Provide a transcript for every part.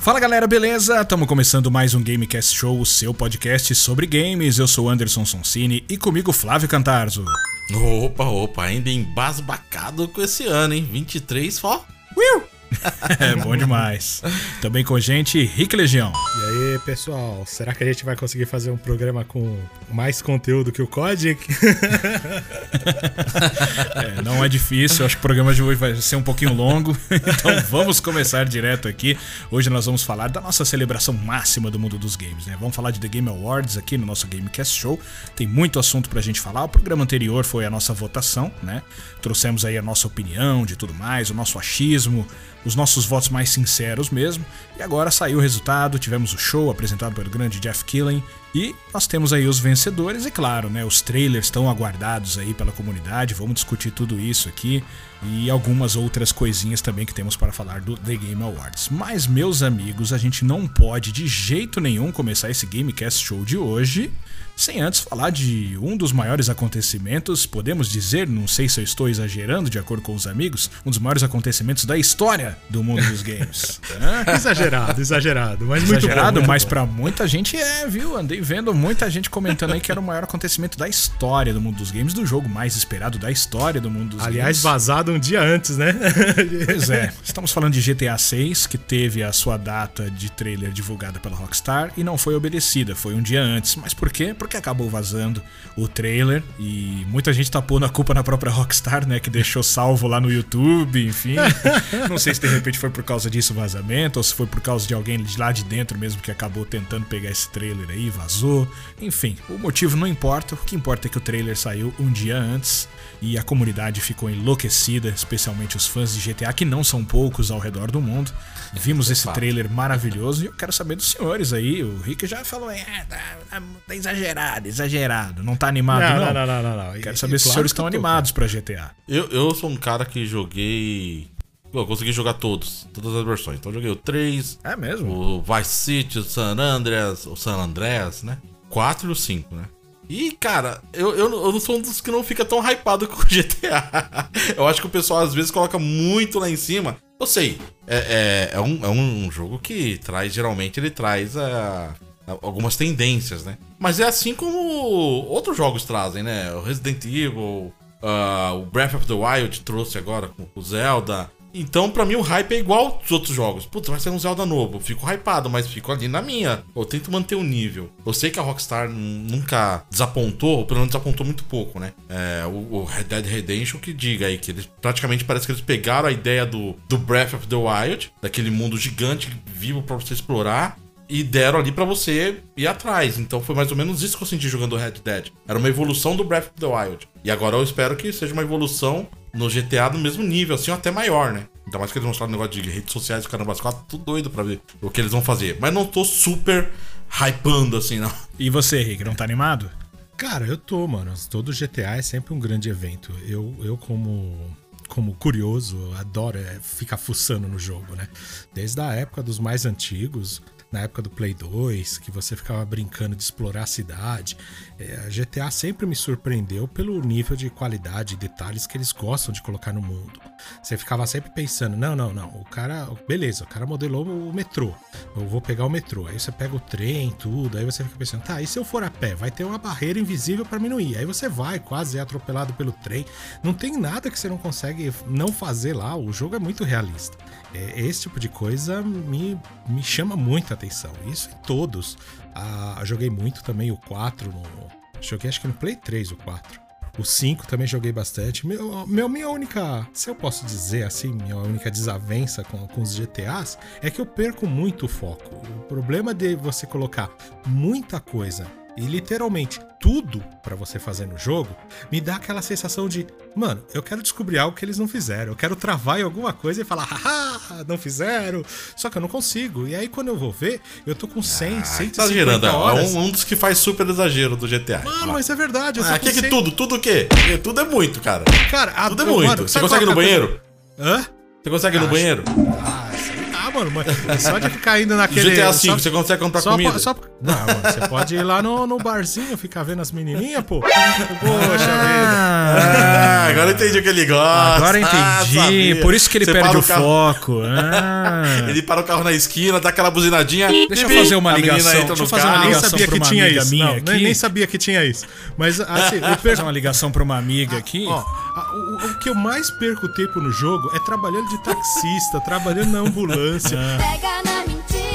Fala galera, beleza? Estamos começando mais um Gamecast Show, o seu podcast sobre games. Eu sou Anderson Sonsini e comigo Flávio Cantarzo. Opa, ainda embasbacado com esse ano, hein? 23, ó. É bom demais. Também com a gente, Rick Legião. E aí, pessoal, será que a gente vai conseguir fazer um programa com mais conteúdo que o COD? Não é difícil, acho que o programa de hoje vai ser um pouquinho longo. Então vamos começar direto aqui. Hoje nós vamos falar da nossa celebração máxima do mundo dos games, né? Vamos falar de The Game Awards aqui no nosso Gamecast Show. Tem muito assunto pra gente falar. O programa anterior foi a nossa votação, né? Trouxemos aí a nossa opinião de tudo mais, o nosso achismo, os nossos votos mais sinceros mesmo. E agora saiu o resultado, tivemos o show apresentado pelo grande Jeff Keighley e nós temos aí os vencedores e claro, né, os trailers estão aguardados aí pela comunidade. Vamos discutir tudo isso aqui e algumas outras coisinhas também que temos para falar do The Game Awards. Mas meus amigos, a gente não pode de jeito nenhum começar esse Gamecast Show de hoje sem antes falar de um dos maiores acontecimentos, podemos dizer, não sei se eu estou exagerando de acordo com os amigos, um dos maiores acontecimentos da história do mundo dos games. Exagerado, mas muito exagerado, bom, mas bom. Pra muita gente viu? Andei vendo muita gente comentando aí que era o maior acontecimento da história do mundo dos games, do jogo mais esperado da história do mundo dos games. Aliás, vazado um dia antes, né? Pois é, estamos falando de GTA 6, que teve a sua data de trailer divulgada pela Rockstar e não foi obedecida, foi um dia antes. Mas por quê? Porque acabou vazando o trailer e muita gente tá pondo a culpa na própria Rockstar, né, que deixou salvo lá no YouTube, enfim. Não sei se de repente foi por causa disso o vazamento ou se foi por causa de alguém de lá de dentro mesmo que acabou tentando pegar esse trailer aí, vazou. Enfim, o motivo não importa, o que importa é que o trailer saiu um dia antes e a comunidade ficou enlouquecida, especialmente os fãs de GTA, que não são poucos ao redor do mundo. Vimos esse trailer maravilhoso e eu quero saber dos senhores aí. O Rick já falou, tá exagerado, não tá animado não. Quero saber se os senhores estão animados pra GTA. Eu sou um cara que joguei... Eu consegui jogar todas as versões. Então eu joguei o 3, é mesmo? O Vice City, o San Andreas, né? 4 e o 5, né? E, cara, eu não sou um dos que não fica tão hypado com o GTA. Eu acho que o pessoal às vezes coloca muito lá em cima. Eu sei, é um jogo que geralmente ele traz algumas tendências, né? Mas é assim como outros jogos trazem, né? O Resident Evil, o Breath of the Wild trouxe agora com o Zelda. Então, pra mim, o hype é igual aos outros jogos. Putz, vai ser um Zelda novo. Eu fico hypado, mas fico ali na minha. Eu tento manter o nível. Eu sei que a Rockstar nunca desapontou, ou pelo menos desapontou muito pouco, né? O Red Dead Redemption que diga aí, que eles praticamente parece que eles pegaram a ideia do Breath of the Wild, daquele mundo gigante, vivo pra você explorar, e deram ali pra você ir atrás. Então foi mais ou menos isso que eu senti jogando o Red Dead. Era uma evolução do Breath of the Wild. E agora eu espero que seja uma evolução no GTA do mesmo nível, assim, ou até maior, né? Ainda mais que eles mostraram um negócio de redes sociais do Caramba 4, tudo doido pra ver o que eles vão fazer. Mas não tô super hypando, assim, não. E você, Rick, não tá animado? Cara, eu tô, mano. Todo GTA é sempre um grande evento. Eu como curioso, adoro ficar fuçando no jogo, né? Desde a época dos mais antigos, na época do Play 2, que você ficava brincando de explorar a cidade. A GTA sempre me surpreendeu pelo nível de qualidade e detalhes que eles gostam de colocar no mundo. Você ficava sempre pensando, não, o cara, beleza, o cara modelou o metrô, eu vou pegar o metrô. Aí você pega o trem, tudo, aí você fica pensando, tá, e se eu for a pé? Vai ter uma barreira invisível pra mim não ir. Aí você vai, quase é atropelado pelo trem. Não tem nada que você não consegue não fazer lá, o jogo é muito realista. Esse tipo de coisa me chama muita atenção. Isso em todos. Joguei muito também o 4. Joguei acho que no Play 3 o 4. O 5 também joguei bastante. Minha única, se eu posso dizer assim, minha única desavença com os GTAs é que eu perco muito o foco. O problema de você colocar muita coisa e literalmente tudo pra você fazer no jogo, me dá aquela sensação de, mano, eu quero descobrir algo que eles não fizeram, eu quero travar em alguma coisa e falar, haha, não fizeram, só que eu não consigo. E aí quando eu vou ver, eu tô com 100, 150 exagerando, horas. É um dos que faz super exagero do GTA. Mano, mas é verdade. Que 100... tudo o quê? Tudo é muito, cara. Cara, tudo é muito. Mano, você consegue ir no banheiro? Hã? Você consegue ir no banheiro? Mano, só de ficar indo naquele... GTA V, você consegue comprar comida? Não, mano, você pode ir lá no barzinho, ficar vendo as menininhas, pô. Poxa vida. Agora Agora eu entendi o que ele gosta. Agora entendi. Sabia. Por isso que ele Você perde para o foco. Ah. Ele para o carro na esquina, dá aquela buzinadinha. Deixa eu fazer uma a menina ligação. entra Deixa eu no fazer uma carro. Nem ligação sabia pra que uma tinha amiga isso. minha Não, aqui. nem sabia que tinha isso. Mas assim, eu Fazer perco. uma ligação pra uma amiga aqui. Ó, o que eu mais perco tempo no jogo é trabalhando de taxista, trabalhando na ambulância. Pega na mentira.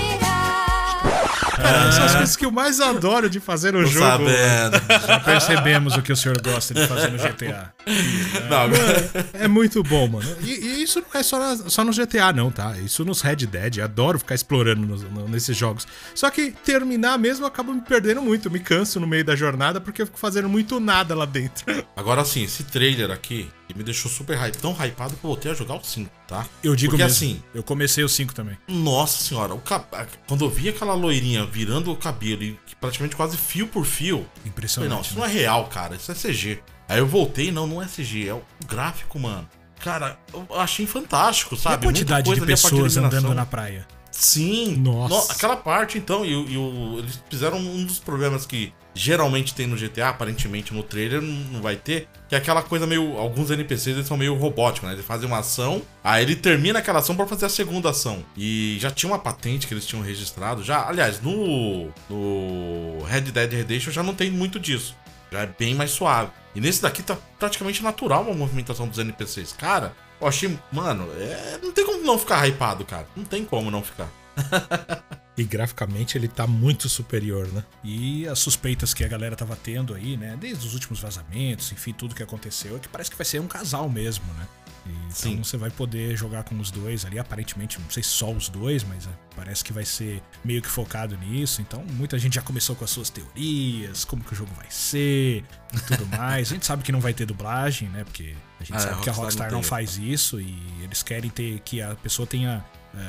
Cara, são as coisas que eu mais adoro de fazer no Tô jogo. sabendo. Já percebemos o que o senhor gosta de fazer no GTA. Não, agora... É muito bom, mano. E isso não é só no GTA, não, tá? Isso nos Red Dead. Eu adoro ficar explorando nesses jogos. Só que terminar mesmo eu acabo me perdendo muito. Eu me canso no meio da jornada porque eu fico fazendo muito nada lá dentro. Agora sim, esse trailer aqui me deixou super tão hypado que eu voltei a jogar o 5, tá? Eu digo porque mesmo. assim, Eu comecei o 5 também. nossa senhora, quando eu vi aquela loirinha virando o cabelo e praticamente quase fio por fio, eu falei, Impressionante. não, isso né? não é real, cara, isso é CG. Aí eu voltei, não é CG, é o gráfico, mano. Cara, eu achei fantástico, E a sabe? quantidade Muita de coisa ali, a parte pessoas iluminação. andando na praia. Sim. Nossa. Aquela parte, então, eles fizeram um dos problemas que geralmente tem no GTA, aparentemente no trailer não vai ter, que é aquela coisa meio... Alguns NPCs eles são meio robóticos, né? Eles fazem uma ação, aí ele termina aquela ação pra fazer a segunda ação. E já tinha uma patente que eles tinham registrado, já... Aliás, no Red Dead Redemption já não tem muito disso. Já é bem mais suave. E nesse daqui tá praticamente natural a movimentação dos NPCs. Cara, eu achei... Mano, não tem como não ficar hypado, cara. Não tem como não ficar. E graficamente ele tá muito superior, né? E as suspeitas que a galera tava tendo aí, né? Desde os últimos vazamentos, enfim, tudo que aconteceu, é que parece que vai ser um casal mesmo, né? Então Sim. você vai poder jogar com os dois ali, aparentemente, não sei se só os dois, mas parece que vai ser meio que focado nisso. Então muita gente já começou com as suas teorias, como que o jogo vai ser e tudo mais. A gente sabe que não vai ter dublagem, né? Porque a gente sabe que a Rockstar não faz isso e eles querem ter que a pessoa tenha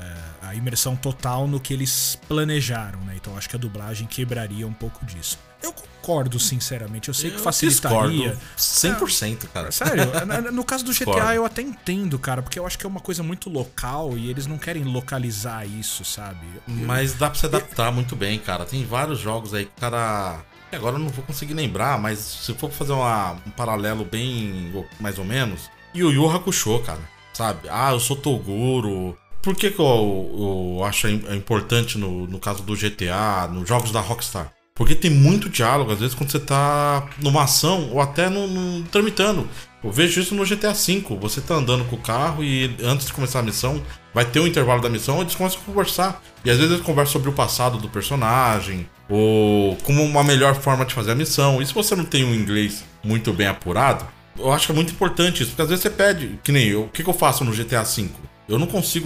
a imersão total no que eles planejaram, né? Então acho que a dublagem quebraria um pouco disso. Eu concordo, sinceramente. Eu sei que facilitaria. Discordo 100%, cara. Sério, no caso do GTA Discordo. eu até entendo, cara, porque eu acho que é uma coisa muito local e eles não querem localizar isso, sabe? Mas dá pra se adaptar muito bem, cara. Tem vários jogos aí que o cara... Agora eu não vou conseguir lembrar, mas se for fazer um paralelo bem mais ou menos, Yu Yu Hakusho, cara. Sabe? Ah, eu sou Toguro. Por que eu acho importante no caso do GTA, nos jogos da Rockstar? Porque tem muito diálogo, às vezes, quando você tá numa ação ou até tramitando. Eu vejo isso no GTA V. Você tá andando com o carro e antes de começar a missão, vai ter um intervalo da missão e eles começam a conversar. E às vezes eles conversam sobre o passado do personagem ou como uma melhor forma de fazer a missão. E se você não tem um inglês muito bem apurado, eu acho que é muito importante isso. Porque às vezes você pede, que nem eu, o que eu faço no GTA V? Eu não consigo...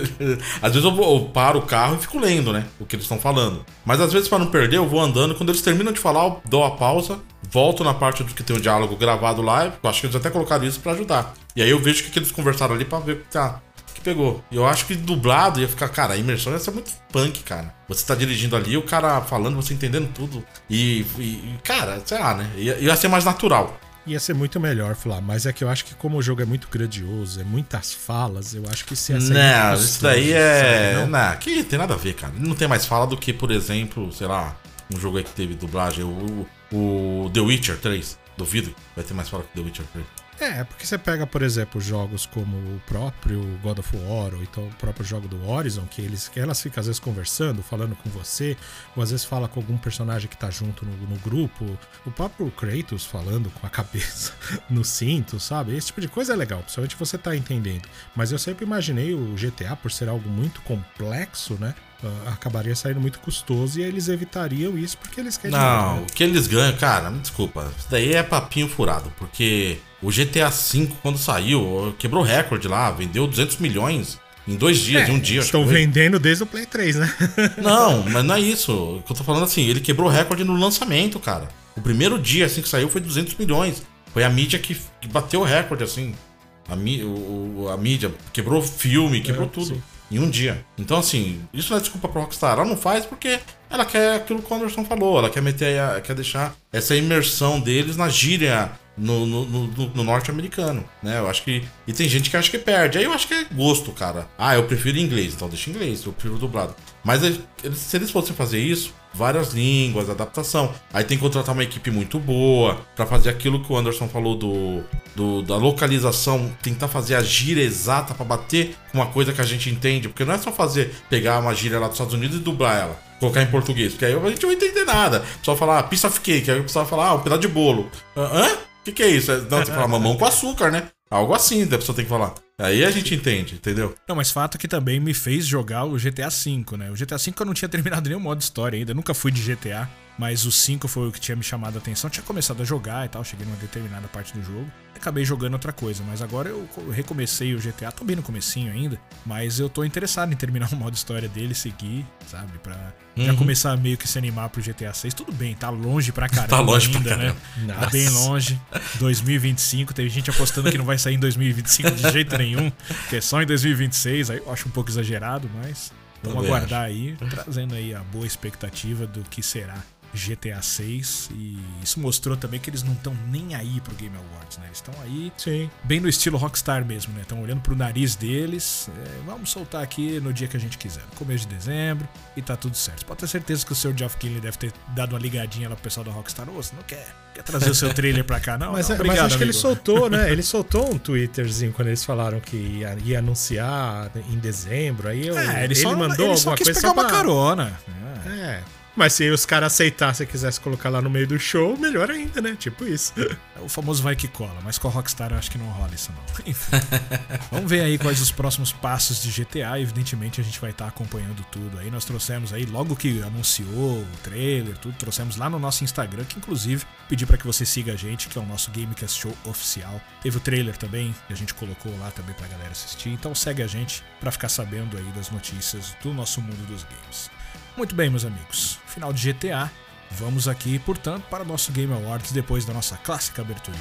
Às vezes eu paro o carro e fico lendo, né? O que eles estão falando. Mas às vezes, para não perder, eu vou andando. Quando eles terminam de falar, eu dou a pausa. Volto na parte do que tem o diálogo gravado lá. Eu acho que eles até colocaram isso pra ajudar. E aí eu vejo o que eles conversaram ali pra ver o que pegou. E eu acho que dublado ia ficar... Cara, a imersão ia ser muito punk, cara. Você tá dirigindo ali, o cara falando, você entendendo tudo. E cara, sei lá, né? Ia ser mais natural. Ia ser muito melhor, Flá, mas é que eu acho que como o jogo é muito grandioso, é muitas falas, eu acho que isso ia ser Não, muito isso daí custoso, é... sabe, não? Não, que tem nada a ver, cara. Não tem mais fala do que, por exemplo, sei lá, um jogo aí que teve dublagem, o The Witcher 3. Duvido que vai ter mais fala que The Witcher 3. É, porque você pega, por exemplo, jogos como o próprio God of War, ou então o próprio jogo do Horizon, que elas ficam às vezes conversando, falando com você, ou às vezes fala com algum personagem que tá junto no grupo, o próprio Kratos falando com a cabeça no cinto, sabe? Esse tipo de coisa é legal, principalmente você tá entendendo. Mas eu sempre imaginei o GTA, por ser algo muito complexo, né? Acabaria saindo muito custoso e eles evitariam isso porque eles querem... Não, o que eles ganham, cara, me desculpa, isso daí é papinho furado, porque o GTA V, quando saiu, quebrou recorde lá, vendeu 200 milhões em 2 dias, em um dia. Estão vendendo desde o Play 3, né? Não, mas não é isso. O que eu tô falando assim, ele quebrou recorde no lançamento, cara. O primeiro dia, assim, que saiu foi 200 milhões. Foi a mídia que bateu o recorde, assim. A mídia quebrou filme, quebrou tudo. Sim. Em um dia. Então, assim, isso não é desculpa pra Rockstar. Ela não faz porque ela quer aquilo que o Anderson falou. Ela quer quer deixar essa imersão deles na gíria no norte-americano, né? Eu acho que... E tem gente que acha que perde. Aí eu acho que é gosto, cara. Ah, eu prefiro inglês, então deixa em inglês. Eu prefiro dublado. Mas se eles fossem fazer isso, várias línguas, adaptação. Aí tem que contratar uma equipe muito boa pra fazer aquilo que o Anderson falou da localização, tentar fazer a gíria exata pra bater com uma coisa que a gente entende, porque não é só pegar uma gíria lá dos Estados Unidos e dublar ela, colocar em português, porque aí a gente não vai entender nada. O pessoal fala, piece of cake, aí o pessoal fala, um pedaço de bolo. Hã? O que é isso? Não, você fala mamão com açúcar, né? Algo assim a pessoa tem que falar. Aí a gente entende, entendeu? Não, mas fato que também me fez jogar o GTA V, né? O GTA V eu não tinha terminado nenhum modo história ainda, eu nunca fui de GTA, mas o 5 foi o que tinha me chamado a atenção. Eu tinha começado a jogar e tal, cheguei numa determinada parte do jogo, acabei jogando outra coisa, mas agora eu recomecei o GTA, tô bem no comecinho ainda, mas eu tô interessado em terminar o modo história dele, seguir, sabe? Pra já começar a meio que se animar pro GTA 6. Tudo bem, tá longe pra caramba tá longe ainda, pra né? caramba. Tá bem longe. 2025, teve gente apostando que não vai sair em 2025 de jeito nenhum, que é só em 2026, aí eu acho um pouco exagerado, mas vamos aguardar aí, trazendo aí a boa expectativa do que será GTA 6, e isso mostrou também que eles não estão nem aí pro Game Awards, né? Eles estão aí bem no estilo Rockstar mesmo, né? Estão olhando pro nariz deles, vamos soltar aqui no dia que a gente quiser, no começo de dezembro, e tá tudo certo. Pode ter certeza que o seu Geoff Keighley deve ter dado uma ligadinha lá pro pessoal da Rockstar, você não quer trazer o seu trailer pra cá, não? Mas, não, obrigado, mas acho que amigo. ele soltou, né? Ele soltou um Twitterzinho quando eles falaram que ia anunciar em dezembro, aí ele mandou ele só alguma quis coisa pegar uma carona. Mas se os caras aceitassem e quisessem colocar lá no meio do show, melhor ainda, né? Tipo isso. O famoso vai que cola, mas com a Rockstar eu acho que não rola isso não. Enfim, vamos ver aí quais os próximos passos de GTA. Evidentemente a gente vai estar acompanhando tudo aí. Nós trouxemos aí, logo que anunciou o trailer, tudo, trouxemos lá no nosso Instagram, que inclusive pedi pra que você siga a gente, que é o nosso Gamecast Show oficial. Teve o trailer também, que a gente colocou lá também pra galera assistir. Então segue a gente pra ficar sabendo aí das notícias do nosso mundo dos games. Muito bem, meus amigos, final de GTA, vamos aqui, portanto, para o nosso Game Awards depois da nossa clássica abertura.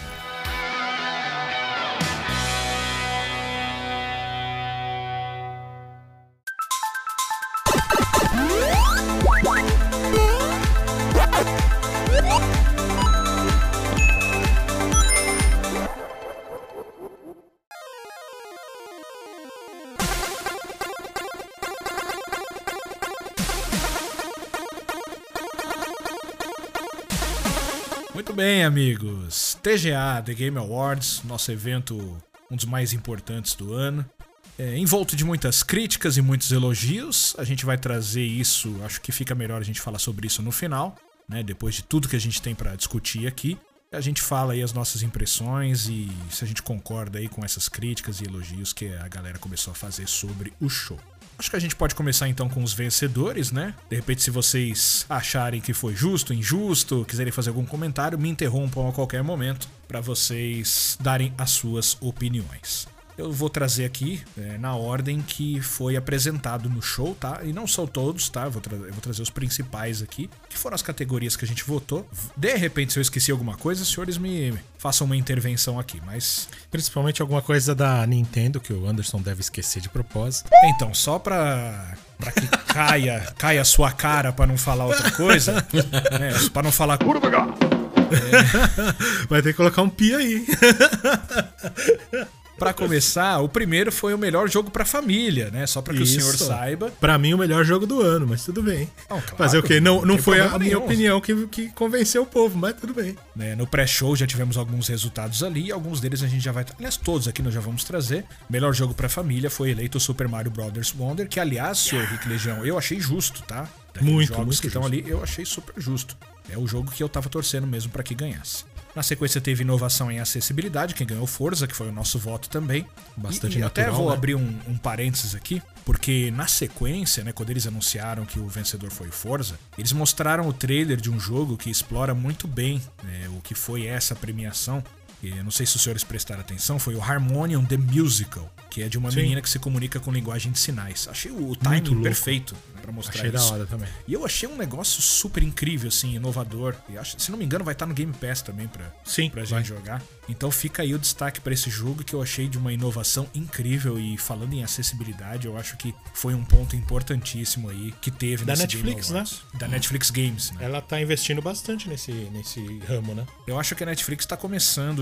Muito bem, amigos. TGA, The Game Awards, nosso evento, um dos mais importantes do ano. Envolto de muitas críticas e muitos elogios. A gente vai trazer isso, acho que fica melhor a gente falar sobre isso no final, né? Depois de tudo que a gente tem para discutir aqui. A gente fala aí as nossas impressões e se a gente concorda aí com essas críticas e elogios que a galera começou a fazer sobre o show. Acho que a gente pode começar então com os vencedores, né? De repente, se vocês acharem que foi justo, injusto, quiserem fazer algum comentário, me interrompam a qualquer momento para vocês darem as suas opiniões. Eu vou trazer aqui na ordem que foi apresentado no show, tá? E não são todos, tá? Eu vou trazer os principais aqui, que foram as categorias que a gente votou. De repente, se eu esqueci alguma coisa, os senhores me façam uma intervenção aqui, mas... Principalmente alguma coisa da Nintendo, que o Anderson deve esquecer de propósito. Então, só pra que caia a sua cara pra não falar outra coisa, né? Pra não falar... Vai ter que colocar um pi aí. Pra começar, o primeiro foi o melhor jogo pra família, né? Só pra que o senhor saiba. Pra mim, o melhor jogo do ano, mas tudo bem. Não, claro, fazer o quê? Não foi a minha nenhum. opinião que convenceu o povo, mas tudo bem. No pré-show já tivemos alguns resultados ali, alguns deles a gente já vai... Aliás, todos aqui nós já vamos trazer. Melhor jogo pra família foi eleito o Super Mario Bros. Wonder, que aliás, senhor Rick Legião, eu achei justo, tá? Daqueles jogos que estão ali, eu achei super justo. É o jogo que eu tava torcendo mesmo pra que ganhasse. Na sequência teve inovação em acessibilidade, quem ganhou Forza, que foi o nosso voto também. Bastante e natural, até vou né? abrir um parênteses aqui, porque na sequência, né, quando eles anunciaram que o vencedor foi Forza, eles mostraram o trailer de um jogo que explora muito bem o que foi essa premiação. Eu não sei se os senhores prestaram atenção, foi o Harmonium The Musical, que é de uma menina que se comunica com linguagem de sinais. Achei o timing perfeito pra mostrar achei isso. Da hora também. E eu achei um negócio super incrível, assim, inovador. E acho, se não me engano, vai estar no Game Pass também pra gente jogar. Então fica aí o destaque pra esse jogo que eu achei de uma inovação incrível. E falando em acessibilidade, eu acho que foi um ponto importantíssimo aí que teve da nesse Netflix, Game Awards. né? Da Netflix Games, né? Ela tá investindo bastante nesse ramo, né? Eu acho que a Netflix tá começando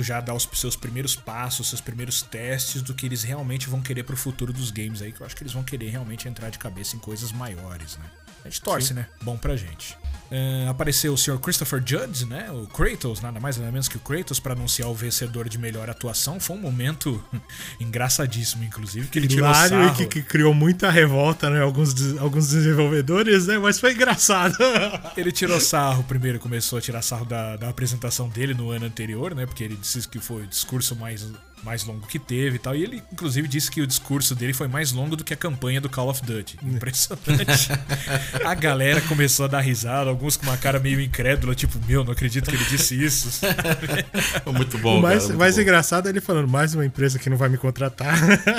já dar os seus primeiros passos, seus primeiros testes do que eles realmente vão querer pro futuro dos games aí, que eu acho que eles vão querer realmente entrar de cabeça em coisas maiores, né? A gente torce, Sim. né? Bom pra gente. Apareceu o Sr. Christopher Judge, né? O Kratos, nada mais nada menos que o Kratos, pra anunciar o vencedor de melhor atuação. Foi um momento engraçadíssimo, inclusive, que ele tirou Hilário sarro. e que criou muita revolta, né? Alguns desenvolvedores, né? Mas foi engraçado. Ele tirou sarro primeiro, começou a tirar sarro da apresentação dele no ano anterior, né? Porque ele disse que foi o discurso mais longo que teve e tal. E ele, inclusive, disse que o discurso dele foi mais longo do que a campanha do Call of Duty. Impressionante. A galera começou a dar risada, alguns com uma cara meio incrédula, tipo, meu, não acredito que ele disse isso. Muito bom, O mais, cara, mais muito bom. engraçado é ele falando, mais uma empresa que não vai me contratar.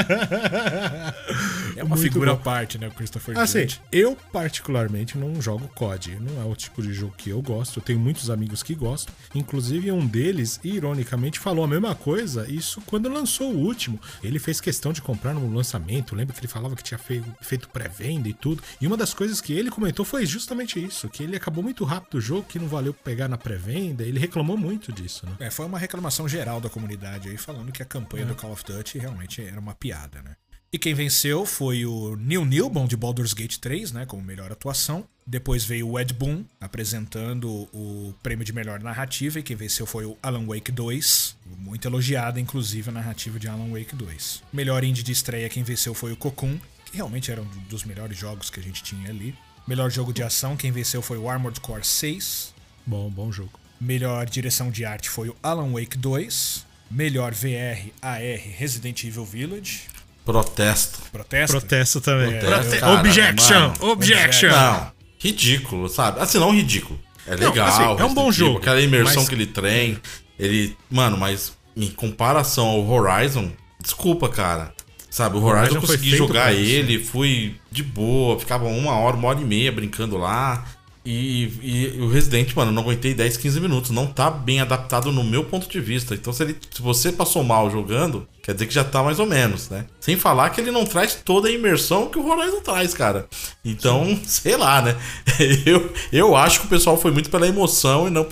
É uma Muito figura à bom. parte, né, o Christopher Assim, Judge. eu particularmente não jogo COD. Não é o tipo de jogo que eu gosto. Eu tenho muitos amigos que gostam. Inclusive, um deles, ironicamente, falou a mesma coisa. Isso quando lançou o último. Ele fez questão de comprar no lançamento. Lembra que ele falava que tinha feito pré-venda e tudo. E uma das coisas que ele comentou foi justamente isso. Que ele acabou muito rápido o jogo, que não valeu pegar na pré-venda. Ele reclamou muito disso, né? Foi uma reclamação geral da comunidade aí, falando que a campanha do Call of Duty realmente era uma piada, né? E quem venceu foi o Neil Newbon de Baldur's Gate 3, né, como melhor atuação. Depois veio o Ed Boon apresentando o prêmio de melhor narrativa, e quem venceu foi o Alan Wake 2. Muito elogiada, inclusive, a narrativa de Alan Wake 2. Melhor indie de estreia, quem venceu foi o Cocoon, que realmente era um dos melhores jogos que a gente tinha ali. Melhor jogo de ação, quem venceu foi o Armored Core 6. Bom jogo. Melhor direção de arte foi o Alan Wake 2. Melhor VR, AR, Resident Evil Village. Protesto. Protesta? Protesto também. Cara, Objection! mano. Objection! Não, ridículo, sabe? Assim, não ridículo. É Não, legal. assim, é um Resident bom Evil, jogo, Aquela imersão mas- que ele tem. Ele. Mano, mas em comparação ao Horizon, desculpa, cara. Sabe, o Horizon eu foi consegui feito jogar pra isso, ele, fui de boa, ficava uma hora e meia brincando lá. E o Resident, mano, eu não aguentei 10, 15 minutos. Não tá bem adaptado no meu ponto de vista. Então, se você passou mal jogando, quer dizer que já tá mais ou menos, né? Sem falar que ele não traz toda a imersão que o Horizon traz, cara. Então, sei lá, né? Eu acho que o pessoal foi muito pela emoção e não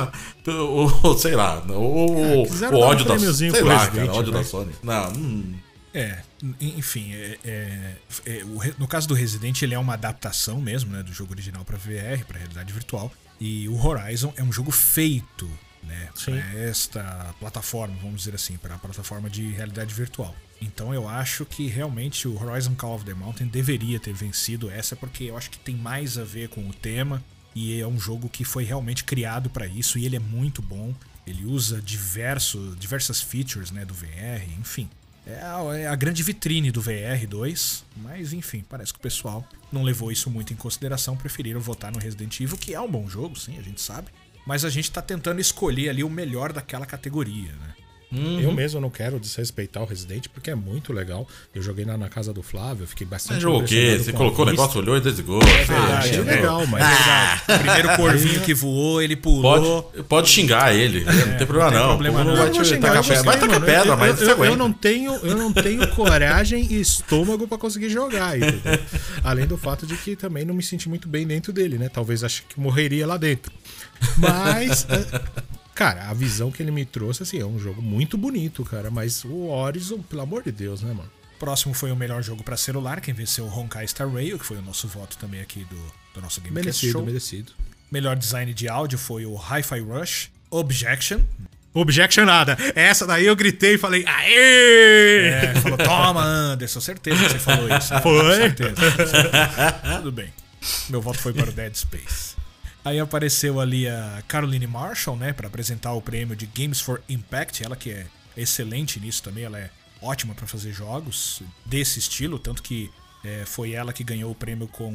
sei lá, o quiseram dar um ódio da Sony. prêmiozinho Sei pro lá, Resident, cara, ódio né? da Sony. Não. Enfim, no caso do Resident, ele é uma adaptação mesmo, né, do jogo original pra VR, pra realidade virtual. E o Horizon é um jogo feito, né, pra esta plataforma, vamos dizer assim, para a plataforma de realidade virtual. Então eu acho que realmente o Horizon Call of the Mountain deveria ter vencido essa, porque eu acho que tem mais a ver com o tema e é um jogo que foi realmente criado pra isso, e ele é muito bom. Ele usa diversas features, né, do VR, enfim. É a grande vitrine do VR2, mas enfim, parece que o pessoal não levou isso muito em consideração, preferiram votar no Resident Evil, que é um bom jogo, sim, a gente sabe, mas a gente tá tentando escolher ali o melhor daquela categoria, né? Eu mesmo não quero desrespeitar o Resident, porque é muito legal. Eu joguei na casa do Flávio, eu fiquei bastante Mas jogou o quê? impressionado Você com a colocou o vista. negócio, olhou e desligou. Achei legal, mas... O primeiro corvinho que voou, ele pulou. Pode xingar ele, não tem problema não. problema O povo não. vai Eu vou te xingar, tacar eu pedra. Vai gostei, tacar mano. pedra, mas você eu aguenta. não tenho coragem e estômago pra conseguir jogar, entendeu? Além do fato de que também não me senti muito bem dentro dele, né? Talvez ache que morreria lá dentro. Mas, cara, a visão que ele me trouxe, assim, é um jogo muito bonito, cara. Mas o Horizon, pelo amor de Deus, né, mano? Próximo foi o melhor jogo pra celular, quem venceu o Honkai Star Rail, que foi o nosso voto também aqui do nosso Gamecast Merecido, Show. merecido. Melhor design de áudio foi o Hi-Fi Rush. Objection. Objection nada. Essa daí eu gritei e falei, aê! Falou, toma, Anderson, certeza que você falou isso. Foi? Certeza. Tudo bem. Meu voto foi para o Dead Space. Aí apareceu ali a Caroline Marshall, né, para apresentar o prêmio de Games for Impact. Ela que é excelente nisso também, ela é ótima para fazer jogos desse estilo, tanto que foi ela que ganhou o prêmio com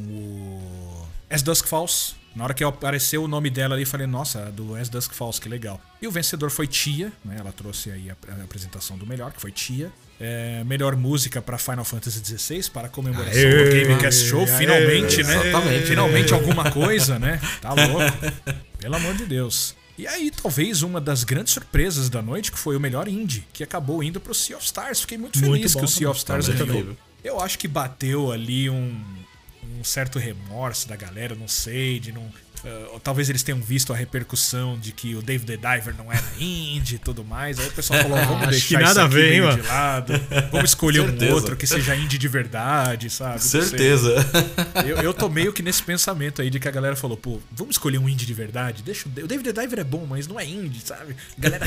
o As Dusk Falls. Na hora que apareceu o nome dela ali, falei, nossa, do As Dusk Falls, que legal. E o vencedor foi Tia, né? Ela trouxe aí a apresentação do melhor, que foi Tia. Melhor música para Final Fantasy XVI, para a comemoração do Gamecast Show, finalmente, né? Exatamente. Finalmente alguma coisa, né? Tá louco. Pelo amor de Deus. E aí, talvez uma das grandes surpresas da noite, que foi o melhor indie, que acabou indo pro Sea of Stars. Fiquei muito feliz bom que o Sea of Stars também. ganhou. Eu acho que bateu ali um certo remorso da galera, não sei, de não talvez eles tenham visto a repercussão de que o Dave the Diver não era indie e tudo mais. Aí o pessoal falou, vamos acho deixar que nada isso a aqui ver, hein, meio mano? de lado. Vamos escolher um Certeza. outro que seja indie de verdade, sabe? Certeza. Eu tô meio que nesse pensamento aí de que a galera falou, pô, vamos escolher um indie de verdade? Deixa o David the Diver é bom, mas não é indie, sabe? A galera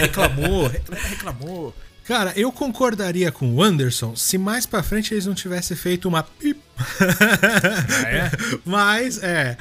reclamou. Cara, eu concordaria com o Anderson se mais pra frente eles não tivessem feito uma pip. Ah, é? Mas,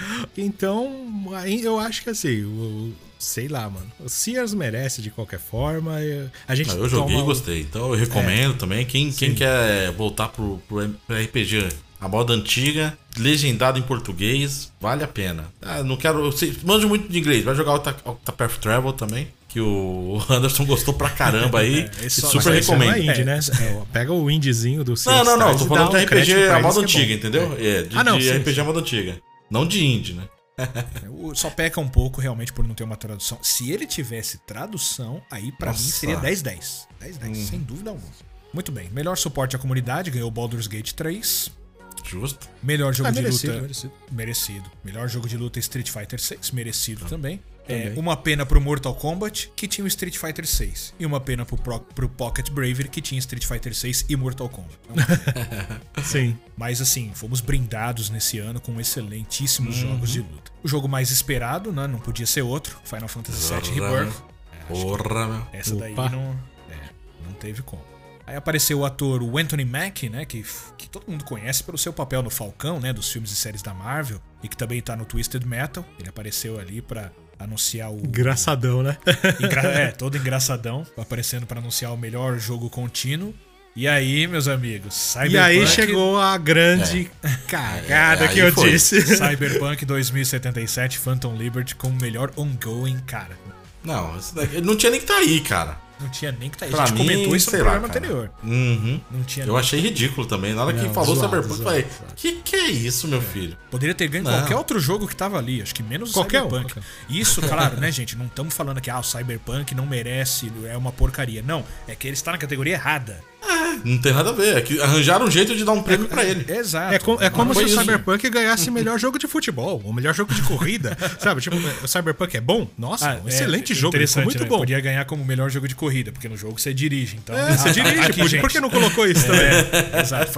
então, aí eu acho que assim, sei lá, mano. O Sears merece de qualquer forma. A gente Eu joguei e toma gostei, então eu recomendo também. Quem quer voltar pro RPG, a moda antiga, legendado em português, vale a pena. Não quero. Eu sei, manjo muito de inglês, vai jogar Octopath Travel também, que o Anderson gostou pra caramba aí. esse só- Super Mas aí recomendo. não é indie, né? Pega o indiezinho do Sears. Não, Stars tô e falando dá de um crédito RPG pra a eles moda que é bom. antiga, entendeu? Não, De sim, RPG sim. a moda antiga. Não de indie, né? Só peca um pouco realmente por não ter uma tradução. Se ele tivesse tradução, aí pra mim Nossa. seria 10-10. 10-10, sem dúvida alguma. Muito bem. Melhor suporte à comunidade, ganhou Baldur's Gate 3. Justo. Melhor jogo de merecido, luta. merecido. Merecido. Melhor jogo de luta Street Fighter 6, merecido também. Também. Uma pena pro Mortal Kombat, que tinha o Street Fighter 6. E uma pena pro Pocket Bravery, que tinha Street Fighter 6 e Mortal Kombat. É uma pena. Sim. Mas assim, fomos brindados nesse ano com excelentíssimos jogos de luta. O jogo mais esperado, né? Não podia ser outro. Final Fantasy VII Rebirth. Porra, meu. Essa daí Opa. não teve como. Aí apareceu o ator o Anthony Mackie, né, que todo mundo conhece pelo seu papel no Falcão, né, dos filmes e séries da Marvel, e que também tá no Twisted Metal. Ele apareceu ali pra anunciar o... Engraçadão, né? todo engraçadão, aparecendo pra anunciar o melhor jogo contínuo. E aí, meus amigos, Cyberpunk... E aí chegou a grande cagada que aí eu foi. disse. Cyberpunk 2077 Phantom Liberty com o melhor ongoing, cara. Não, esse daqui, ele não tinha nem que tá aí, cara. Não tinha nem que tá aí. Pra A gente mim, comentou isso no sei lá, programa cara. anterior. Uhum. Não tinha Eu nem. achei ridículo também. Na hora que Não, falou zoado, Cyberpunk, eu falei: zoado. que é isso, meu filho? Poderia ter ganho Não. qualquer outro jogo que tava ali, acho que menos o Qualquer um, Cyberpunk. qualquer Isso, claro, né, gente? Não estamos falando que o Cyberpunk não merece, é uma porcaria. Não, é que ele está na categoria errada. Não tem nada a ver. É que arranjaram um jeito de dar um prêmio pra ele. Exato. É como se foi o isso. Cyberpunk ganhasse o melhor jogo de futebol, o melhor jogo de corrida. Sabe? Tipo, o Cyberpunk é bom? Nossa, um excelente jogo, ele ficou interessante, muito né? bom. Podia ganhar como melhor jogo de corrida, porque no jogo você dirige. Então, Você dirige, aqui, gente. por que não colocou isso também? Exato,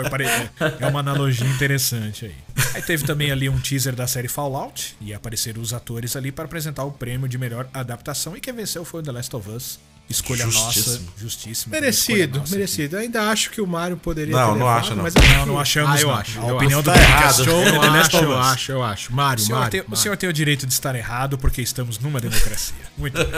é uma analogia interessante aí. Aí teve também ali um teaser da série Fallout e apareceram os atores ali para apresentar o prêmio de melhor adaptação, e quem venceu foi o The Last of Us. Escolha Justíssimo. nossa, justíssima. Merecido, escolha nossa merecido. Ainda acho que o Mario poderia Não, ter não levado, acha, não. mas Não achamos. eu não. acho. A eu opinião acho. do Tá Gamecast errado. Show é Eu The Last of acho, Us. eu acho. Mario, O senhor tem o direito de estar errado porque estamos numa democracia. Muito bem.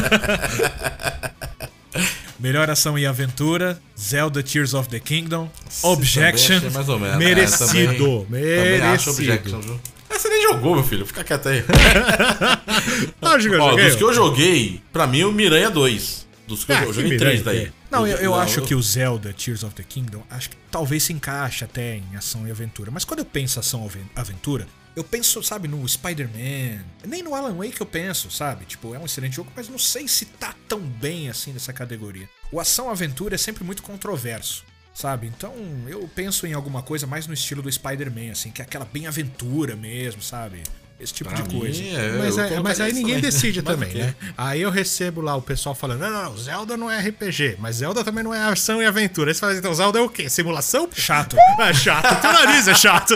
Melhor ação e aventura, Zelda Tears of the Kingdom, Objection. Também achei mais ou menos. Merecido, Também acho merecido. Objection, viu? Você nem jogou, meu filho. Fica quieto aí. Lógico que eu Ó, joguei. dos que eu joguei, pra mim o Miranha 2. Dos que eu que joguei Miranha 3 daí. que é? Não, eu acho que o Zelda Tears of the Kingdom, acho que talvez se encaixe até em ação e aventura. Mas quando eu penso ação e aventura, eu penso, sabe, no Spider-Man. Nem no Alan Wake eu penso, sabe? Tipo, é um excelente jogo, mas não sei se tá tão bem assim nessa categoria. O ação-aventura é sempre muito controverso, sabe? Então eu penso em alguma coisa mais no estilo do Spider-Man, assim, que é aquela bem aventura mesmo, sabe? Esse tipo de coisa. Mas aí ninguém decide também, né? Aí eu recebo lá o pessoal falando: não, Zelda não é RPG, mas Zelda também não é ação e aventura. Aí você fala, então Zelda é o quê? Simulação? Chato. É chato, teu nariz é chato.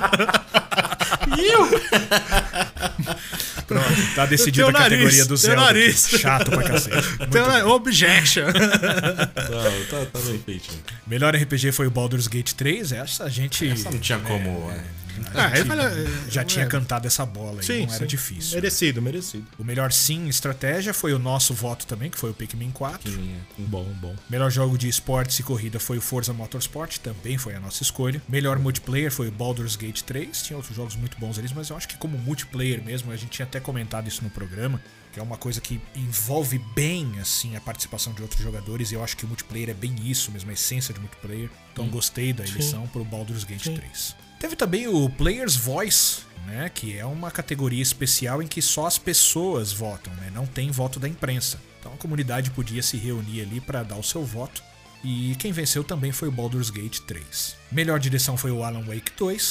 Pronto, tá decidida Teu a categoria nariz, do teu Zelda. nariz. Aqui. Chato pra cacete. Muito bem. Objection. Não, tá bem feito. Melhor RPG foi o Baldur's Gate 3. Essa a gente. Essa não tinha como. Já tinha cantado essa bola aí, Sim, não era sim. difícil. Merecido. O melhor sim estratégia foi o nosso voto também, que foi o Pikmin 4. Bom. Melhor jogo de esportes e corrida foi o Forza Motorsport, também foi a nossa escolha. Melhor multiplayer foi o Baldur's Gate 3. Tinha outros jogos muito bons ali, mas eu acho que como multiplayer mesmo, a gente tinha até comentado isso no programa, que é uma coisa que envolve bem assim a participação de outros jogadores, e eu acho que o multiplayer é bem isso mesmo, a essência de multiplayer. Então gostei da eleição pro Baldur's Gate 3. Teve também o Player's Voice, né, que é uma categoria especial em que só as pessoas votam, né, não tem voto da imprensa. Então a comunidade podia se reunir ali para dar o seu voto. E quem venceu também foi o Baldur's Gate 3. Melhor direção foi o Alan Wake 2.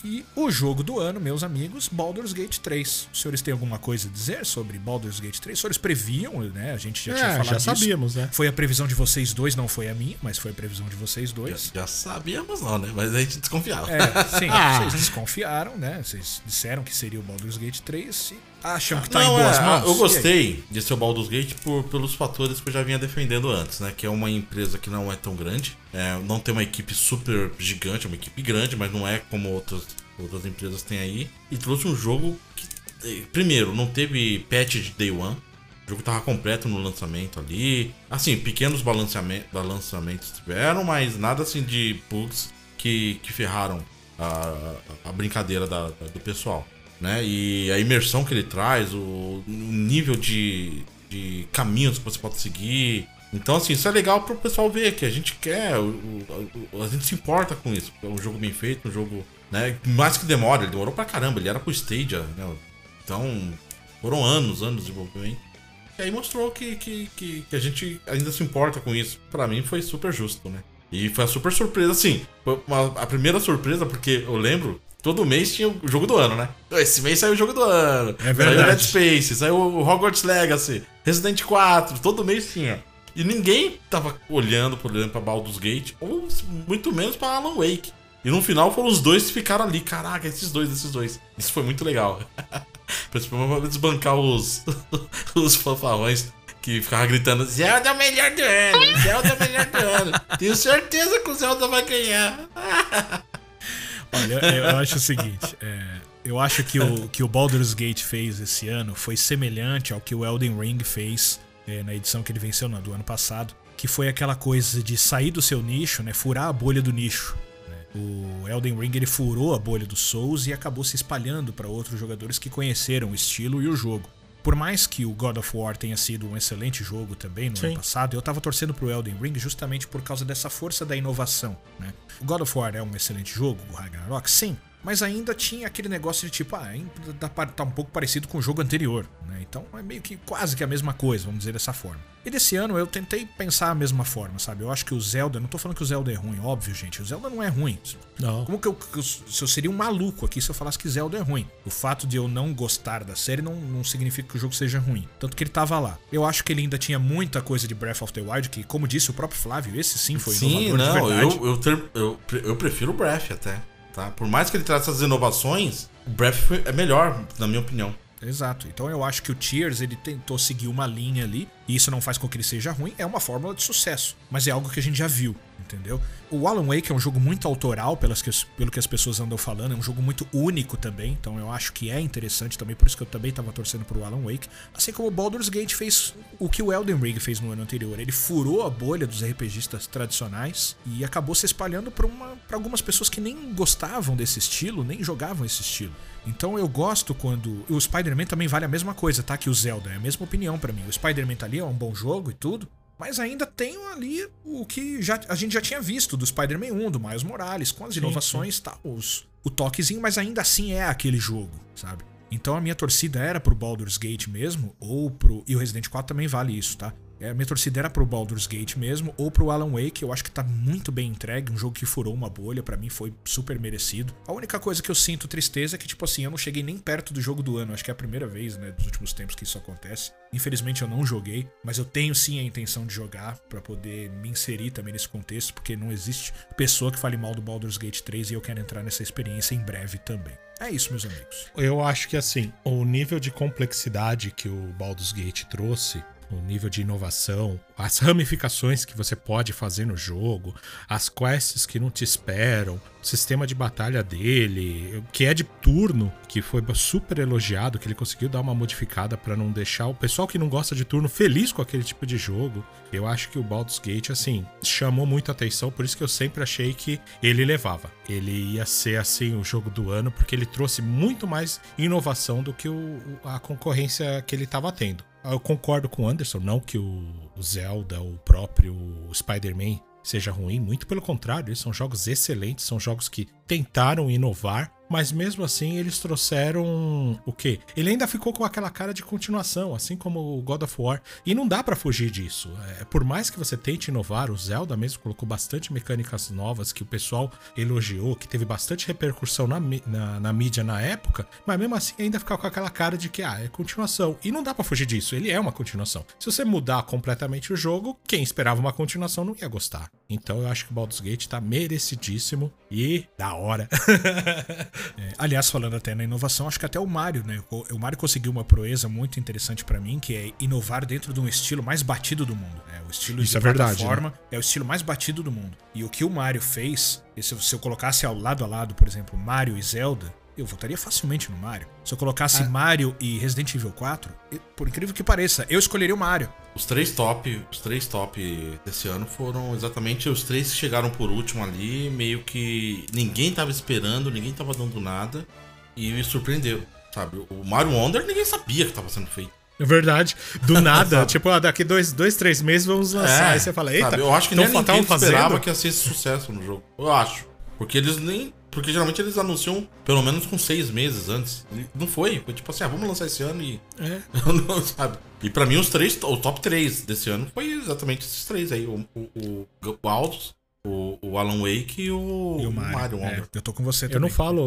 E o jogo do ano, meus amigos, Baldur's Gate 3. Os senhores têm alguma coisa a dizer sobre Baldur's Gate 3? Os senhores previam, né? A gente já tinha falado já disso. sabíamos, né? Foi a previsão de vocês dois, não foi a minha, mas foi a previsão de vocês dois. Já sabíamos não, né? Mas a gente desconfiava. Sim, vocês desconfiaram, né? Vocês disseram que seria o Baldur's Gate 3 e acham que tá em boas mãos. Eu gostei de ser o Baldur's Gate pelos fatores que eu já vinha defendendo antes, né? Que é uma empresa que não é tão grande, não tem uma equipe super gigante, é uma equipe grande, mas não é como outras empresas têm aí. E trouxe um jogo que, primeiro, não teve patch de Day One. O jogo tava completo no lançamento ali. Assim, pequenos balanceamentos tiveram, mas nada assim de bugs que ferraram a brincadeira do pessoal, né? E a imersão que ele traz, o nível de caminhos que você pode seguir. Então, assim, isso é legal pro pessoal ver que a gente quer, a gente se importa com isso. É um jogo bem feito, um jogo, né? Mais que demora, ele demorou pra caramba, ele era pro Stadia, né? Então, foram anos de desenvolvimento. E aí mostrou que a gente ainda se importa com isso. Pra mim foi super justo, né? E foi uma super surpresa, assim. Foi a primeira surpresa, porque eu lembro, todo mês tinha o jogo do ano, né? Esse mês saiu o jogo do ano. É verdade. Saiu Dead Space, saiu o Hogwarts Legacy, Resident 4, todo mês tinha. E ninguém tava olhando, por exemplo, pra Baldur's Gate, ou muito menos pra Alan Wake. E no final foram os dois que ficaram ali. Caraca, esses dois. Isso foi muito legal. Principalmente pra desbancar os fanfarrões que ficavam gritando: Zelda é o melhor do ano, Zelda é o melhor do ano. Tenho certeza que o Zelda vai ganhar. Olha, eu acho o seguinte, eu acho que o Baldur's Gate fez esse ano foi semelhante ao que o Elden Ring fez na edição que ele venceu do ano passado, que foi aquela coisa de sair do seu nicho, né, furar a bolha do nicho. O Elden Ring ele furou a bolha dos Souls e acabou se espalhando para outros jogadores que conheceram o estilo e o jogo. Por mais que o God of War tenha sido um excelente jogo também no ano passado, eu tava torcendo pro Elden Ring justamente por causa dessa força da inovação, né? O God of War é um excelente jogo, o Ragnarok, sim, mas ainda tinha aquele negócio de tipo, ainda tá um pouco parecido com o jogo anterior, né? Então é meio que quase que a mesma coisa, vamos dizer dessa forma. E desse ano eu tentei pensar a mesma forma, sabe? Eu acho que o Zelda, não tô falando que o Zelda é ruim, óbvio, gente, o Zelda não é ruim. Não. Como que eu seria um maluco aqui se eu falasse que Zelda é ruim? O fato de eu não gostar da série não significa que o jogo seja ruim. Tanto que ele tava lá. Eu acho que ele ainda tinha muita coisa de Breath of the Wild, que, como disse o próprio Flávio, esse sim foi inovador de verdade. Eu prefiro o Breath até, tá? Por mais que ele traga essas inovações, o Breath é melhor, na minha opinião. Exato. Então eu acho que o Tears ele tentou seguir uma linha ali, e isso não faz com que ele seja ruim, é uma fórmula de sucesso, mas é algo que a gente já viu, entendeu? O Alan Wake é um jogo muito autoral, pelo que as pessoas andam falando, é um jogo muito único também, então eu acho que é interessante também, por isso que eu também tava torcendo pro Alan Wake, assim como o Baldur's Gate fez o que o Elden Ring fez no ano anterior, ele furou a bolha dos RPGistas tradicionais e acabou se espalhando pra algumas pessoas que nem gostavam desse estilo, nem jogavam esse estilo. Então eu gosto quando... O Spider-Man também vale a mesma coisa, tá? Que o Zelda, é a mesma opinião pra mim. O Spider-Man tá ali, é um bom jogo e tudo, mas ainda tem ali o que a gente já tinha visto do Spider-Man 1, do Miles Morales, com as inovações, tá, o toquezinho, mas ainda assim é aquele jogo, sabe? Então a minha torcida era pro Baldur's Gate mesmo, e o Resident 4 também vale isso, tá? A minha torcida era pro Baldur's Gate mesmo, ou pro Alan Wake, eu acho que tá muito bem entregue, um jogo que furou uma bolha, pra mim foi super merecido. A única coisa que eu sinto tristeza é que, tipo assim, eu não cheguei nem perto do jogo do ano, acho que é a primeira vez, né, dos últimos tempos que isso acontece. Infelizmente eu não joguei, mas eu tenho sim a intenção de jogar pra poder me inserir também nesse contexto, porque não existe pessoa que fale mal do Baldur's Gate 3 e eu quero entrar nessa experiência em breve também. É isso, meus amigos. Eu acho que, assim, o nível de complexidade que o Baldur's Gate trouxe, o nível de inovação, as ramificações que você pode fazer no jogo, as quests que não te esperam, o sistema de batalha dele, que é de turno, que foi super elogiado, que ele conseguiu dar uma modificada pra não deixar o pessoal que não gosta de turno feliz com aquele tipo de jogo. Eu acho que o Baldur's Gate, assim, chamou muito a atenção, por isso que eu sempre achei que ele levava. Ele ia ser, assim, o jogo do ano, porque ele trouxe muito mais inovação do que a concorrência que ele estava tendo. Eu concordo com o Anderson, não que o Zelda, o próprio Spider-Man seja ruim, muito pelo contrário, eles são jogos excelentes, são jogos que tentaram inovar, mas mesmo assim eles trouxeram o quê? Ele ainda ficou com aquela cara de continuação, assim como o God of War. E não dá pra fugir disso. Por mais que você tente inovar, o Zelda mesmo colocou bastante mecânicas novas que o pessoal elogiou, que teve bastante repercussão na mídia na época, mas mesmo assim ainda fica com aquela cara de que é continuação. E não dá pra fugir disso, ele é uma continuação. Se você mudar completamente o jogo, quem esperava uma continuação não ia gostar. Então eu acho que o Baldur's Gate tá merecidíssimo e da hora. Aliás, falando até na inovação, acho que até o Mario, né? O Mario conseguiu uma proeza muito interessante pra mim, que é inovar dentro de um estilo mais batido do mundo. O estilo Isso de é verdade, plataforma, né? É o estilo mais batido do mundo. E o que o Mario fez, se eu colocasse ao lado a lado, por exemplo, Mario e Zelda, eu votaria facilmente no Mario. Se eu colocasse Mario e Resident Evil 4, por incrível que pareça, eu escolheria o Mario. Os três top desse ano foram exatamente os três que chegaram por último ali, meio que ninguém tava esperando, ninguém tava dando nada, e me surpreendeu, sabe? O Mario Wonder ninguém sabia que tava sendo feito. É verdade. Do nada, tipo, daqui 2-3 meses vamos lançar. Aí você fala, eita, sabe? Eu acho que nem ninguém esperava fazendo? que ia ser esse sucesso no jogo. Eu acho. Porque geralmente eles anunciam pelo menos com 6 meses antes. Não foi tipo assim, vamos lançar esse ano e... Não, sabe? E pra mim o top 3 desse ano foi exatamente esses três aí. O Baldur's, o Alan Wake e o Mario Wonder. Eu tô com você também.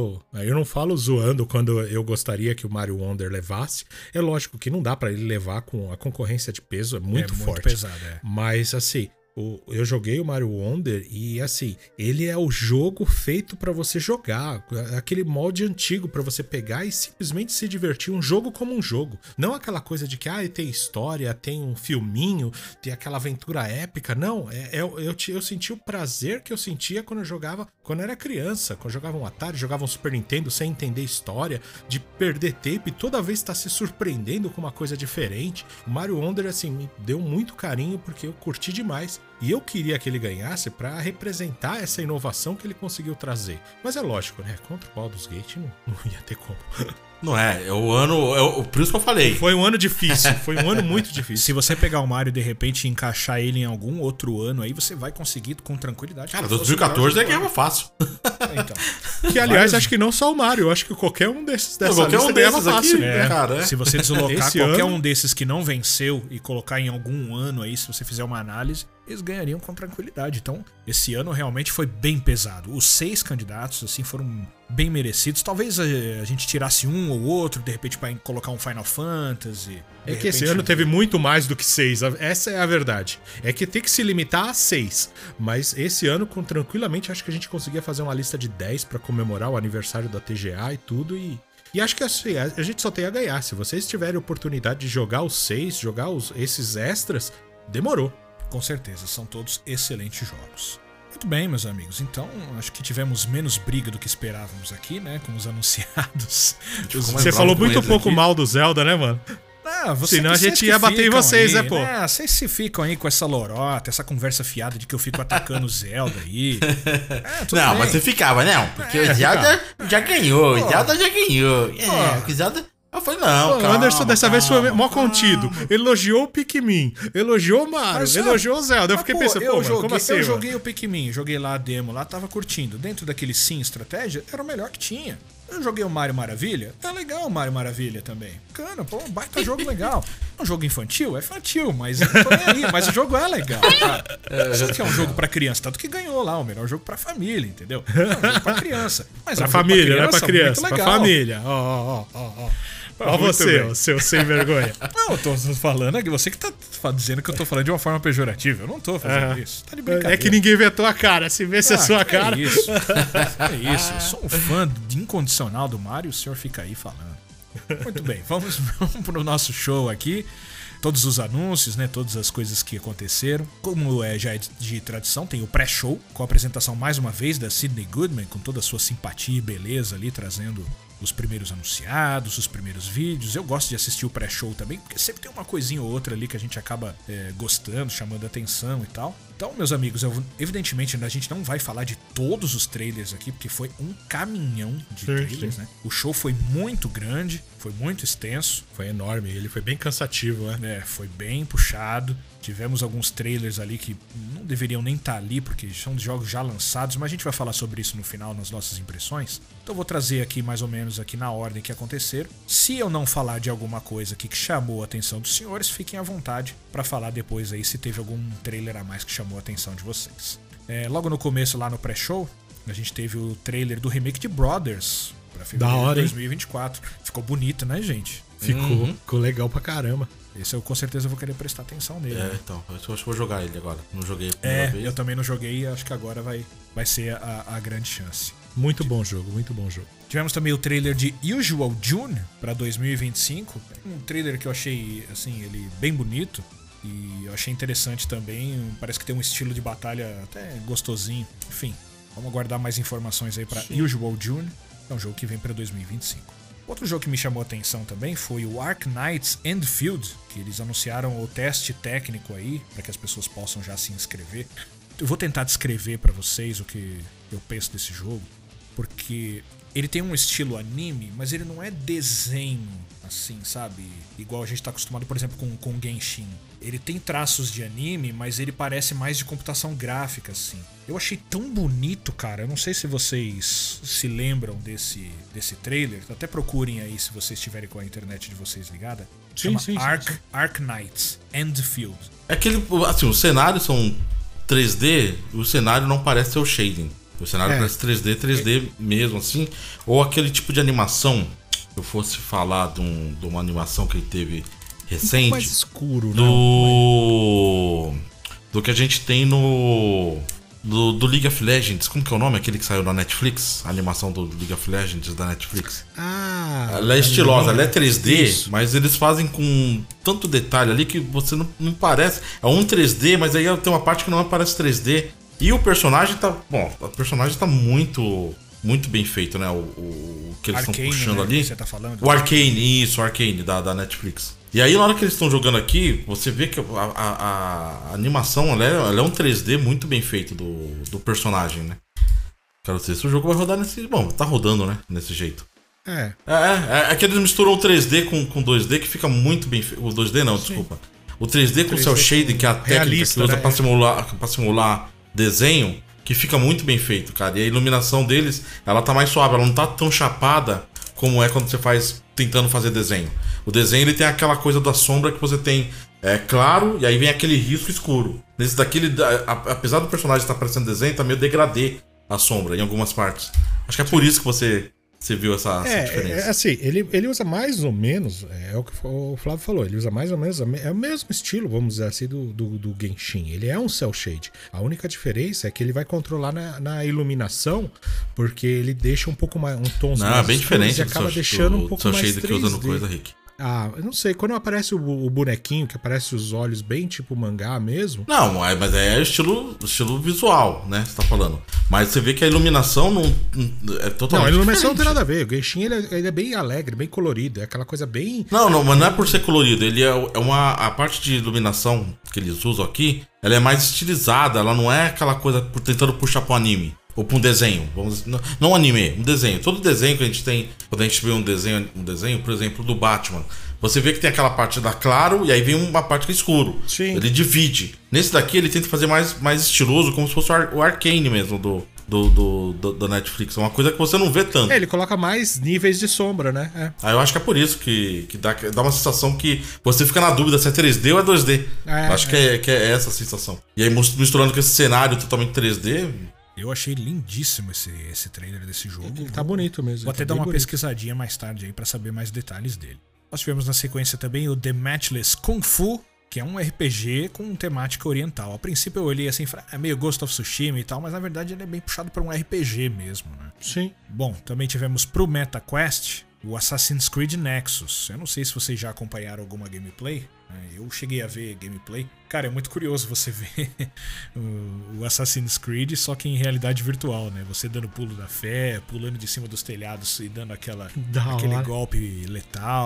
Eu não falo zoando quando eu gostaria que o Mario Wonder levasse. É lógico que não dá pra ele levar com a concorrência de peso, é muito forte. Pesado, Mas assim, eu joguei o Mario Wonder e assim, ele é o jogo feito pra você jogar, aquele molde antigo pra você pegar e simplesmente se divertir, um jogo como um jogo, não aquela coisa de que tem história, tem um filminho, tem aquela aventura épica, não, eu senti o prazer que eu sentia quando eu jogava, quando eu era criança, quando eu jogava um Atari, jogava um Super Nintendo sem entender história, de perder tempo e toda vez estar se surpreendendo com uma coisa diferente. O Mario Wonder assim, me deu muito carinho porque eu curti demais. E eu queria que ele ganhasse pra representar essa inovação que ele conseguiu trazer. Mas é lógico, né? Contra o Baldur's Gate não ia ter como. Não é o ano... Por isso que eu falei. Foi um ano difícil. Foi um ano muito difícil. Se você pegar o Mario e de repente encaixar ele em algum outro ano, aí você vai conseguir com tranquilidade. Cara, 2014 é que era fácil. Então. Que, aliás, acho que não só o Mario. Acho que qualquer um desses qualquer um desses fácil. Aqui, cara. Se você deslocar qualquer um desses que não venceu e colocar em algum ano aí, se você fizer uma análise, eles ganhariam com tranquilidade. Então, esse ano realmente foi bem pesado. Os 6 candidatos, assim, foram bem merecidos. Talvez a gente tirasse um ou outro, de repente, para colocar um Final Fantasy. É que esse ano teve muito mais do que 6. Essa é a verdade. É que tem que se limitar a 6. Mas esse ano, tranquilamente, acho que a gente conseguia fazer uma lista de 10 para comemorar o aniversário da TGA e tudo. E acho que assim, a gente só tem a ganhar. Se vocês tiverem oportunidade de jogar os 6, jogar esses extras, demorou. Com certeza, são todos excelentes jogos. Muito bem, meus amigos. Então, acho que tivemos menos briga do que esperávamos aqui, né? Com os anunciados. Você falou muito pouco mal do Zelda, né, mano? Senão a gente ia bater em vocês, aí, né, pô? Vocês se ficam aí com essa lorota, essa conversa fiada de que eu fico atacando o Zelda aí. Não, bem. Mas você ficava, não. Porque o Zelda já ganhou. O Zelda já ganhou. O Zelda... Eu falei, não, o Anderson dessa vez foi mó contido. Elogiou o Pikmin, elogiou o Mario, elogiou o Zelda. Eu fiquei pensando, como assim? Eu joguei o Pikmin, joguei lá a demo, lá tava curtindo. Dentro daquele sim estratégia, era o melhor que tinha. Eu joguei o Mario Maravilha, é legal o Mario Maravilha também. Cana, pô, baita jogo legal. É um jogo infantil? É infantil, mas não tô nem aí. Mas o jogo é legal, cara. Só que é um jogo pra criança, tanto que ganhou lá o melhor jogo pra família, entendeu? É um jogo pra criança. Mas pra família, não é pra criança, pra família. Ó. Ó você, seu sem vergonha. Não, eu tô falando aqui, você que tá dizendo que eu tô falando de uma forma pejorativa. Eu não tô fazendo isso. Tá de brincadeira. É que ninguém vê a tua cara. Se vê se é a sua cara. É isso. É isso. Eu sou um fã incondicional do Mario, o senhor fica aí falando. Muito bem, vamos pro nosso show aqui. Todos os anúncios, né? Todas as coisas que aconteceram. Como já é de tradição, tem o pré-show, com a apresentação mais uma vez da Sydney Goodman, com toda a sua simpatia e beleza ali, trazendo os primeiros anunciados, os primeiros vídeos. Eu gosto de assistir o pré-show também, porque sempre tem uma coisinha ou outra ali que a gente acaba gostando, chamando a atenção e tal. Então, meus amigos, evidentemente a gente não vai falar de todos os trailers aqui, porque foi um caminhão de trailers, né? O show foi muito grande, foi muito extenso. Foi enorme, ele foi bem cansativo, né? Foi bem puxado. Tivemos alguns trailers ali que não deveriam nem estar ali, porque são jogos já lançados, mas a gente vai falar sobre isso no final, nas nossas impressões. Então eu vou trazer aqui mais ou menos aqui na ordem que aconteceram. Se eu não falar de alguma coisa aqui que chamou a atenção dos senhores, fiquem à vontade para falar depois aí se teve algum trailer a mais que chamou a atenção de vocês. Logo no começo, lá no pré-show, a gente teve o trailer do remake de Brothers para fevereiro de 2024. Ficou bonito, né, gente? Ficou legal pra caramba. Esse eu com certeza vou querer prestar atenção nele. Né? Então, eu acho que vou jogar ele agora. Não joguei a primeira vez. Eu também não joguei e acho que agora vai ser a grande chance. Muito bom jogo, muito bom jogo. Tivemos também o trailer de Usual June pra 2025. Um trailer que eu achei, assim, ele bem bonito. E eu achei interessante também. Parece que tem um estilo de batalha até gostosinho. Enfim, vamos aguardar mais informações aí pra Usual June. É um jogo que vem pra 2025. Outro jogo que me chamou a atenção também foi o Arknights Endfield, que eles anunciaram o teste técnico aí, para que as pessoas possam já se inscrever. Eu vou tentar descrever para vocês o que eu penso desse jogo, porque ele tem um estilo anime, mas ele não é desenho, assim, sabe? Igual a gente tá acostumado, por exemplo, com o Genshin. Ele tem traços de anime, mas ele parece mais de computação gráfica, assim. Eu achei tão bonito, cara. Eu não sei se vocês se lembram desse trailer. Até procurem aí se vocês estiverem com a internet de vocês ligada. Chama Arknights Endfield. É aquele, assim, os cenários são 3D, o cenário não parece ser o shading. O cenário parece 3D mesmo, assim. Ou aquele tipo de animação. Se eu fosse falar de uma animação que ele teve recente. Mais escuro, né? Do que a gente tem do League of Legends. Como que é o nome? Aquele que saiu na Netflix? A animação do League of Legends da Netflix. Ela é estilosa, ela é 3D, isso. Mas eles fazem com tanto detalhe ali que você não parece. É um 3D, mas aí tem uma parte que não aparece 3D. E o personagem tá. Bom, o personagem tá muito bem feito, né? O que eles estão puxando, né, ali. Você tá falando? O Arcane, isso, o Arcane da Netflix. E aí, na hora que eles estão jogando aqui, você vê que a animação ela é um 3D muito bem feito do personagem, né? Quero dizer, se o jogo vai rodar nesse. Bom, tá rodando, né? Nesse jeito. É que eles misturam o 3D com 2D que fica muito bem feito. O 2D não, desculpa. O 3D com o cel shading, que é a técnica que usa, né, pra simular desenho, que fica muito bem feito, cara. E a iluminação deles, ela tá mais suave, ela não tá tão chapada como é quando você faz tentando fazer desenho. O desenho, ele tem aquela coisa da sombra que você tem claro, e aí vem aquele risco escuro. Nesse daqui, apesar do personagem estar parecendo desenho, tá meio degradê a sombra em algumas partes. Acho que é por isso que você viu essa diferença. Assim, ele usa mais ou menos, é o que o Flávio falou, ele usa mais ou menos, é o mesmo estilo, vamos dizer assim, do Genshin. Ele é um cel shade. A única diferença é que ele vai controlar na iluminação, porque ele deixa um pouco mais, um tom mais bem diferente, e acaba deixando um pouco mais 3D. Que usa no coisa, Rick. Eu não sei, quando aparece o bonequinho, que aparece os olhos bem tipo mangá mesmo. Não, mas é estilo visual, né? Você tá falando. Mas você vê que a iluminação não é totalmente. Não, a iluminação diferente. não tem nada a ver. O Genshin ele é bem alegre, bem colorido. É aquela coisa bem. Não, mas não é por ser colorido. Ele a parte de iluminação que eles usam aqui, ela é mais estilizada. Ela não é aquela coisa tentando puxar pro anime. Ou pra um desenho, não um anime, um desenho. Todo desenho que a gente tem, quando a gente vê um desenho, por exemplo, do Batman, você vê que tem aquela parte da claro e aí vem uma parte que é escuro. Sim. Ele divide. Nesse daqui ele tenta fazer mais estiloso, como se fosse o Arcane mesmo do Netflix. É uma coisa que você não vê tanto. Ele coloca mais níveis de sombra, né? Eu acho que é por isso que dá uma sensação que você fica na dúvida se é 3D ou é 2D. Acho que é essa a sensação. E aí misturando com esse cenário totalmente 3D... Eu achei lindíssimo esse trailer desse jogo. Ele tá bonito mesmo. Vou até dar uma pesquisadinha mais tarde aí pra saber mais detalhes dele. Nós tivemos na sequência também o The Matchless Kung Fu, que é um RPG com temática oriental. A princípio eu olhei assim e falei, é meio Ghost of Tsushima e tal, mas na verdade ele é bem puxado pra um RPG mesmo, né? Sim. Bom, também tivemos pro MetaQuest o Assassin's Creed Nexus. Eu não sei se vocês já acompanharam alguma gameplay. Eu cheguei a ver gameplay. Cara, é muito curioso você ver o Assassin's Creed, só que em realidade virtual, né? Você dando pulo da fé, pulando de cima dos telhados e dando aquele golpe letal.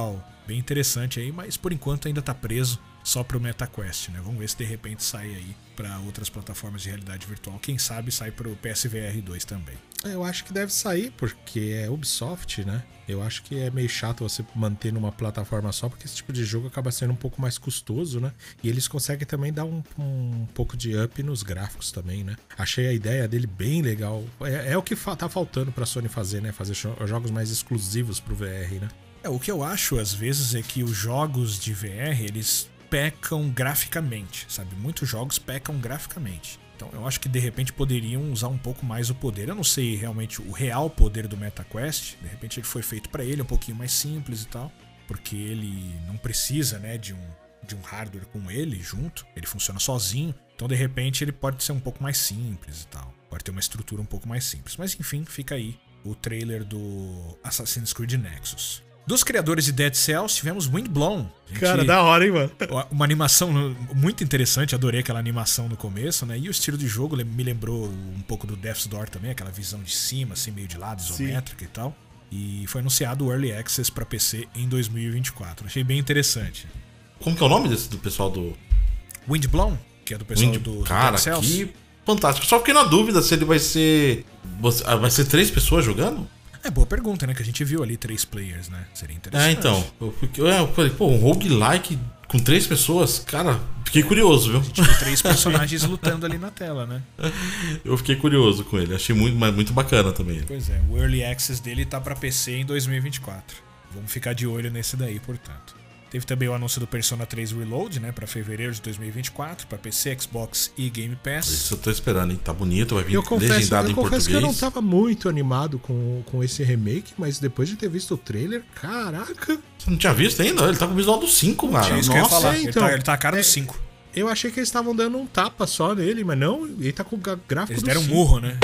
bem interessante aí, mas por enquanto ainda tá preso só pro MetaQuest, né? Vamos ver se de repente sai aí para outras plataformas de realidade virtual. Quem sabe sai pro PSVR 2 também. Eu acho que deve sair, porque é Ubisoft, né? Eu acho que é meio chato você manter numa plataforma só, porque esse tipo de jogo acaba sendo um pouco mais custoso, né? E eles conseguem também dar um pouco de up nos gráficos também, né? Achei a ideia dele bem legal. É o que tá faltando pra Sony fazer, né? Fazer jogos mais exclusivos pro VR, né? O que eu acho, às vezes, é que os jogos de VR, eles pecam graficamente, sabe? Muitos jogos pecam graficamente. Então eu acho que de repente poderiam usar um pouco mais o poder. Eu não sei realmente o real poder do MetaQuest. De repente ele foi feito para ele um pouquinho mais simples e tal, porque ele não precisa, né, de um hardware com ele junto. Ele funciona sozinho. Então de repente ele pode ser um pouco mais simples e tal. Pode ter uma estrutura um pouco mais simples. Mas enfim, fica aí o trailer do Assassin's Creed Nexus. Dos criadores de Dead Cells, tivemos Windblown. Cara, da hora, hein, mano? Uma animação muito interessante, adorei aquela animação no começo, né? E o estilo de jogo me lembrou um pouco do Death's Door também, aquela visão de cima, assim, meio de lado, isométrica e tal. E foi anunciado o Early Access pra PC em 2024. Achei bem interessante. Como que é o nome do pessoal do... Windblown, que é do pessoal do Cara, Dead Cells. que fantástico. Só fiquei na dúvida se ele vai ser... Vai ser 3 pessoas jogando? É boa pergunta, né? Que a gente viu ali 3 players, né? Seria interessante. Então. Eu falei, pô, um roguelike com 3 pessoas? Cara, fiquei curioso, viu? A gente viu 3 personagens lutando ali na tela, né? Eu fiquei curioso com ele. Achei muito bacana também. Pois é, o Early Access dele tá pra PC em 2024. Vamos ficar de olho nesse daí, portanto. Teve também o anúncio do Persona 3 Reload, né, pra fevereiro de 2024, pra PC, Xbox e Game Pass. Isso eu tô esperando, hein? Tá bonito, vai vir legendado em português. Eu confesso que eu não tava muito animado com esse remake, mas depois de ter visto o trailer, caraca... Você não tinha visto ainda? Ele tá com o visual do 5, cara. Isso que eu ia falar. Então, ele tá a cara do 5. Eu achei que eles estavam dando um tapa só nele, mas não, ele tá com o gráfico eles do deram 5. um murro, né?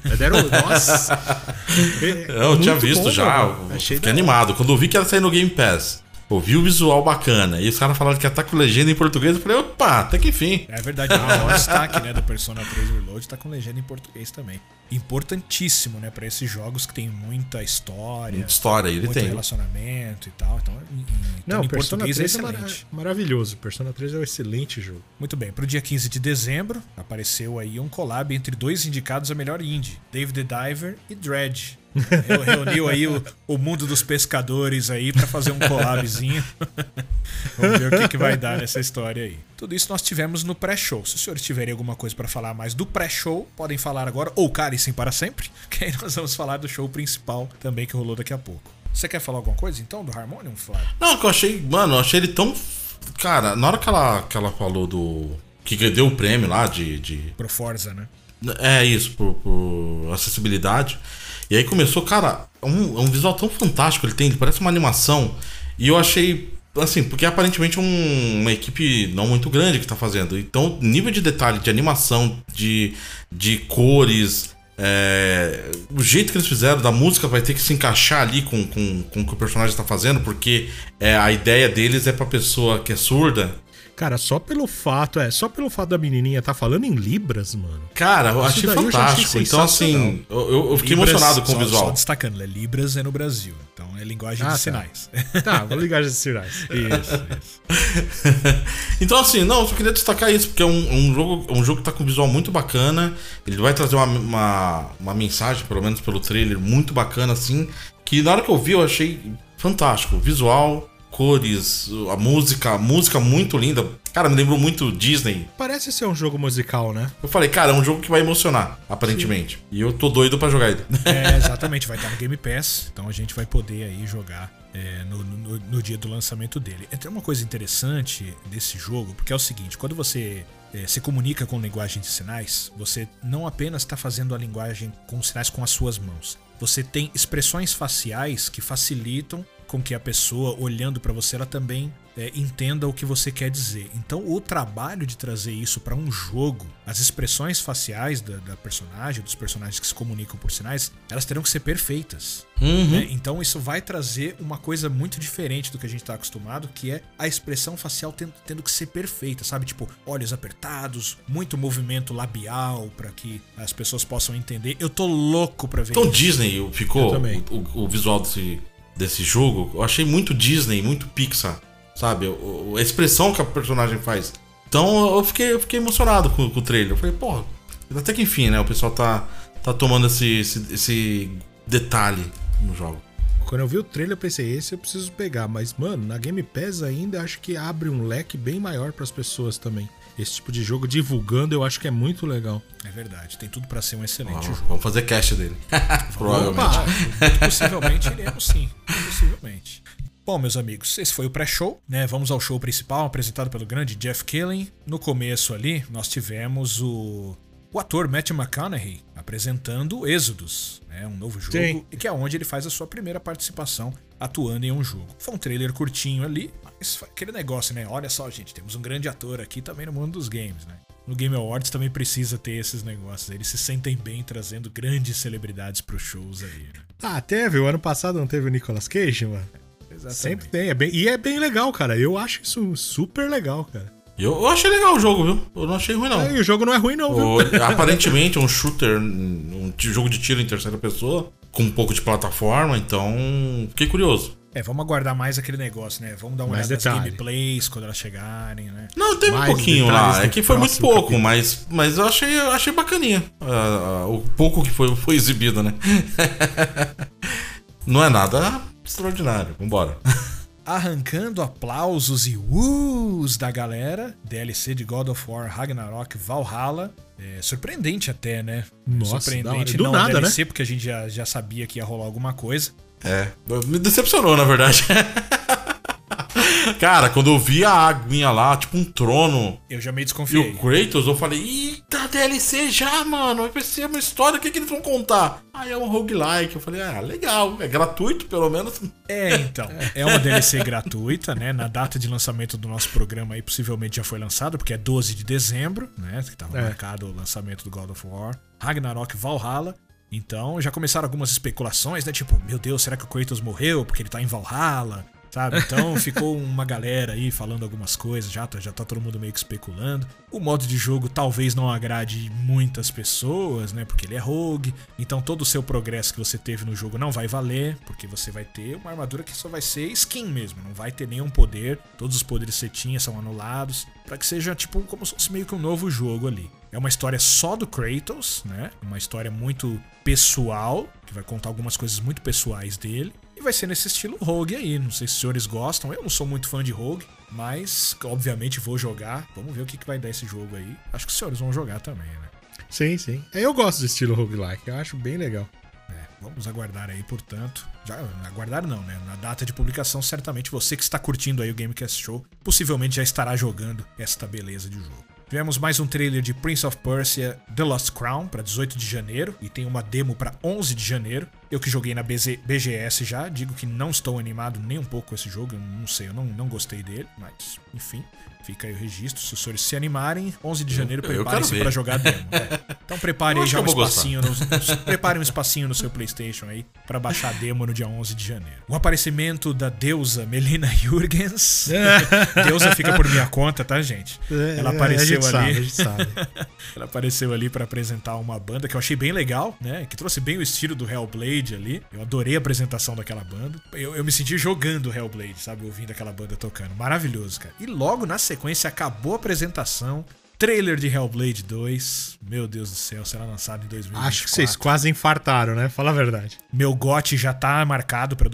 Nossa! Eu tinha visto bom, já, fiquei animado. Quando eu vi que ia sair no Game Pass, eu vi o visual bacana, e os caras falaram que ia estar com legenda em português, eu falei, opa, até que enfim. É verdade, o destaque, né, do Persona 3 Reload tá com legenda em português também. Importantíssimo, né, pra esses jogos que tem muita história. Muita história, ele muito tem. Relacionamento e tal. Então, não, em Persona português 3 é excelente. Maravilhoso. Persona 3 é um excelente jogo. Muito bem, pro dia 15 de dezembro, apareceu aí um collab entre 2 indicados a melhor indie, Dave the Diver e Dredge. Reuniu aí o mundo dos pescadores aí pra fazer um collabzinho. Vamos ver o que vai dar nessa história aí. Tudo isso nós tivemos no pré-show. Se os senhores tiverem alguma coisa pra falar mais do pré-show, podem falar agora, ou carem-se para sempre, que aí nós vamos falar do show principal também que rolou daqui a pouco. Você quer falar alguma coisa então do Harmonium, Flávio? Não, que eu achei, mano, eu achei ele tão... Cara, na hora que ela falou do... Que deu o prêmio lá de... Pro Forza, né? É isso, por acessibilidade. E aí começou, cara, um visual tão fantástico ele tem, ele parece uma animação. E eu achei, assim, porque aparentemente é uma equipe não muito grande que tá fazendo. Então, nível de detalhe, de animação, de cores, o jeito que eles fizeram da música vai ter que se encaixar ali com o que o personagem tá fazendo, porque a ideia deles é pra pessoa que é surda. Cara, só pelo fato da menininha tá falando em libras, mano. Cara, eu achei fantástico. Então, assim, eu fiquei Libras, emocionado com o visual. Só destacando, Libras é no Brasil. Então é linguagem de sinais. Tá, linguagem de sinais. Isso. Então, assim, não, eu só queria destacar isso, porque é um jogo que tá com um visual muito bacana. Ele vai trazer uma mensagem, pelo menos pelo trailer, muito bacana, assim. Que na hora que eu vi, eu achei fantástico. Visual, cores, a música muito linda. Cara, me lembrou muito Disney. Parece ser um jogo musical, né? Eu falei, cara, é um jogo que vai emocionar, aparentemente. Sim. E eu tô doido pra jogar ele. Exatamente, vai estar no Game Pass. Então a gente vai poder aí jogar no dia do lançamento dele. Tem uma coisa interessante desse jogo, porque é o seguinte, quando você se comunica com linguagem de sinais, você não apenas está fazendo a linguagem com sinais com as suas mãos. Você tem expressões faciais que facilitam com que a pessoa, olhando para você, ela também entenda o que você quer dizer. Então, o trabalho de trazer isso para um jogo, as expressões faciais da personagem, dos personagens que se comunicam por sinais, elas terão que ser perfeitas. Né? Então, isso vai trazer uma coisa muito diferente do que a gente está acostumado, que é a expressão facial tendo que ser perfeita, sabe? Tipo, olhos apertados, muito movimento labial para que as pessoas possam entender. Eu tô louco pra ver então, isso. Disney ficou o visual desse jogo, eu achei muito Disney, muito Pixar, sabe? A expressão que a personagem faz. Então eu fiquei emocionado com o trailer. Eu falei, porra, até que enfim, né? O pessoal tá tomando esse detalhe no jogo. Quando eu vi o trailer, eu pensei, esse eu preciso pegar. Mas, mano, na Game Pass ainda acho que abre um leque bem maior pras pessoas também. Esse tipo de jogo divulgando, eu acho que é muito legal. É verdade, tem tudo pra ser um excelente jogo. Vamos fazer cast dele. Provavelmente. Muito possivelmente iremos sim. Muito possivelmente. Bom, meus amigos, esse foi o pré-show, né? Vamos ao show principal, apresentado pelo grande Jeff Keighley. No começo ali, nós tivemos o ator Matthew McConaughey apresentando Exodus, né? Um novo jogo, Sim. que é onde ele faz a sua primeira participação atuando em um jogo. Foi um trailer curtinho ali, mas foi aquele negócio, né? Olha só, gente, temos um grande ator aqui também no mundo dos games, né? No Game Awards também precisa ter esses negócios. Eles se sentem bem trazendo grandes celebridades pros shows aí, né? Ah, teve. O ano passado não teve o Nicolas Cage, mano? Exatamente. Sempre tem. E é bem legal, cara. Eu acho isso super legal, cara. Eu achei legal o jogo, viu? Eu não achei ruim, não. E o jogo não é ruim, não, viu? Aparentemente é um shooter, um jogo de tiro em terceira pessoa, com um pouco de plataforma, então fiquei curioso. Vamos aguardar mais aquele negócio, né? Vamos dar uma Mais olhada nas detalhe. gameplays quando elas chegarem, né? Não, teve Mais um pouquinho detalhes lá. no É que foi muito próximo pouco, capítulo. mas eu achei bacaninha. O pouco que foi exibido, né? Não é nada extraordinário. Vambora. Arrancando aplausos e uus da galera, DLC de God of War Ragnarok Valhalla. Surpreendente até, né? Nossa, surpreendente, da hora. Do não nada, DLC, porque a gente já sabia que ia rolar alguma coisa. Me decepcionou, na verdade. Cara, quando eu vi a aguinha lá, tipo um trono, Eu já meio e desconfiei. o Kratos, eu falei, eita, DLC já, mano, vai ser uma história, o que eles vão contar? Aí é um roguelike, eu falei, legal, é gratuito, pelo menos. Então, é uma DLC gratuita, né? Na data de lançamento do nosso programa aí, possivelmente já foi lançado, porque é 12 de dezembro, né? Que tava marcado o lançamento do God of War. Ragnarok Valhalla. Então, já começaram algumas especulações, né? Tipo, meu Deus, será que o Kratos morreu porque ele tá em Valhalla? Sabe? Então ficou uma galera aí falando algumas coisas, já tá todo mundo meio que especulando. O modo de jogo talvez não agrade muitas pessoas, né? Porque ele é rogue. Então todo o seu progresso que você teve no jogo não vai valer, porque você vai ter uma armadura que só vai ser skin mesmo, não vai ter nenhum poder. Todos os poderes que você tinha são anulados, pra que seja tipo como se fosse meio que um novo jogo ali. É uma história só do Kratos, né? Uma história muito pessoal, que vai contar algumas coisas muito pessoais dele. E vai ser nesse estilo rogue aí. Não sei se os senhores gostam. Eu não sou muito fã de rogue, mas obviamente vou jogar. Vamos ver o que vai dar esse jogo aí. Acho que os senhores vão jogar também, né? Sim, sim. Eu gosto do estilo roguelike. Eu acho bem legal. Vamos aguardar aí, portanto. Já aguardar não, né? Na data de publicação, certamente você que está curtindo aí o Gamecast Show, possivelmente já estará jogando esta beleza de jogo. Tivemos mais um trailer de Prince of Persia The Lost Crown para 18 de janeiro e tem uma demo para 11 de janeiro. Eu que joguei na BGS já, digo que não estou animado nem um pouco com esse jogo, eu não sei, eu não gostei dele, mas enfim, fica aí o registro. Se os senhores se animarem, 11 de janeiro, preparem-se para jogar a demo. Então prepare aí já um espacinho, prepare um espacinho no seu PlayStation aí para baixar a demo no dia 11 de janeiro. O aparecimento da deusa Melina Jurgens. Deusa fica por minha conta, tá, gente? Ela apareceu ali. A gente sabe. Ela apareceu ali pra apresentar uma banda que eu achei bem legal, né? Que trouxe bem o estilo do Hellblade ali. Eu adorei a apresentação daquela banda. Eu me senti jogando Hellblade, sabe? Ouvindo aquela banda tocando. Maravilhoso, cara. E logo na sequência acabou a apresentação. Trailer de Hellblade 2. Meu Deus do céu, será lançado em 2024. Acho que vocês quase infartaram, né? Fala a verdade. Meu GOT já tá marcado pra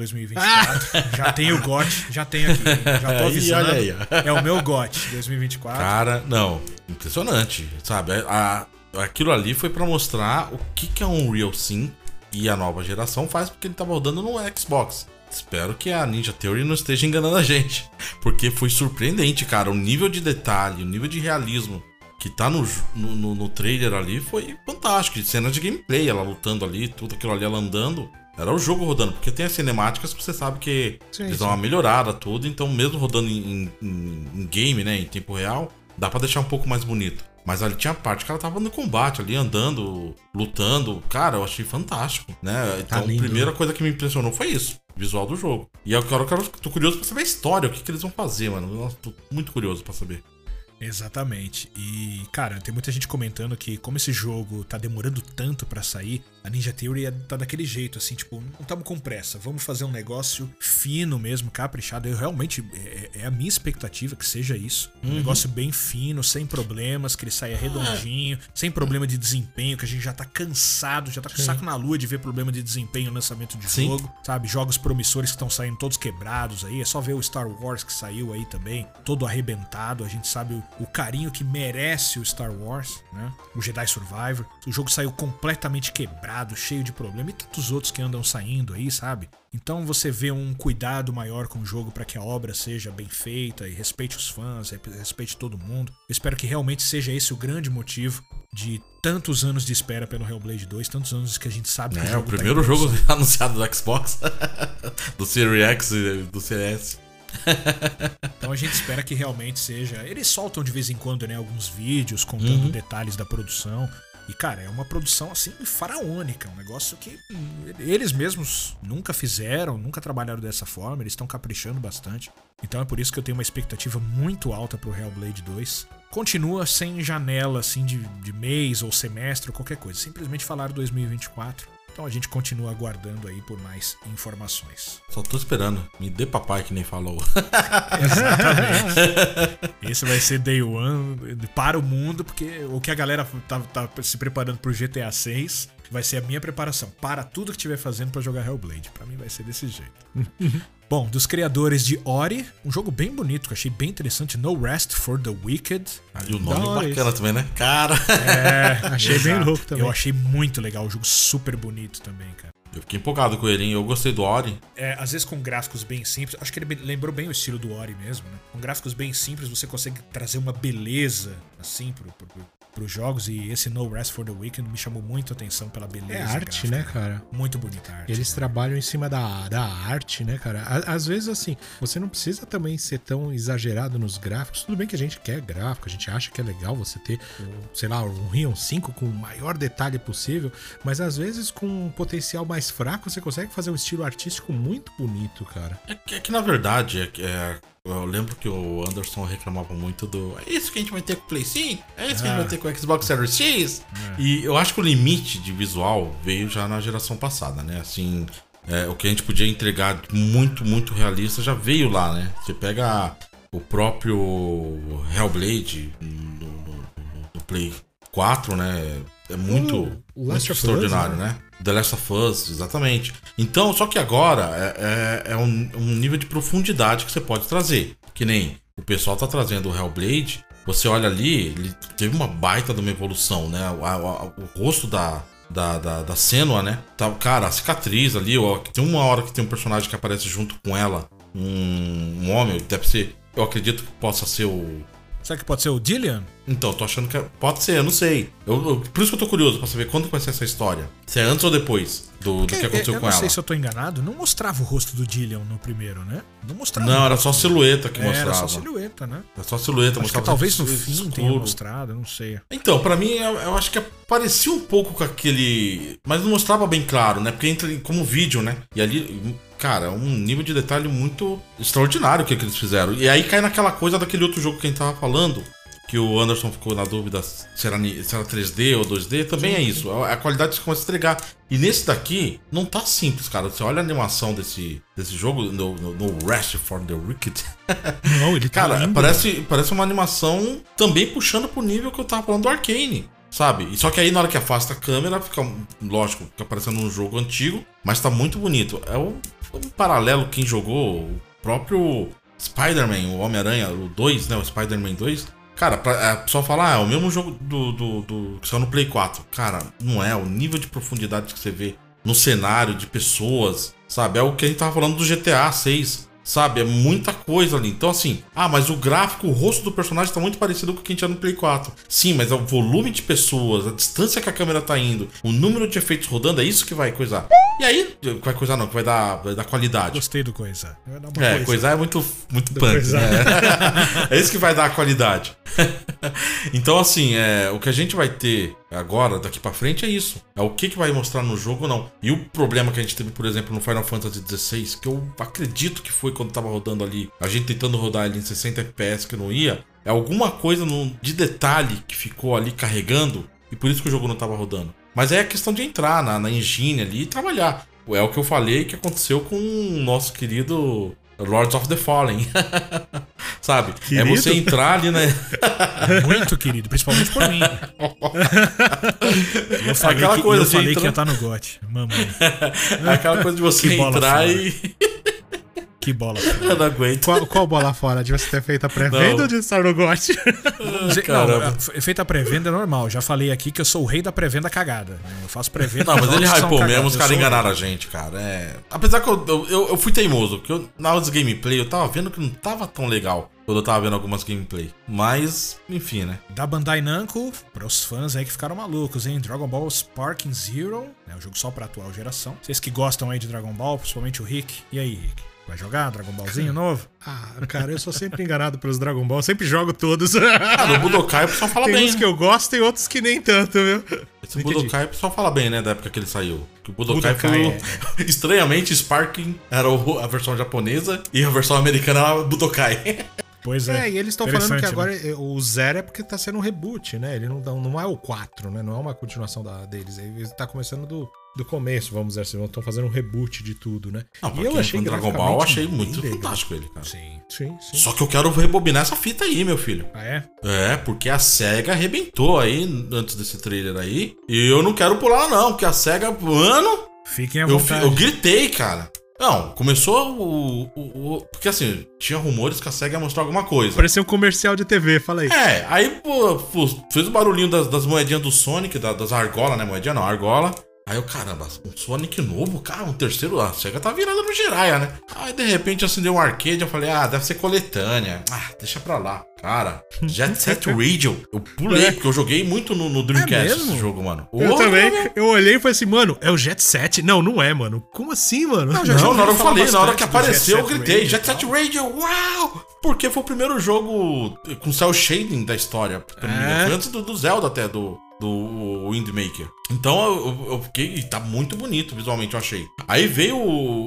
2024. Já tenho o GOT, já tenho aqui. Já tô avisando. Olha aí. É o meu GOT 2024. Cara, não. Impressionante, sabe? Aquilo ali foi pra mostrar o que a Unreal 5 e a nova geração faz, porque ele tava rodando no Xbox. Espero que a Ninja Theory não esteja enganando a gente, porque foi surpreendente, cara. O nível de detalhe, o nível de realismo que tá no trailer ali foi fantástico. Cenas de gameplay, ela lutando ali, tudo aquilo ali, ela andando. Era o jogo rodando, porque tem as cinemáticas que você sabe que eles dão uma melhorada, tudo. Então, mesmo rodando em game, né, em tempo real, dá pra deixar um pouco mais bonito. Mas ali tinha a parte que ela tava no combate, ali andando, lutando. Cara, eu achei fantástico, né? Então, Tá lindo, a primeira coisa que me impressionou foi isso, o visual do jogo. E agora eu tô curioso pra saber a história, o que eles vão fazer, mano. Nossa, tô muito curioso pra saber. Exatamente. E, cara, tem muita gente comentando que como esse jogo tá demorando tanto pra sair, a Ninja Theory tá daquele jeito, assim, tipo, não estamos com pressa, vamos fazer um negócio fino mesmo, caprichado. Eu realmente, é a minha expectativa que seja isso. Um negócio bem fino, sem problemas, que ele saia redondinho, sem problema de desempenho, que a gente já tá cansado, já tá com o saco na lua de ver problema de desempenho no lançamento de jogo, sabe? Jogos promissores que estão saindo todos quebrados aí, é só ver o Star Wars que saiu aí também, todo arrebentado, a gente sabe o carinho que merece o Star Wars, né? O Jedi Survivor. O jogo saiu completamente quebrado, cheio de problema, e tantos outros que andam saindo aí, sabe? Então você vê um cuidado maior com o jogo para que a obra seja bem feita e respeite os fãs, respeite todo mundo. Eu espero que realmente seja esse o grande motivo de tantos anos de espera pelo Hellblade 2, tantos anos que a gente sabe que o jogo o primeiro jogo anunciado do Xbox, do Series X e do Series S. Então a gente espera que realmente seja. Eles soltam de vez em quando, né, alguns vídeos contando detalhes da produção. E, cara, é uma produção, assim, faraônica. Um negócio que eles mesmos nunca fizeram, nunca trabalharam dessa forma. Eles estão caprichando bastante. Então é por isso que eu tenho uma expectativa muito alta pro Hellblade 2. Continua sem janela, assim, de mês ou semestre ou qualquer coisa. Simplesmente falaram 2024. Então a gente continua aguardando aí por mais informações. Só tô esperando. Me dê papai, que nem falou. Exatamente. Esse vai ser Day One para o mundo, porque o que a galera tá se preparando pro GTA 6 vai ser a minha preparação para tudo que estiver fazendo para jogar Hellblade. Pra mim vai ser desse jeito. Bom, dos criadores de Ori, um jogo bem bonito, que eu achei bem interessante, No Rest for the Wicked. E o nome bacana também, né? Cara! Achei bem louco também. Eu achei muito legal, o jogo super bonito também, cara. Eu fiquei empolgado com ele, hein? Eu gostei do Ori. Às vezes com gráficos bem simples, acho que ele lembrou bem o estilo do Ori mesmo, né? Com gráficos bem simples você consegue trazer uma beleza, assim, pros jogos, e esse No Rest for the Wicked me chamou muito a atenção pela beleza. É arte, gráfica, né, cara? Muito bonita a arte. Eles trabalham em cima da arte, né, cara? Às vezes, assim, você não precisa também ser tão exagerado nos gráficos. Tudo bem que a gente quer gráfico, a gente acha que é legal você ter, sei lá, um Unreal 5 com o maior detalhe possível, mas às vezes com um potencial mais fraco você consegue fazer um estilo artístico muito bonito, cara. É que na verdade, eu lembro que o Anderson reclamava muito do... É isso que a gente vai ter com o Play 5? É isso que a gente vai ter com o Xbox Series X? E eu acho que o limite de visual veio já na geração passada, né? Assim, o que a gente podia entregar muito, muito realista já veio lá, né? Você pega o próprio Hellblade no Play 4, né? É muito extraordinário, né? The Last of Us, exatamente. Então, só que agora é um nível de profundidade que você pode trazer. Que nem o pessoal tá trazendo o Hellblade. Você olha ali, ele teve uma baita de uma evolução, né? O rosto da Senua, né? Tá, cara, a cicatriz ali, ó, tem uma hora que tem um personagem que aparece junto com ela, um homem, deve ser, eu acredito que possa ser o... Será que pode ser o Dillian? Então, tô achando que pode ser, eu não sei. Por isso que eu tô curioso pra saber quando vai ser essa história. Se é antes ou depois do que aconteceu com ela. Eu não sei se eu tô enganado, não mostrava o rosto do Dillian no primeiro, né? Não mostrava. Não, era só silhueta que mostrava. Era só silhueta, né? Era só silhueta, acho que talvez no fim tenha mostrado, não sei. Então, pra mim, eu acho que parecia um pouco com aquele... Mas não mostrava bem claro, né? Porque entra como vídeo, né? E ali... Cara, um nível de detalhe muito extraordinário que eles fizeram. E aí cai naquela coisa daquele outro jogo que a gente tava falando, que o Anderson ficou na dúvida se era 3D ou 2D. Também sim, é isso. A qualidade que você começa a entregar. E nesse daqui, não tá simples, cara. Você olha a animação desse jogo, no Rest for the Wicked. Não, ele tá cara, lindo, parece uma animação também puxando pro nível que eu tava falando do Arcane. Sabe? E só que aí na hora que afasta a câmera, fica, lógico, fica parecendo um jogo antigo, mas tá muito bonito. É um paralelo quem jogou o próprio Spider-Man, o Homem-Aranha, o 2, né? O Spider-Man 2. Cara, a pessoa fala, é o mesmo jogo do que saiu no Play 4. Cara, não é. O nível de profundidade que você vê no cenário, de pessoas, sabe? É o que a gente tava falando do GTA 6. Sabe, é muita coisa ali. Então assim, mas o gráfico, o rosto do personagem tá muito parecido com o que a gente tinha no Play 4. Sim, mas é o volume de pessoas, a distância que a câmera tá indo, o número de efeitos rodando, é isso que vai coisar. E aí, vai coisar não, que vai dar qualidade. Gostei do coisar. Coisar é muito punk, né? É isso que vai dar a qualidade. Então assim, o que a gente vai ter agora, daqui pra frente, é isso. É o que vai mostrar no jogo ou não. E o problema que a gente teve, por exemplo, no Final Fantasy XVI, que eu acredito que foi quando tava rodando ali, a gente tentando rodar ele em 60 FPS que não ia, é alguma coisa de detalhe que ficou ali carregando, e por isso que o jogo não tava rodando. Mas é a questão de entrar na engine ali e trabalhar. É o que eu falei que aconteceu com o nosso querido Lords of the Fallen. Sabe? Querido? É você entrar ali, né? Muito querido, principalmente por mim. Eu falei, Aquela coisa eu de falei entrar- que ia estar no GOT. Mamãe, Aquela coisa de você Que bola entrar fora. e. que bola. Eu não aguento. Qual bola fora? De você ter feito a pré-venda Não. ou de estar no GOT? Caramba. Feita a pré-venda é normal. Já falei aqui que eu sou o rei da pré-venda cagada. Eu faço pré-venda. Não, mas ele jogos que são hypou cagados. mesmo, os Eu caras sou- enganaram a gente, cara. Apesar que eu fui teimoso, porque na hora dos gameplay eu tava vendo que não tava tão legal quando eu tava vendo algumas gameplay. Mas, enfim, né? Da Bandai Namco, para os fãs aí que ficaram malucos, hein? Dragon Ball Sparking Zero, né? O jogo só pra atual geração. Vocês que gostam aí de Dragon Ball, principalmente o Rick. E aí, Rick? Vai jogar Dragon Ballzinho novo? Ah, cara, eu sou sempre enganado pelos Dragon Ball. Eu sempre jogo todos. Ah, no Budokai o pessoal fala Tem bem. uns né? que eu gosto e outros que nem tanto, viu? Esse Budokai o pessoal fala bem, né? Da época que ele saiu. Que o Budokai, Budokai, foi o... Estranhamente, Sparking era a versão japonesa e a versão americana era o Budokai. Pois é. E eles estão falando que Interessante, agora né? o Zero é porque tá sendo um reboot, né? Ele não é o 4, né? Não é uma continuação deles. Ele tá começando do começo, vamos dizer assim. Estão fazendo um reboot de tudo, né? Não, pra E eu quem achei foi Dragon Ball, eu achei bem muito legal. fantástico ele, cara. Sim. Sim. Só que eu quero rebobinar essa fita aí, meu filho. Ah, é? É, porque a SEGA arrebentou aí antes desse trailer aí. E eu não quero pular, não, porque a SEGA, mano, Fiquem à eu vontade. gritei, cara. Não, começou porque assim, tinha rumores que a SEGA ia mostrar alguma coisa. Parecia um comercial de TV, fala aí. Aí, pô, fez o barulhinho das moedinhas do Sonic, das argolas, né? Moedinha não, argola. Aí eu, caramba, um Sonic novo, cara, um terceiro, a SEGA tá virada no Jiraiya, né? Aí de repente acendeu um arcade, eu falei, deve ser coletânea. Deixa pra lá. Cara, Jet Set Radio, eu pulei, porque eu joguei muito no Dreamcast mesmo? esse jogo, mano. Eu Ô, também. meu. Eu olhei e falei assim, mano, é o Jet 7? Não, não é, mano. Como assim, mano? Não, já Não, tinha na hora eu ouvido falar falei, na hora que bastante do apareceu, eu Jet Set gritei, Radio Jet e Set Radio, uau! Porque foi o primeiro jogo com cel shading da história. Se eu não me engano. Foi antes do Zelda até, do Wind Maker. Então eu fiquei. E tá muito bonito visualmente, eu achei. Aí veio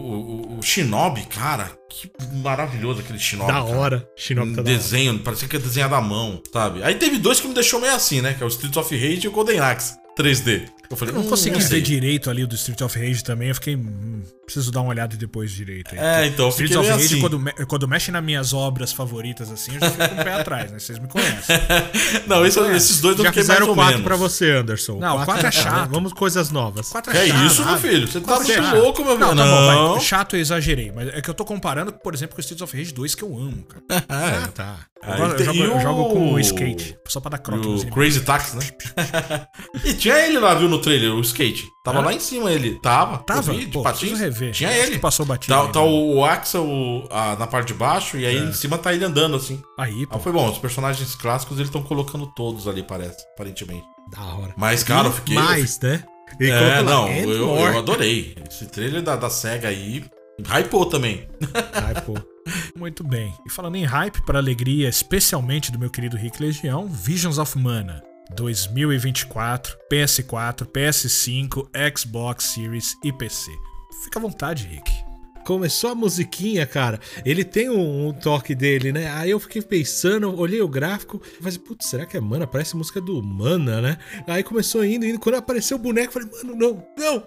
o Shinobi, cara. Que maravilhoso aquele Shinobi. Da cara. hora. Shinobi tá da hora. Desenho, parecia que ia desenhar da mão, sabe? Aí teve dois que me deixou meio assim, né? Que é o Streets of Rage e o Golden Axe 3D. Eu falei, Eu não consegui sei. ver direito ali do Street of Rage também. Eu fiquei. Preciso dar uma olhada depois direito aí. Então, eu Street fiquei of meio Rage, assim. quando mexe nas minhas obras favoritas assim, eu já fico com o pé atrás, né? Vocês me conhecem. Não, esses dois eu Já fiquei mais fizeram ou 4 menos. pra você, Anderson. Não, o 4 é chato. Vamos coisas novas. 4 Que é chato, isso, meu sabe? filho? Você tá Quatro é muito chato. louco, meu filho. Não, tá bom, Não. vai. Chato eu exagerei, mas é que eu tô comparando, por exemplo, com o Streets of Rage 2, que eu amo, cara. Ah, tá. Eu jogo com o skate, só pra dar croque nos O inimigos. Crazy Taxi, né? E tinha ele lá, viu, no trailer, o skate. Tava lá em cima ele. Tava? Tava? Eu vi, de Pô, patins. preciso rever. Tinha Acho ele. que passou batido Tá, aí, tá né? o Axel na parte de baixo e aí em cima tá ele andando assim. Aí, pô. Ah, foi bom, os personagens clássicos eles estão colocando todos ali, parece, aparentemente. Da hora. Mas, cara, eu E fiquei. mais, né? E Não, and eu more. adorei. Esse trailer da SEGA aí hypou também. Ai, pô. Muito bem. E falando em hype, para alegria especialmente do meu querido Rick Legião, Visions of Mana 2024, PS4, PS5, Xbox Series e PC. Fica à vontade, Rick. Começou a musiquinha, cara. Ele tem um toque dele, né? Aí eu fiquei pensando, olhei o gráfico, falei, putz, será que é Mana? Parece música do Mana, né? Aí começou indo. Quando apareceu o boneco, eu falei, mano, não!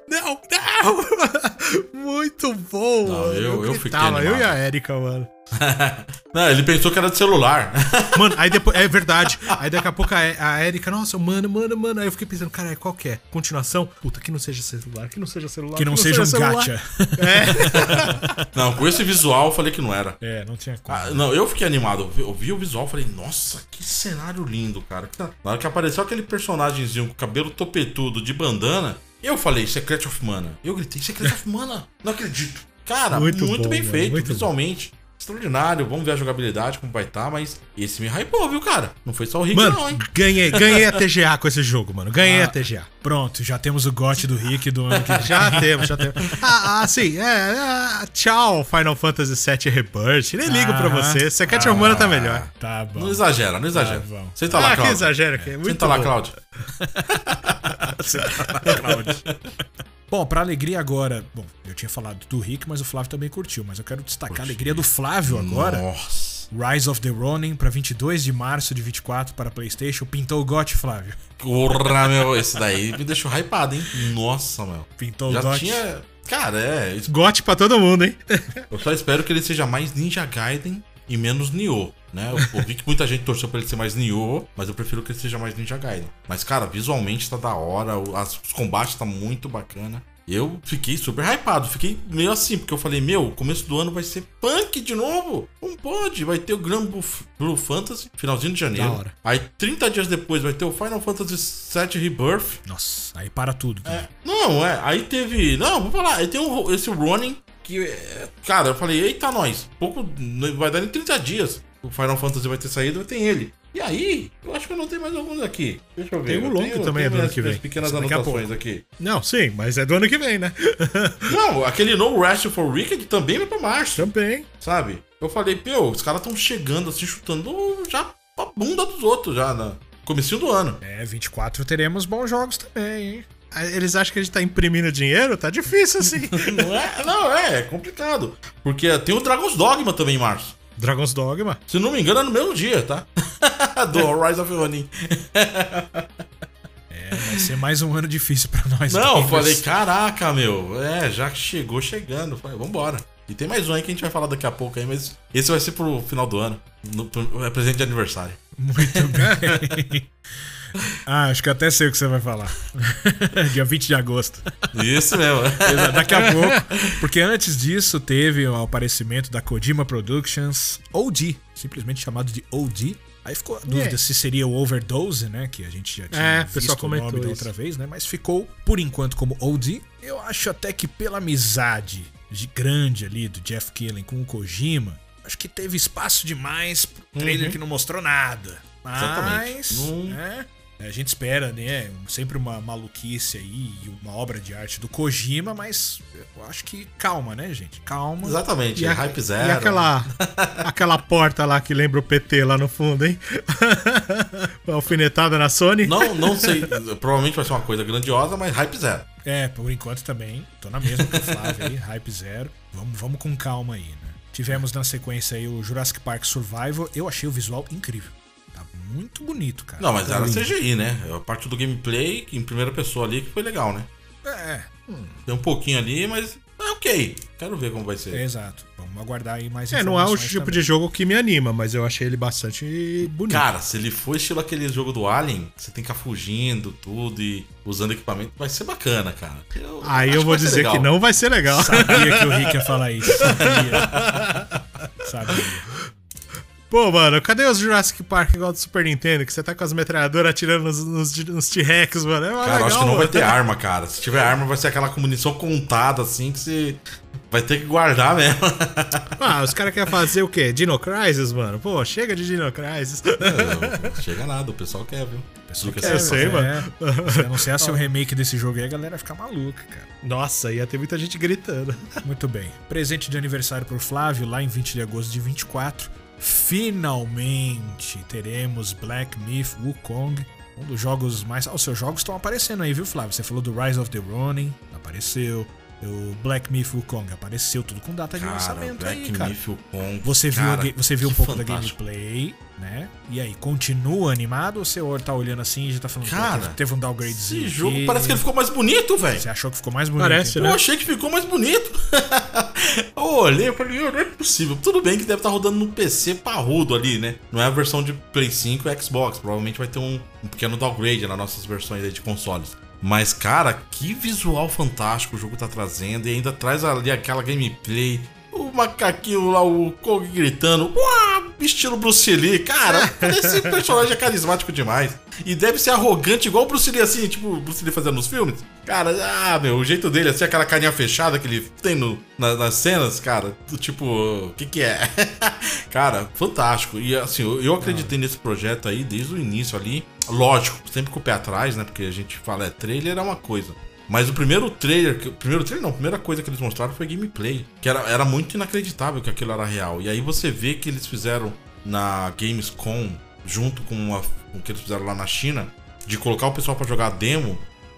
Muito bom, Não, mano. eu fiquei gritava, eu e animado. a Erika, mano. Não, ele pensou que era de celular. Mano, aí depois. É verdade. Aí daqui a pouco a Erika, nossa, mano. Aí eu fiquei pensando, cara, qual que é? Continuação? Puta, que não seja celular, que não seja celular. Que não seja um celular. gacha. Não, com esse visual eu falei que não era. É, não tinha como. Não, eu fiquei animado. Eu vi o visual e falei, nossa, que cenário lindo, cara. Na hora que apareceu aquele personagemzinho com cabelo topetudo de bandana, eu falei, Secret of Mana. Eu gritei, Secret of Mana. Não acredito. Cara, muito Muito bom, bem mano, feito, muito visualmente. Extraordinário, vamos ver a jogabilidade, como vai estar, mas esse me hypou, viu, cara? Não foi só o Rick, Mano, não, hein? ganhei a TGA com esse jogo, mano. Ganhei a TGA. Pronto, já temos o GOT do Rick do ano que vem. Já temos. Sim, tchau, Final Fantasy VII Rebirth. Nem ligo pra você. Secret of Mana tá melhor. Tá bom. Não exagera, não exagera. Tá bom. Senta lá, Que Cláudio. exagero aqui. Muito Senta lá, bom. Cláudio. Bom, pra alegria agora. Bom, pra alegria agora. Bom, eu tinha falado do Rick, mas o Flávio também curtiu. Mas eu quero destacar a alegria do Flávio agora. Nossa. Rise of the Ronin pra 22 de março de 24 para PlayStation. Pintou o GOT, Flávio. Porra, meu. Esse daí me deixou hypado, hein? Nossa, meu. Pintou o Já GOT. tinha... Cara, GOT pra todo mundo, hein? Eu só espero que ele seja mais Ninja Gaiden e menos Nioh, né? Eu vi que muita gente torceu pra ele ser mais Nioh, mas eu prefiro que ele seja mais Ninja Gaiden. Mas, cara, visualmente tá da hora, os combates tá muito bacana. Eu fiquei super hypado, fiquei meio assim, porque eu falei, meu, começo do ano vai ser punk de novo. Não pode, vai ter o Grand Blue Fantasy, finalzinho de janeiro. Da hora. Aí 30 dias depois vai ter o Final Fantasy VII Rebirth. Nossa, aí para tudo. Aí teve... Não, vou falar, aí tem esse Ronin, que, cara, eu falei, eita nós, pouco, vai dar em 30 dias. O Final Fantasy vai ter saído, tem ele. E aí, eu acho que eu não tenho mais alguns aqui. Deixa eu ver. Tem o Long também, é do ano que vem. Pequenas Daqui a anotações aqui. Não, sim, mas é do ano que vem, né? Não, aquele No Rest for Wicked também vai pra março, Também. sabe? Eu falei, pô, os caras estão chegando assim, chutando já a bunda dos outros, já no comecinho do ano. 24 teremos bons jogos também, hein? Eles acham que a gente tá imprimindo dinheiro? Tá difícil assim. É complicado. Porque tem o Dragon's Dogma também em março. Dragon's Dogma. Se não me engano, é no mesmo dia, tá? Do Rise of the Ronin. Vai ser mais um ano difícil pra nós. Não, eu gamers. falei, caraca, meu. Já chegou chegando. Falei, vambora. E tem mais um aí que a gente vai falar daqui a pouco aí, mas esse vai ser pro final do ano. É presente de aniversário. Muito bem. Acho que eu até sei o que você vai falar. Dia 20 de agosto. Isso mesmo. Daqui a pouco. Porque antes disso teve o aparecimento da Kojima Productions OD, simplesmente chamado de OD. Aí ficou a dúvida se seria o Overdose, né? Que a gente já tinha visto o nome da outra vez, né? Mas ficou, por enquanto, como OD. Eu acho até que pela amizade grande ali do Jeff Keighley com o Kojima, acho que teve espaço demais pro trailer que não mostrou nada. Mas, né? A gente espera, né? Sempre uma maluquice aí e uma obra de arte do Kojima, mas eu acho que calma, né, gente? Calma. Exatamente, hype zero. E aquela porta lá que lembra o PT lá no fundo, hein? Alfinetada na Sony. Não sei, provavelmente vai ser uma coisa grandiosa, mas hype zero. Por enquanto também. Tô na mesma que o Flávio aí, hype zero. Vamos com calma aí, né? Tivemos na sequência aí o Jurassic Park Survival. Eu achei o visual incrível. Muito bonito, cara. Não, mas era CGI, né? A parte do gameplay em primeira pessoa ali que foi legal, né? Tem um pouquinho ali, mas é ok. Quero ver como vai ser. Exato. Vamos aguardar aí mais informações. Não é o tipo também de jogo que me anima, mas eu achei ele bastante bonito. Cara, se ele for estilo aquele jogo do Alien, você tem que ficar fugindo, tudo e usando equipamento, vai ser bacana, cara. Aí eu vou dizer que não vai ser legal. Sabia que o Rick ia falar isso. Sabia. Pô, mano, cadê os Jurassic Park igual do Super Nintendo? Que você tá com as metralhadoras atirando nos T-Rex, mano. Cara, legal, eu acho que não mano. vai ter arma, cara. Se tiver arma, vai ser aquela munição contada, assim, que você vai ter que guardar mesmo. Os caras querem fazer o quê? Dino Crisis, mano? Pô, chega de Dino Crisis. Não chega nada, o pessoal quer, viu? O pessoal quer, eu sei, mano. Se anunciasse o remake desse jogo aí, a galera ia ficar maluca, cara. Nossa, ia ter muita gente gritando. Muito bem. Presente de aniversário pro Flávio, lá em 20 de agosto de 24. Finalmente teremos Black Myth Wukong, um dos jogos mais... os seus jogos estão aparecendo aí, viu, Flávio? Você falou do Rise of the Ronin, apareceu. O Black Myth Wukong apareceu, tudo com data de lançamento Black aí, cara. Myth Wukong, você viu um pouco fantástico. da gameplay, né? E aí, continua animado ou você tá olhando assim e já tá falando, cara, teve um downgradezinho? Esse jogo parece que ele ficou mais bonito, velho. Você achou que ficou mais bonito? Parece, então? né? Eu achei que ficou mais bonito. Eu olhei e falei, não é possível. Tudo bem que deve estar rodando no PC parrudo ali, né? Não é a versão de Play 5 e Xbox. Provavelmente vai ter um pequeno downgrade nas nossas versões aí de consoles. Mas, cara, que visual fantástico o jogo tá trazendo. E ainda traz ali aquela gameplay. O macaquinho lá, o Kong gritando. Uau, estilo Bruce Lee. Cara, esse personagem é carismático demais. E deve ser arrogante igual o Bruce Lee, assim, tipo o Bruce Lee fazendo nos filmes. Cara, o jeito dele, assim, aquela carinha fechada que ele tem nas cenas, cara. Do tipo, o que é? Cara, fantástico. E assim, eu acreditei nesse projeto aí desde o início ali. Lógico, sempre com o pé atrás, né? Porque a gente fala, trailer é uma coisa. Mas o primeira coisa que eles mostraram foi gameplay. Que era muito inacreditável que aquilo era real. E aí você vê que eles fizeram na Gamescom, junto com o que eles fizeram lá na China, de colocar o pessoal pra jogar demo.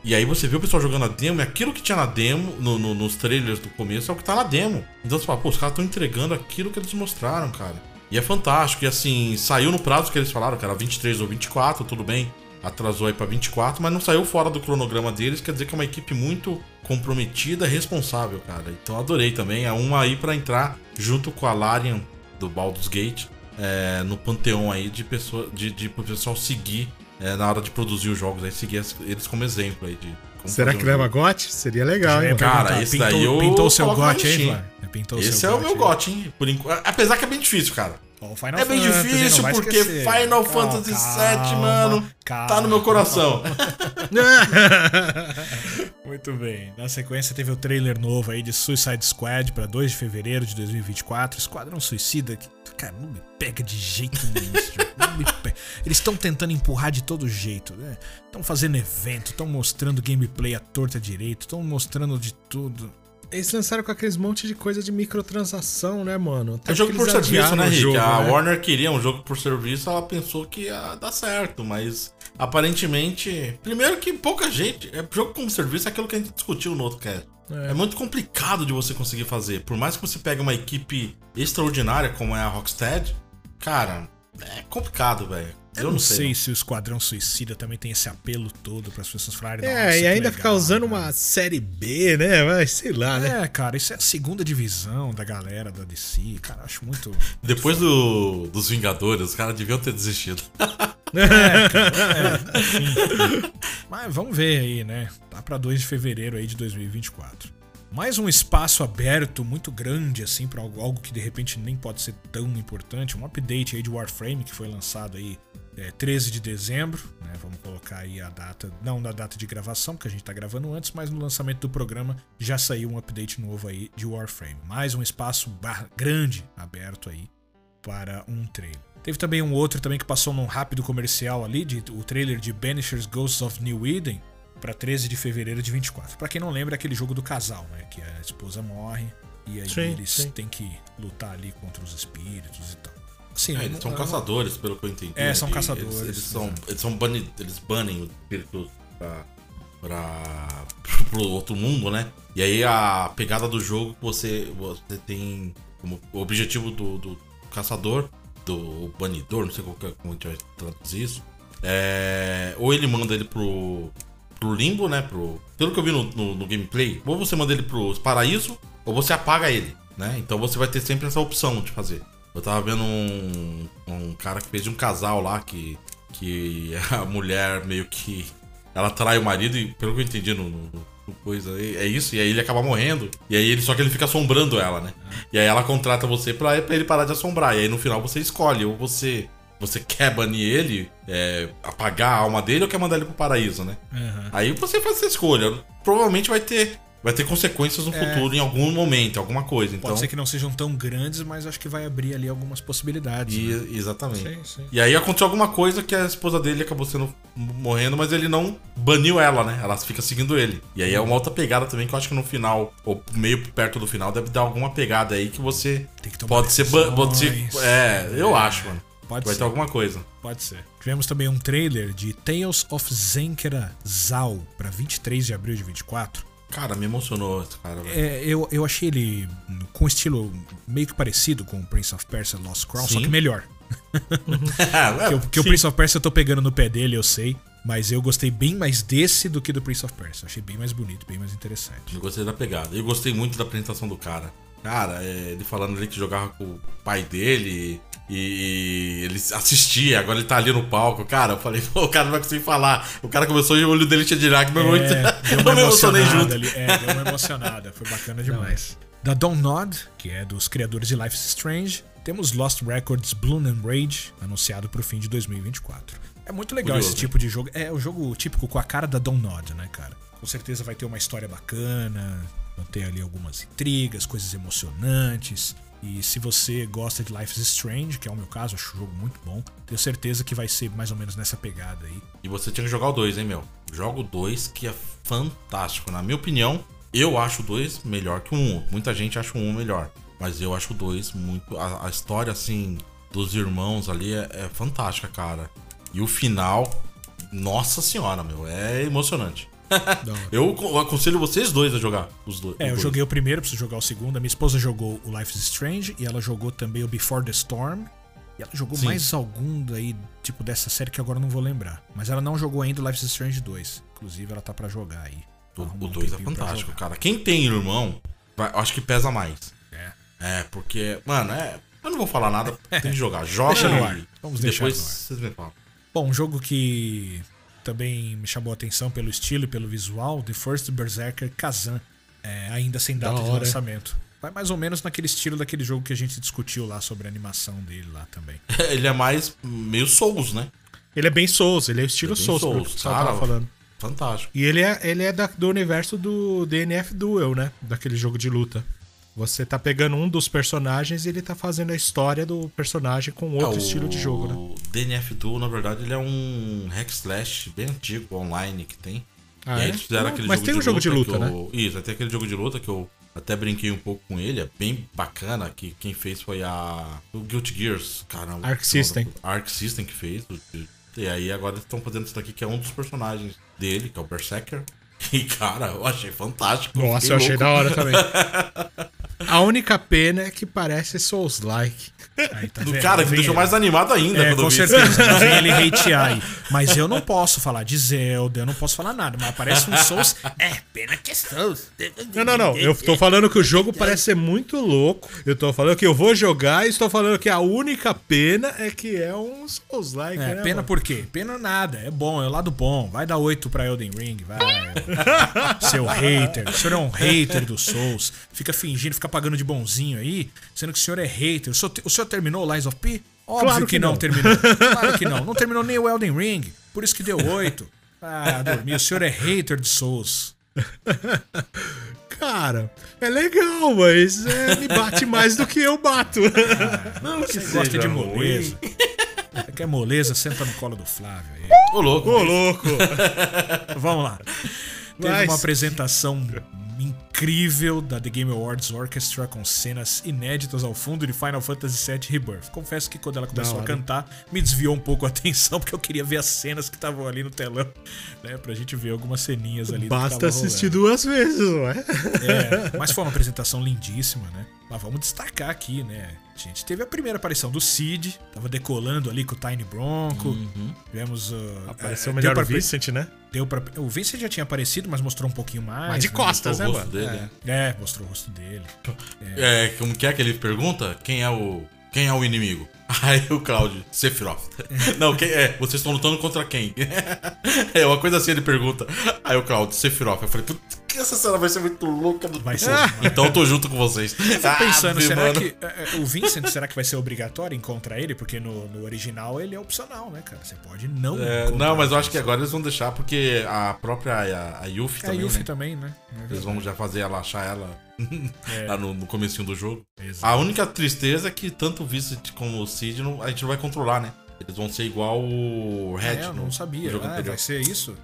E aí você vê o pessoal jogando a demo, e aquilo que tinha na demo, nos trailers do começo, é o que tá na demo. Então você fala, pô, os caras estão entregando aquilo que eles mostraram, cara. E é fantástico, e assim, saiu no prazo que eles falaram, que era 23 ou 24, tudo bem. Atrasou aí pra 24, mas não saiu fora do cronograma deles, quer dizer que é uma equipe muito comprometida, responsável, cara. Então adorei também, é uma aí pra entrar junto com a Larian do Baldur's Gate, no panteão aí de pessoa, pro pessoal seguir na hora de produzir os jogos, aí seguir eles como exemplo aí de como Será que leva GOT? Seria legal, hein? Cara, esse daí eu pintou o seu coloco na GOT aí, listinha. Flávio? Esse é o meu GOT, hein? Por enquanto. Apesar que é bem difícil, cara. É bem difícil porque Final Fantasy VII, mano, tá no meu coração. Muito bem. Na sequência teve o trailer novo aí de Suicide Squad pra 2 de fevereiro de 2024. Esquadrão Suicida, que, cara, não me pega de jeito nenhum esse jogo. Não me pega. Eles estão tentando empurrar de todo jeito, né? Estão fazendo evento, estão mostrando gameplay à torta direito, estão mostrando de tudo. Eles lançaram com aqueles monte de coisa de microtransação, né, mano? É jogo por serviço, né, Rick? Jogo, a né? Warner queria um jogo por serviço, ela pensou que ia dar certo, mas aparentemente... Primeiro que pouca gente... Jogo como serviço é aquilo que a gente discutiu no outro cast. É muito complicado de você conseguir fazer. Por mais que você pegue uma equipe extraordinária como é a Rocksteady, cara, é complicado, velho. Eu não sei se o Esquadrão Suicida também tem esse apelo todo para as pessoas falarem. E ainda ficar usando uma série B, né? Mas sei lá, né? Cara, isso é a segunda divisão da galera da DC. Cara, eu acho muito. Depois dos Vingadores, os caras deviam ter desistido. Enfim. Mas vamos ver aí, né? Tá pra 2 de fevereiro aí de 2024. Mais um espaço aberto muito grande, assim, pra algo que de repente nem pode ser tão importante. Um update aí de Warframe que foi lançado aí 13 de dezembro, né? Vamos colocar aí a data, não na data de gravação, porque a gente tá gravando antes, mas no lançamento do programa já saiu um update novo aí de Warframe. Mais um espaço grande aberto aí para um trailer. Teve também um outro também que passou num rápido comercial ali, o trailer de Banisher's Ghosts of New Eden, para 13 de fevereiro de 24. Pra quem não lembra, é aquele jogo do casal, né? Que a esposa morre e aí eles têm que lutar ali contra os espíritos e tal. Assim, eles são caçadores, pelo que eu entendi. São caçadores. Eles banem os espíritos pro outro mundo, né? E aí a pegada do jogo, você tem como objetivo do caçador, do banidor, não sei como a gente vai traduzir isso. Ou ele manda ele pro limbo, né? Pelo que eu vi no gameplay, ou você manda ele pro paraíso, ou você apaga ele, né? Então você vai ter sempre essa opção de fazer. Eu tava vendo um cara que fez de um casal lá que a mulher meio que... Ela trai o marido e, pelo que eu entendi no coisa, é isso, e aí ele acaba morrendo. E aí só que ele fica assombrando ela, né? E aí ela contrata você pra ele parar de assombrar. E aí no final você escolhe, ou você quer banir ele, apagar a alma dele, ou quer mandar ele pro paraíso, né? Uhum. Aí você faz essa escolha. Provavelmente vai ter consequências no futuro, em algum momento, alguma coisa. Então, pode ser que não sejam tão grandes, mas acho que vai abrir ali algumas possibilidades. Né? Exatamente. Sim. E aí aconteceu alguma coisa que a esposa dele acabou morrendo, mas ele não baniu ela, né? Ela fica seguindo ele. E aí é uma outra pegada também que eu acho que no final, ou meio perto do final, deve dar alguma pegada aí que você tem que tomar pode ser... eu acho, mano. Vai ter alguma coisa. Pode ser. Tivemos também um trailer de Tales of Zenkra Zal para 23 de abril de 24. Cara, me emocionou esse cara, velho. Eu achei ele com estilo meio que parecido com o Prince of Persia Lost Crown, só que melhor. Porque o Prince of Persia eu tô pegando no pé dele, eu sei. Mas eu gostei bem mais desse do que do Prince of Persia. Achei bem mais bonito, bem mais interessante. Eu gostei da pegada. Eu gostei muito da apresentação do cara. Cara, ele falando ali que jogava com o pai dele e ele assistia, agora ele tá ali no palco. Cara, eu falei, pô, o cara não vai conseguir falar. O cara começou e o olho dele tinha de lágrima. Eu me emocionei junto. Deu uma emocionada, foi bacana demais. Da Dontnod, que é dos criadores de Life is Strange, temos Lost Records Bloom and Rage, anunciado pro fim de 2024. É muito legal esse tipo de jogo. É o jogo típico com a cara da Dontnod, né, cara? Com certeza vai ter uma história bacana, vão ter ali algumas intrigas, coisas emocionantes. E se você gosta de Life is Strange, que é o meu caso, acho o jogo muito bom, tenho certeza que vai ser mais ou menos nessa pegada aí. E você tinha que jogar o 2, hein, meu? Joga o 2, que é fantástico. Na minha opinião, eu acho o 2 melhor que o 1. Muita gente acha o 1 melhor, mas eu acho o 2 muito... A história, assim, dos irmãos ali é fantástica, cara. E o final, nossa senhora, meu, é emocionante. Eu aconselho vocês dois a jogar os dois. Eu joguei o primeiro, preciso jogar o segundo. A minha esposa jogou o Life is Strange e ela jogou também o Before the Storm. E ela jogou mais algum daí, tipo dessa série que agora eu não vou lembrar. Mas ela não jogou ainda o Life is Strange 2. Inclusive, ela tá pra jogar aí. O 2 é fantástico, cara. Quem tem irmão, eu acho que pesa mais. Porque, mano, eu não vou falar nada, tem que jogar. Joga deixa no ar. Vamos deixar depois no ar. vocês me falam. Bom, um jogo que também me chamou a atenção pelo estilo e pelo visual, The First Berserker Kazan, ainda sem data de lançamento. Vai mais ou menos naquele estilo daquele jogo que a gente discutiu lá sobre a animação dele lá também. Ele é mais meio Souls, né? Ele é bem Souls, ele é estilo Souls, Souls, que você tava falando. Fantástico. E ele é do universo do DNF Duel, né? Daquele jogo de luta. Você tá pegando um dos personagens e ele tá fazendo a história do personagem com outro estilo de jogo, né? O DNF Duel, na verdade, ele é um hack slash bem antigo, online, que tem. E aí eles fizeram aquele mas jogo tem um jogo de luta, né? Isso, tem aquele jogo de luta que eu até brinquei um pouco com ele, é bem bacana, que quem fez foi o Guilty Gears, caramba. Arc System. Arc System que fez. E aí agora eles estão fazendo isso daqui, que é um dos personagens dele, que é o Berserker. E, cara, eu achei fantástico. Nossa, eu achei da hora também. A única pena é que parece Souls-like. Do cara, que me deixou mais animado ainda. Com certeza, vem ele hatear aí. Mas eu não posso falar de Zelda, eu não posso falar nada. Mas parece um Souls. Pena que é Souls. Não. Eu tô falando que o jogo parece ser muito louco. Eu tô falando que eu vou jogar e estou falando que a única pena é que é um Souls-like. Né, pena mano? por quê? Pena nada. É bom, é o lado bom. Vai dar 8 pra Elden Ring, vai. Seu hater. O senhor é um hater do Souls. Fica fingindo, fica pagando de bonzinho aí, sendo que o senhor é hater. O senhor terminou o Lies of P? Óbvio Claro que não terminou. Claro que não. Não terminou nem o Elden Ring. Por isso que deu 8. Dormir. O senhor é hater de Souls. Cara, é legal, mas me bate mais do que eu bato. Não, Você gosta de moleza. Você quer moleza? Senta no colo do Flávio aí. Ô, louco. Vamos lá. Teve uma apresentação incrível da The Game Awards Orchestra com cenas inéditas ao fundo de Final Fantasy VII Rebirth. Confesso que quando ela começou a cantar, me desviou um pouco a atenção, porque eu queria ver as cenas que estavam ali no telão, né? Pra gente ver algumas ceninhas ali. Basta assistir 2 vezes, não é? Mas foi uma apresentação lindíssima, né? Mas vamos destacar aqui, né? A gente teve a primeira aparição do Cid, tava decolando ali com o Tiny Bronco. Tivemos. Apareceu melhor o Vincent, né? O Vincent já tinha aparecido, mas mostrou um pouquinho mais. Mas de costas, né, mano? Dele, mostrou o rosto dele. Como que ele pergunta? Quem é o inimigo? Aí o Cláudio, Sephiroth. Não, vocês estão lutando contra quem? É uma coisa assim, ele pergunta. Aí o Cláudio, Sephiroth. Eu falei, que essa cena vai ser muito louca. Vai ser. Então eu tô junto com vocês. Eu tô pensando, será que o Vincent, será que vai ser obrigatório encontrar ele? Porque no original ele é opcional, né, cara? Você pode não não, mas eu acho que agora eles vão deixar, porque a própria a Yuffie também, a Yuffie também, né? Eles vão já fazer ela achar ela lá no comecinho do jogo. Exato. A única tristeza é que tanto o Vincent como o Cid a gente não vai controlar, né? Eles vão ser igual o Red. Eu não sabia. Vai ser isso?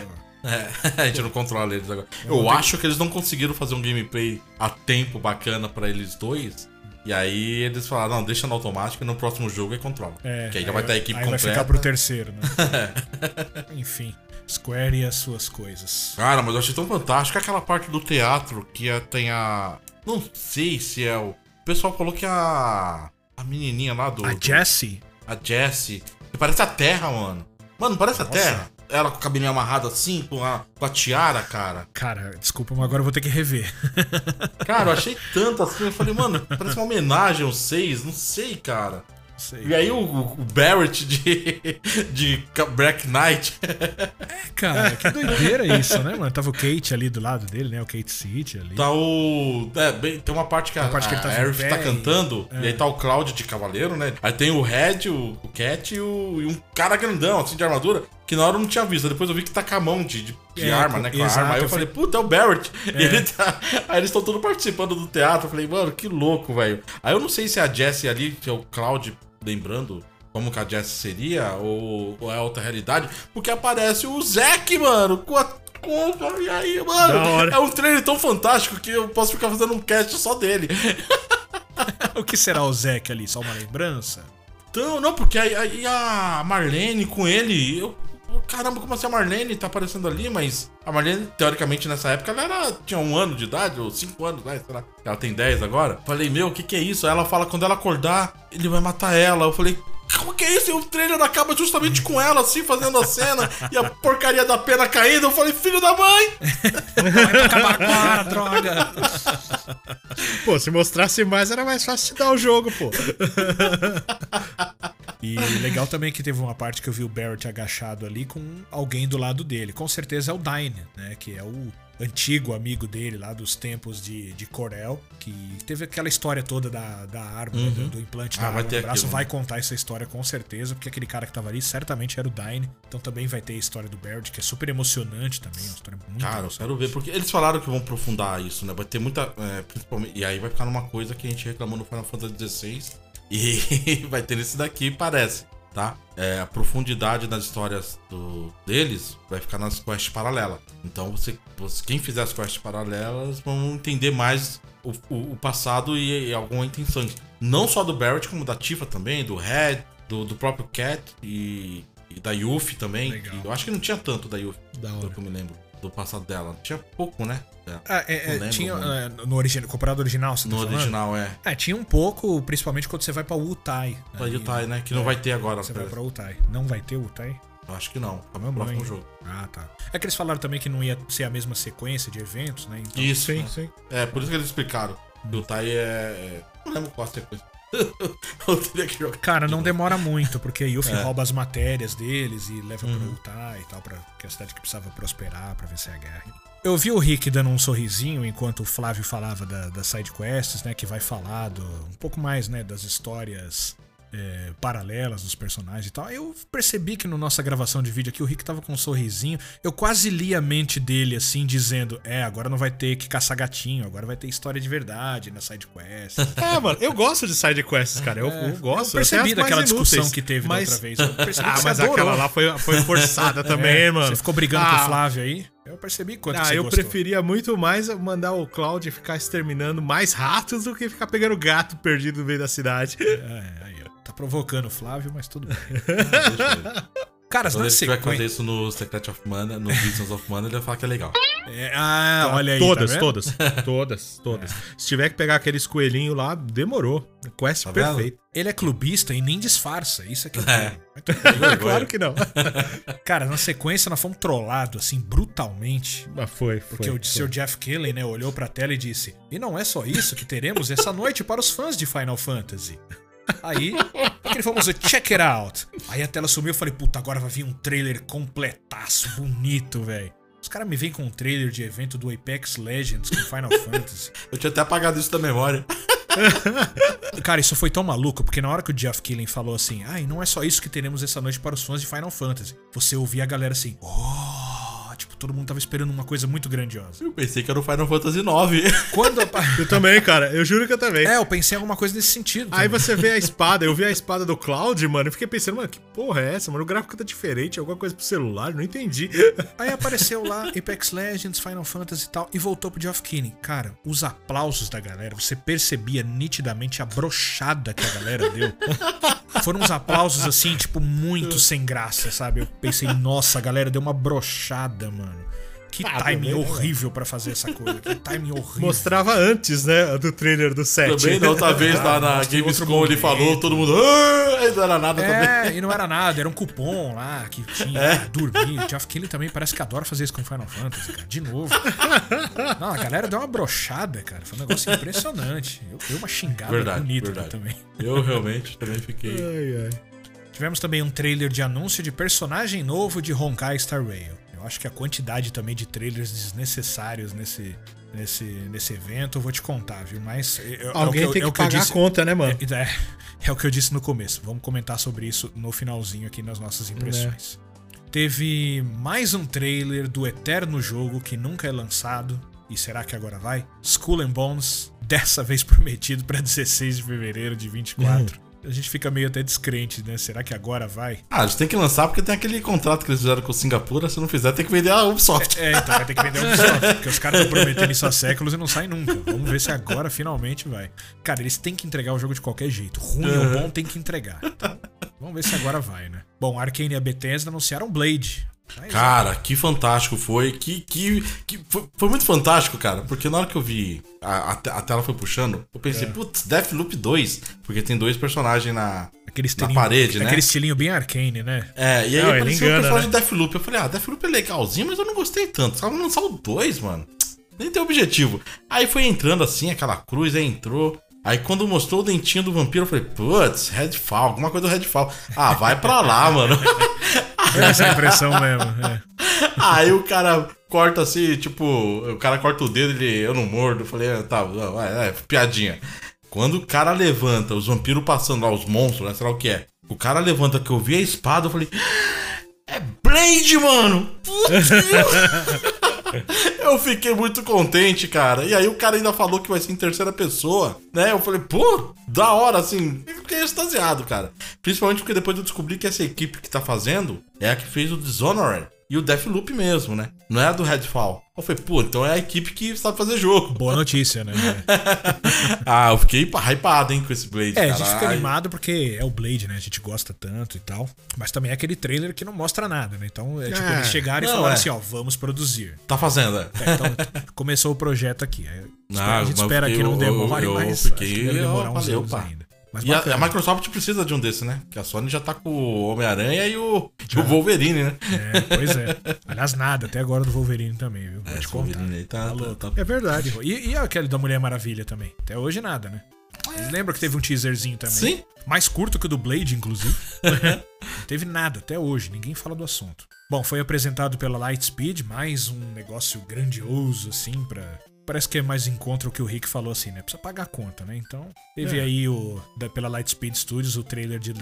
A gente não controla eles agora. Eu acho que eles não conseguiram fazer um gameplay a tempo bacana pra eles dois. E aí eles falaram, não, deixa no automático e no próximo jogo aí controla. Que aí já vai estar a equipe aí completa. Vai ficar pro terceiro, né? Enfim, Square e as suas coisas. Cara, mas eu achei tão fantástico aquela parte do teatro que tem a... Não sei se é o... O pessoal falou que a menininha lá do... A Jessie? A Jessie. Parece a Terra, mano. Mano, parece a Terra. Ela com o cabelinho amarrado assim, com a tiara, cara. Cara, desculpa, mas agora eu vou ter que rever. Cara, eu achei tanto assim. Eu falei, mano, parece uma homenagem aos 6. Não sei, cara. Sei. E aí o Barrett de Black Knight. Cara, que doideira isso, né, mano? Tava o Kate ali do lado dele, né? O Kate City ali. Tá o... tem uma parte que a Aerith tá cantando. E aí tá o Cloud de cavaleiro, né? Aí tem o Red, o Cat e um cara grandão, assim, de armadura. Que na hora eu não tinha visto. Depois eu vi que tá com a mão de arma, né? Com a arma. Aí eu falei, puta, é o Barrett. E ele tá... Aí eles estão todos participando do teatro. Eu falei, mano, que louco, velho. Aí eu não sei se é a Jessie ali, que é o Cloud... Lembrando como que a Jessie seria, ou é outra realidade, porque aparece o Zack, mano, e aí, mano, é um trailer tão fantástico que eu posso ficar fazendo um cast só dele. O que será o Zack ali? Só uma lembrança? Então, não, porque aí a Marlene com ele, caramba, como assim a Marlene tá aparecendo ali? Mas a Marlene, teoricamente, nessa época, ela tinha 1 ano de idade, ou 5 anos, né? Sei lá. Ela tem 10 agora. Falei, meu, o que é isso? Aí ela fala, quando ela acordar, ele vai matar ela. Eu falei, como que é isso? E o trailer acaba justamente com ela, assim, fazendo a cena, e a porcaria da pena caindo. Eu falei, filho da mãe! Vai acabar agora, droga! Pô, se mostrasse mais, era mais fácil de dar o jogo, pô. E legal também que teve uma parte que eu vi o Barrett agachado ali com alguém do lado dele. Com certeza é o Dyne, né? Que é o antigo amigo dele lá dos tempos de Corel, que teve aquela história toda da arma, do implante da arma no braço. Aquilo, vai contar essa história com certeza, porque aquele cara que tava ali certamente era o Dyne. Então também vai ter a história do Barrett, que é super emocionante também. Uma história muito Cara, eu quero ver, porque eles falaram que vão aprofundar isso, né? Vai ter muita... principalmente, e aí vai ficar numa coisa que a gente reclamou no Final Fantasy XVI, e vai ter esse daqui, parece, tá? A profundidade das histórias deles vai ficar nas quests paralelas. Então, quem fizer as quests paralelas vão entender mais o passado e alguma intenção. Não só do Barrett, como da Tifa também, do Red, do próprio Cat e da Yuffie também. Legal. Eu acho que não tinha tanto da Yuffie, Da hora. pelo que eu me lembro, do passado dela. Tinha pouco, né? tinha no original, comparado ao original, você tá No falando? original, Tinha um pouco, principalmente quando você vai pra Wutai. Pra Yutai, né? Que não vai ter agora. Você vai pra Wutai. Não vai ter Wutai? Eu acho que não. Tá no Mamãe. próximo jogo. Ah, tá. É que eles falaram também que não ia ser a mesma sequência de eventos, né? Então, Isso, Sim, né? sim. Por isso que eles explicaram. Yutai não lembro qual a sequência. Eu teria que jogar. cara, não demora muito, porque a Yuffie rouba as matérias deles e leva pra Wutai e tal, que é a cidade que precisava prosperar pra vencer a guerra. Eu vi o Rick dando um sorrisinho enquanto o Flávio falava das sidequests, né? Que vai falar um pouco mais, né? Das histórias paralelas dos personagens e tal. Eu percebi que na nossa gravação de vídeo aqui o Rick tava com um sorrisinho. Eu quase li a mente dele assim, dizendo: agora não vai ter que caçar gatinho, agora vai ter história de verdade na sidequest. Mano, eu gosto de sidequests, cara. Eu gosto. Eu percebi até as daquela mais discussão inúteis, que teve mas... da outra vez. Eu percebi que você mas adorou. aquela lá foi forçada também, mano. Você ficou brigando com o Flávio aí? Eu percebi quanto que você eu gostou. preferia muito mais mandar o Cloud ficar exterminando mais ratos do que ficar pegando gato perdido no meio da cidade. Aí, ó. Tá provocando o Flávio, mas tudo bem. Cara, Quando na ele tiver que fazer sequência... isso no Secret of Mana, no Visions of Mana, ele vai falar que é legal. olha aí, Todas, tá vendo? todas. Se tiver que pegar aqueles coelhinhos lá, demorou. Quest Tá vendo? perfeito. Ele é clubista e nem disfarça. Isso aqui Claro que não. Cara, na sequência nós fomos trollados, assim, brutalmente. Mas foi. Porque o Sr. Jeff Keighley, né, olhou pra tela e disse: e não é só isso que teremos essa noite para os fãs de Final Fantasy. Aí, aquele famoso check it out. Aí a tela sumiu, eu falei, puta, agora vai vir um trailer completaço, bonito, velho. Os caras me vêm com um trailer de evento do Apex Legends com Final Fantasy. Eu tinha até apagado isso da memória. Cara, isso foi tão maluco, porque na hora que o Jeff Keighley falou assim, e não é só isso que teremos essa noite para os fãs de Final Fantasy, você ouvia a galera assim, tipo, todo mundo tava esperando uma coisa muito grandiosa. Eu pensei que era o Final Fantasy IX. Quando Eu também, cara. Eu juro que eu também. eu pensei em alguma coisa nesse sentido. Aí também. você vê a espada, eu vi a espada do Cloud, mano, eu fiquei pensando, mano, que porra é essa, mano? O gráfico tá diferente, alguma coisa pro celular, não entendi. Aí apareceu lá Apex Legends, Final Fantasy e tal, e voltou pro Geoff Keighley. Cara, os aplausos da galera, você percebia nitidamente a brochada que a galera deu. Foram uns aplausos assim, tipo, muito sem graça, sabe? Eu pensei, nossa, a galera deu uma brochada, mano. Que timing também, horrível pra fazer essa coisa. Que timing horrível. Mostrava antes, né, do trailer do 7. Também da outra vez lá na mostra em outro Gamescom ele momento. falou, todo mundo. Aí não era nada também. E não era nada, era um cupom lá que tinha dormir. O Geoff Keighley também parece que adora fazer isso com Final Fantasy, cara. De novo. Não, a galera deu uma brochada, cara. Foi um negócio impressionante. Eu dei uma xingada bonita também. Eu realmente também fiquei. Ai. Tivemos também um trailer de anúncio de personagem novo de Honkai Star Rail. Eu acho que a quantidade também de trailers desnecessários nesse evento, eu vou te contar, viu? Mas Alguém tem que pagar a conta, né, mano? É o que eu disse no começo. Vamos comentar sobre isso no finalzinho aqui nas nossas impressões. Teve mais um trailer do eterno jogo que nunca é lançado. E será que agora vai? Skull and Bones, dessa vez prometido para 16 de fevereiro de 24. A gente fica meio até descrente, né? Será que agora vai? Ah, a gente tem que lançar porque tem aquele contrato que eles fizeram com o Singapura. Se não fizer, tem que vender a Ubisoft. Então vai ter que vender a Ubisoft. Porque os caras estão prometendo isso há séculos e não sai nunca. Vamos ver se agora finalmente vai. Cara, eles têm que entregar o jogo de qualquer jeito. Ruim ou bom, tem que entregar. Então, vamos ver se agora vai, né? Bom, a Arcane e a Bethesda anunciaram Blade. Cara, que fantástico foi. Foi muito fantástico, cara. Porque na hora que eu vi a tela foi puxando, eu pensei, putz, Deathloop 2. Porque tem 2 personagens na parede, né? Aquele estilinho bem Arcane, né? E aí apareceu o personagem de Deathloop. Eu falei, Deathloop é legalzinho, mas eu não gostei tanto. Só vamos lançar o 2, mano. Nem tem objetivo. Aí foi entrando assim, aquela cruz, aí entrou. Aí quando mostrou o dentinho do vampiro, eu falei, putz, Redfall, alguma coisa do Redfall. Vai pra lá, mano. Foi essa impressão mesmo. Aí o cara corta assim, tipo, o cara corta o dedo, eu não mordo. Eu falei, tá, piadinha. Quando o cara levanta, os vampiros passando lá, os monstros, né, sei lá o que é. O cara levanta, que eu vi a espada, eu falei, é Blade, mano! Putz, eu fiquei muito contente, cara. E aí o cara ainda falou que vai ser em terceira pessoa, né? Eu falei, pô, da hora, assim. Eu fiquei extasiado, cara. Principalmente porque depois eu descobri que essa equipe que tá fazendo é a que fez o Dishonored e o Deathloop mesmo, né? Não é a do Redfall. Eu falei, pô, então é a equipe que sabe fazer jogo. Boa notícia, né? Eu fiquei hypado, hein, com esse Blade, a gente fica animado porque é o Blade, né? A gente gosta tanto e tal. Mas também é aquele trailer que não mostra nada, né? Então, tipo, eles chegaram e falaram assim, vamos produzir. Tá fazendo, então, começou o projeto aqui. A gente espera que não demore, mas acho que deve demorar uns anos ainda. Mas e a Microsoft precisa de um desse, né? Porque a Sony já tá com o Homem-Aranha e o Wolverine, né? Pois é. Aliás, nada, até agora do Wolverine também, viu? Vou te contar. Wolverine aí tá louco. É verdade. E aquele da Mulher Maravilha também. Até hoje nada, né? Lembra que teve um teaserzinho também? Sim. Mais curto que o do Blade, inclusive. Não teve nada até hoje, ninguém fala do assunto. Bom, foi apresentado pela Lightspeed, mais um negócio grandioso, assim, Parece que é mais encontro o que o Rick falou assim, né? Precisa pagar a conta, né? Então, teve aí pela Lightspeed Studios o trailer de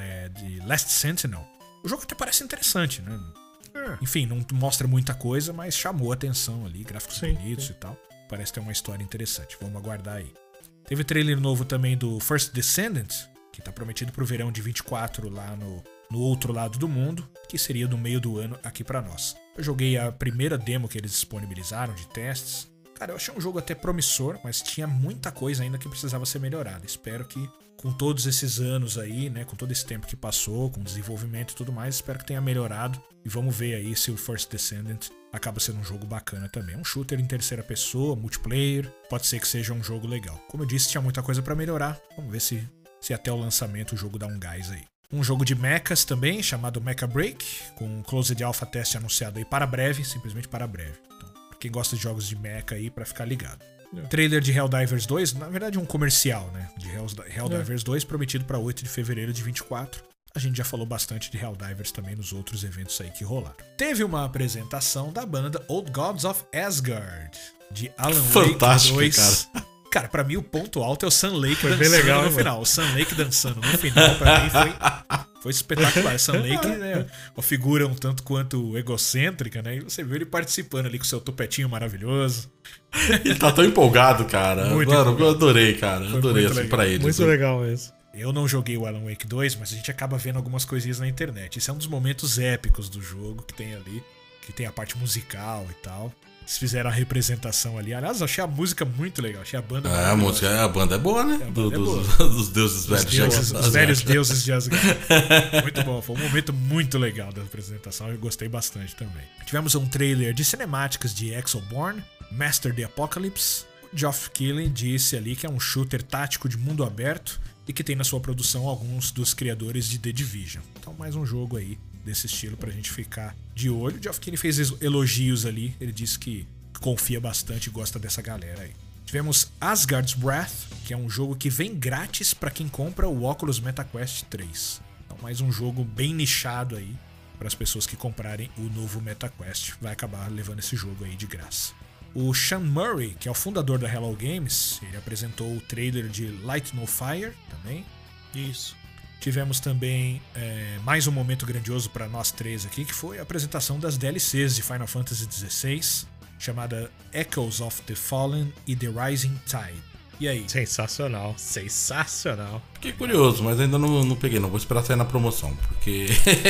Last Sentinel. O jogo até parece interessante, né? Enfim, não mostra muita coisa, mas chamou a atenção ali, gráficos bonitos e tal. Parece ter uma história interessante. Vamos aguardar aí. Teve trailer novo também do First Descendant, que tá prometido pro verão de 24 lá no outro lado do mundo, que seria no meio do ano aqui pra nós. Eu joguei a primeira demo que eles disponibilizaram de testes. Cara, eu achei um jogo até promissor, mas tinha muita coisa ainda que precisava ser melhorada. Espero que com todos esses anos aí, né, com todo esse tempo que passou, com desenvolvimento e tudo mais, espero que tenha melhorado. E vamos ver aí se o First Descendant acaba sendo um jogo bacana também. Um shooter em terceira pessoa, multiplayer, pode ser que seja um jogo legal. Como eu disse, tinha muita coisa pra melhorar. Vamos ver se até o lançamento o jogo dá um gás aí. Um jogo de mechas também, chamado Mecha Break, com um Closed Alpha Test anunciado aí para breve, simplesmente para breve. Então, quem gosta de jogos de mecha aí, pra ficar ligado. Trailer de Helldivers 2, na verdade um comercial, né? De Helldivers 2, prometido pra 8 de fevereiro de 24. A gente já falou bastante de Helldivers também nos outros eventos aí que rolaram. Teve uma apresentação da banda Old Gods of Asgard, de Alan Wake 2. Cara. Cara, pra mim o ponto alto é o Sun Lake foi dançando bem legal, no final. O Sun Lake dançando no final, pra mim foi espetacular. O Sun Lake é uma figura um tanto quanto egocêntrica, né? E você viu ele participando ali com seu topetinho maravilhoso. Ele tá tão empolgado, cara. Muito Mano, empolgado. Eu adorei, cara. Eu adorei assim pra ele. Muito legal mesmo. Eu não joguei o Alan Wake 2, mas a gente acaba vendo algumas coisinhas na internet. Esse é um dos momentos épicos do jogo que tem ali, que tem a parte musical e tal. Eles fizeram a representação ali. Aliás, eu achei a música muito legal. Achei a banda a banda é boa, né? Dos deuses velhos. Os velhos deuses de Asgard. Muito bom. Foi um momento muito legal da apresentação. Eu gostei bastante também. Tivemos um trailer de cinemáticas de Exoborn, Master the Apocalypse. Geoff Keighley disse ali que é um shooter tático de mundo aberto e que tem na sua produção alguns dos criadores de The Division. Então, mais um jogo aí desse estilo pra gente ficar de olho. O Geoff Keighley fez elogios ali, ele disse que confia bastante e gosta dessa galera aí. Tivemos Asgard's Wrath, que é um jogo que vem grátis pra quem compra o Oculus MetaQuest 3. Então mais um jogo bem nichado aí para as pessoas que comprarem o novo MetaQuest, vai acabar levando esse jogo aí de graça. O Sean Murray, que é o fundador da Hello Games, ele apresentou o trailer de Light No Fire também. Isso. Tivemos também mais um momento grandioso para nós três aqui, que foi a apresentação das DLCs de Final Fantasy XVI, chamada Echoes of the Fallen e The Rising Tide. E aí? Sensacional. Fiquei curioso, mas ainda não peguei. Não vou esperar sair na promoção, porque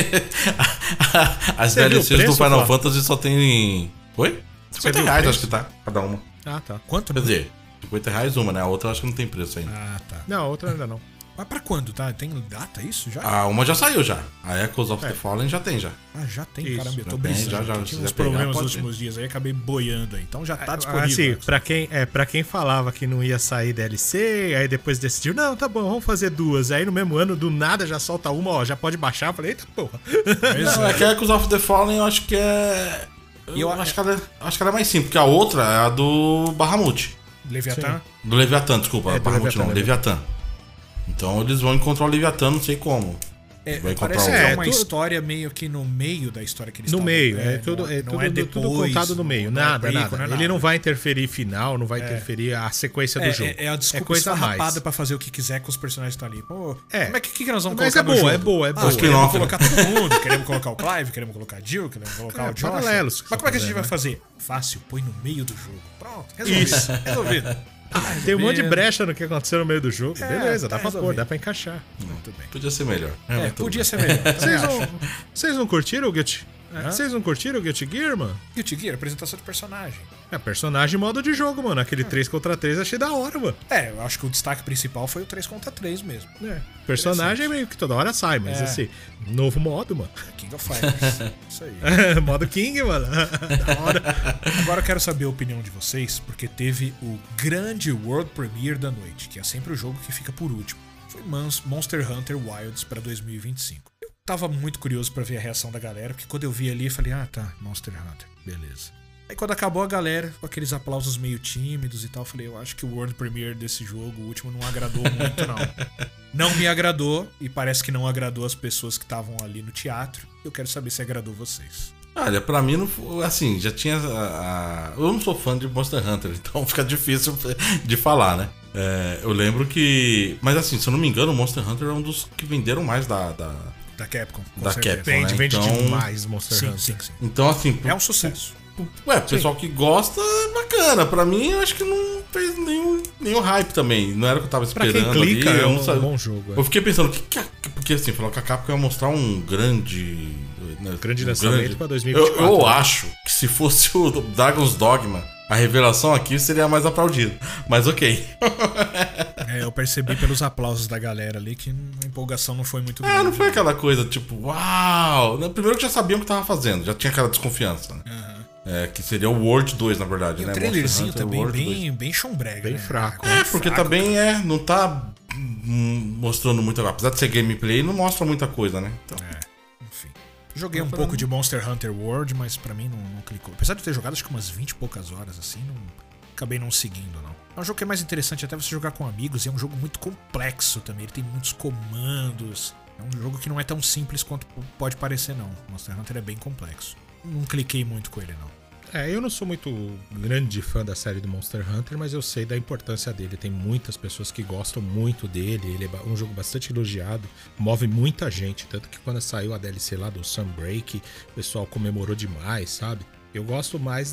as Você viu o DLCs do preço, Final pô? Fantasy só tem... Oi? Você viu o R$50 preço? acho que tá, cada uma. Ah, tá. Quanto? Quer dizer, R$50 uma, né? A outra eu acho que não tem preço ainda. Ah, tá. Não, a outra ainda não. Mas pra quando, tá? Tem data isso já? Ah, uma já saiu já. A Echoes of the Fallen já tem já. Ah, já tem, Isso, caramba. Eu tô já tem, brisando. já, Eu se tinha quiser uns pegar, problemas nos pode últimos dias aí, acabei boiando aí. Então já tá disponível. Assim, né? pra quem falava que não ia sair DLC, aí depois decidiu, não, tá bom, vamos fazer duas. Aí no mesmo ano, do nada, já solta uma, ó, já pode baixar. Eu falei, eita porra. Pois Não, é que a Echoes of the Fallen eu acho que é... Eu acho que ela é mais simples, porque a outra é a do Bahamut. Leviatã? Do Leviatã, desculpa. É, do Bahamut não, Leviatã. Leviatã. Então eles vão encontrar o Leviatã, não sei como. Vai encontrar Parece o... que é É, uma tudo- história meio que no meio da história que eles No estavam, meio, né? é tudo, Não- é não tudo, é tudo depois, contado no meio. não é Nada, prequel, nada. não é Ele nada. não vai interferir final, não vai interferir a sequência do jogo. É a desculpa coisa a mais. esfarrapada pra fazer o que quiser com os personagens que estão ali. Pô, É. como é que nós vamos Mas colocar é no boa, jogo? é boa, é boa. Queremos Spin-off, colocar todo mundo. Queremos colocar o Clive, queremos colocar a Jill, queremos colocar o Josh. paralelos que Mas como é que a gente são vai fazer? Fácil, põe no meio do jogo. Pronto, resolvido. Isso. Resolvido. Tem um monte de brecha no que aconteceu no meio do jogo. Beleza, tá dá pra pôr, resolvido. dá pra encaixar. Muito bem. Podia ser melhor. Mas tudo Podia bem. ser melhor. Vocês não curtiram o Guilty? Vocês não curtiram o Guilty Gear, mano? Guilty Gear, apresentação de personagem. É personagem e modo de jogo, mano. Aquele 3 contra 3 achei da hora, mano. Eu acho que o destaque principal foi o 3 contra 3 mesmo. Personagem meio que toda hora sai, mas assim, novo modo, mano. King of Fighters. Isso aí. Modo King, mano. Da hora. Agora eu quero saber a opinião de vocês, porque teve o grande World Premiere da noite, que é sempre o jogo que fica por último. Foi Monster Hunter Wilds pra 2025. Eu tava muito curioso pra ver a reação da galera, porque quando eu vi ali, eu falei, ah tá, Monster Hunter, beleza. Aí quando acabou a galera, com aqueles aplausos meio tímidos e tal, eu falei, eu acho que o World Premiere desse jogo, o último, não agradou muito, não. Não me agradou, e parece que não agradou as pessoas que estavam ali no teatro. Eu quero saber se agradou vocês. Olha, pra mim, não, assim, já tinha... Eu não sou fã de Monster Hunter, então fica difícil de falar, né? Eu lembro que... Mas assim, se eu não me engano, o Monster Hunter é um dos que venderam mais da Capcom. com Da certeza. Capcom, né? Vende Então- demais Monster Sim, Hunter. sim, sim. Então, assim... É um sucesso. Ué, o pessoal que gosta, bacana. Pra mim, eu acho que não fez nenhum hype também. Não era o que eu tava Pra esperando quem clica, ali. é Eu um não sabia. bom jogo. Eu fiquei pensando, porque assim, falou que a Capcom ia mostrar um grande... Grande lançamento pra 2024. Eu acho que se fosse o Dragon's Dogma, a revelação aqui seria mais aplaudida. Mas ok. Eu percebi pelos aplausos da galera ali que a empolgação não foi muito grande. Não foi aquela coisa tipo, uau! Primeiro que já sabiam o que tava fazendo, já tinha aquela desconfiança, né? Que seria o World 2, na verdade, E né? o trailerzinho Monster Hunter também World 2. bem chumbrega, Bem né? fraco. Porque também não tá mostrando muita coisa. Apesar de ser gameplay, não mostra muita coisa, né? Então, Enfim. Joguei um pouco de Monster Hunter World, mas pra mim não clicou. Apesar de eu ter jogado acho que umas 20 e poucas horas, assim, acabei não seguindo, não. É um jogo que é mais interessante até você jogar com amigos e é um jogo muito complexo também. Ele tem muitos comandos. É um jogo que não é tão simples quanto pode parecer, não. Monster Hunter é bem complexo. Não cliquei muito com ele, não. Eu não sou muito grande fã da série do Monster Hunter, mas eu sei da importância dele. Tem muitas pessoas que gostam muito dele. Ele é um jogo bastante elogiado, move muita gente. Tanto que quando saiu a DLC lá do Sunbreak, o pessoal comemorou demais, sabe? Eu gosto mais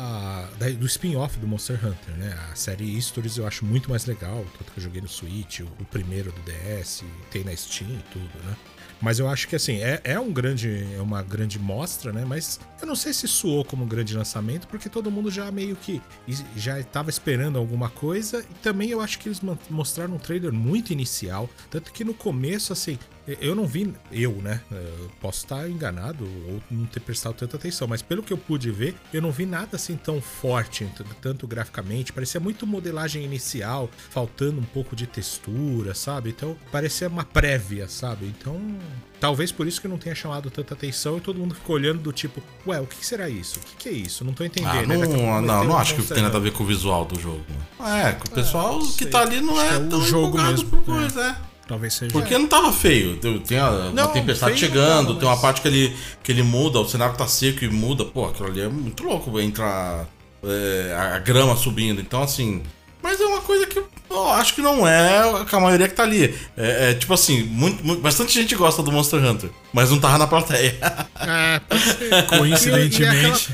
do spin-off do Monster Hunter, né? A série Histories eu acho muito mais legal. Tanto que eu joguei no Switch, o primeiro do DS, tem na Steam e tudo, né? Mas eu acho que assim, é uma grande mostra, né? Mas eu não sei se soou como um grande lançamento, porque todo mundo já meio que já estava esperando alguma coisa. E também eu acho que eles mostraram um trailer muito inicial. Tanto que no começo, assim, eu não vi, né? Eu posso estar enganado ou não ter prestado tanta atenção, mas pelo que eu pude ver, eu não vi nada assim tão forte, tanto graficamente. Parecia muito modelagem inicial, faltando um pouco de textura, sabe? Então, parecia uma prévia, sabe? Então, talvez por isso que não tenha chamado tanta atenção e todo mundo ficou olhando do tipo, ué, o que será isso? O que é isso? Não tô entendendo. não acho que tem nada a ver com o visual do jogo. Que o pessoal que tá ali não é tão jogo empolgado mesmo, por coisa, Talvez seja. Porque não tava feio. Tem uma tempestade feio chegando, não tava, tem uma mas- parte que ele muda, o cenário tá seco e muda. Pô, aquilo ali é muito louco. Entra a grama subindo. Então, assim, Mas é uma coisa que eu acho que não é a maioria que tá ali. Tipo assim, bastante gente gosta do Monster Hunter, mas não tava na plateia. Pode ser. Coincidentemente,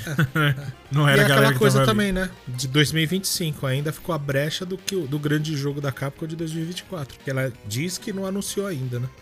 não era E a galera aquela que coisa tava ali. também, né? De 2025 ainda ficou a brecha do grande jogo da Capcom de 2024. Que ela diz que não anunciou ainda, né?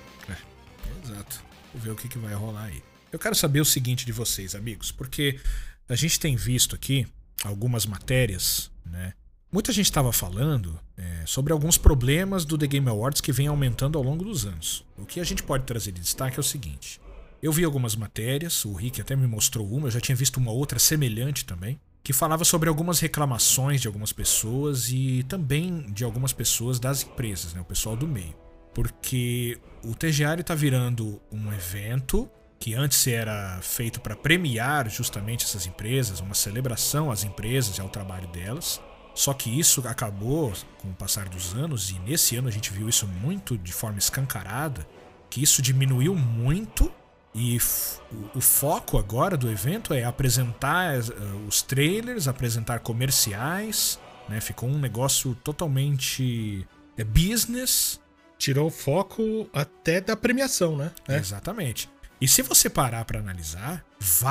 Exato. Vou ver o que vai rolar aí. Eu quero saber o seguinte de vocês, amigos, porque a gente tem visto aqui algumas matérias, né? Muita gente estava falando sobre alguns problemas do The Game Awards que vem aumentando ao longo dos anos. O que a gente pode trazer de destaque é o seguinte. Eu vi algumas matérias, o Rick até me mostrou uma, eu já tinha visto uma outra semelhante também, que falava sobre algumas reclamações de algumas pessoas e também de algumas pessoas das empresas, né? O pessoal do meio. Porque o TGA está virando um evento que antes era feito para premiar justamente essas empresas, uma celebração às empresas e ao trabalho delas. Só que isso acabou com o passar dos anos, e nesse ano a gente viu isso muito de forma escancarada, que isso diminuiu muito, e o foco agora do evento é apresentar os trailers, apresentar comerciais, né? Ficou um negócio totalmente business. Tirou o foco até da premiação, né? Exatamente. E se você parar para analisar,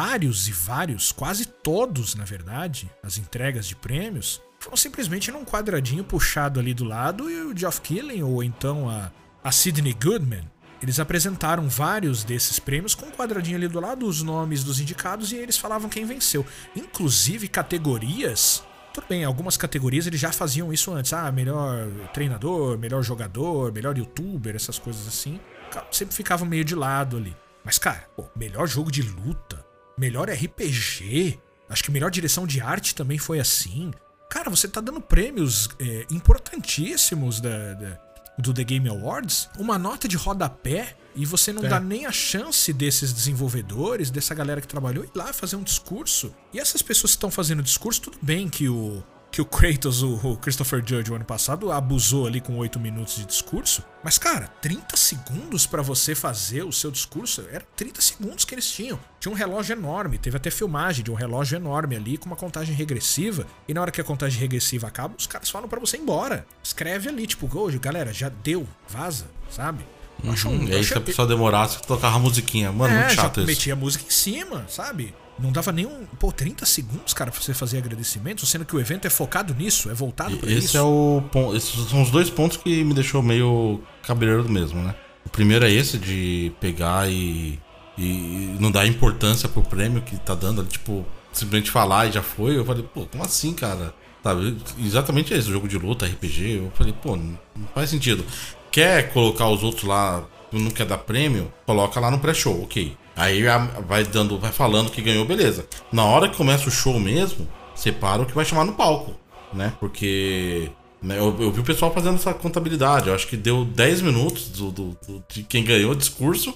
vários, quase todos, na verdade, as entregas de prêmios foram simplesmente num quadradinho puxado ali do lado, e o Geoff Keighley ou então a Sidney Goodman, eles apresentaram vários desses prêmios com um quadradinho ali do lado, os nomes dos indicados, e eles falavam quem venceu. Inclusive categorias. Tudo bem, algumas categorias eles já faziam isso antes. Melhor treinador, melhor jogador, melhor youtuber, essas coisas assim. Sempre ficava meio de lado ali. Mas, cara, melhor jogo de luta, melhor RPG, acho que melhor direção de arte também foi assim. Cara, você tá dando prêmios importantíssimos do The Game Awards, uma nota de rodapé, e você não dá nem a chance desses desenvolvedores, dessa galera que trabalhou, ir lá fazer um discurso. E essas pessoas que estão fazendo discurso, tudo bem que o Kratos, o Christopher Judge, o ano passado, abusou ali com 8 minutos de discurso. Mas, cara, 30 segundos pra você fazer o seu discurso, era 30 segundos que eles tinham. Tinha um relógio enorme, teve até filmagem de um relógio enorme ali com uma contagem regressiva. E na hora que a contagem regressiva acaba, os caras falam pra você ir embora. Escreve ali, tipo, hoje, galera, já deu, vaza, sabe? E aí se a pessoa demorasse, tocava a musiquinha. Mano, muito chato isso. Metia a música em cima, sabe? Não dava nem 30 segundos, cara, pra você fazer agradecimento, sendo que o evento é focado nisso, é voltado pra isso. Esse é o ponto. Esses são os dois pontos que me deixou meio cabreiro mesmo, né? O primeiro é esse de pegar e não dar importância pro prêmio que tá dando, tipo, simplesmente falar e já foi. Eu falei, como assim, cara? Sabe? Exatamente esse, jogo de luta, RPG. Eu falei, não faz sentido. Quer colocar os outros lá, não quer dar prêmio, coloca lá no pré-show, ok. Aí vai falando que ganhou, beleza. Na hora que começa o show mesmo, separa o que vai chamar no palco, né? Porque eu vi o pessoal fazendo essa contabilidade. Eu acho que deu 10 minutos de quem ganhou o discurso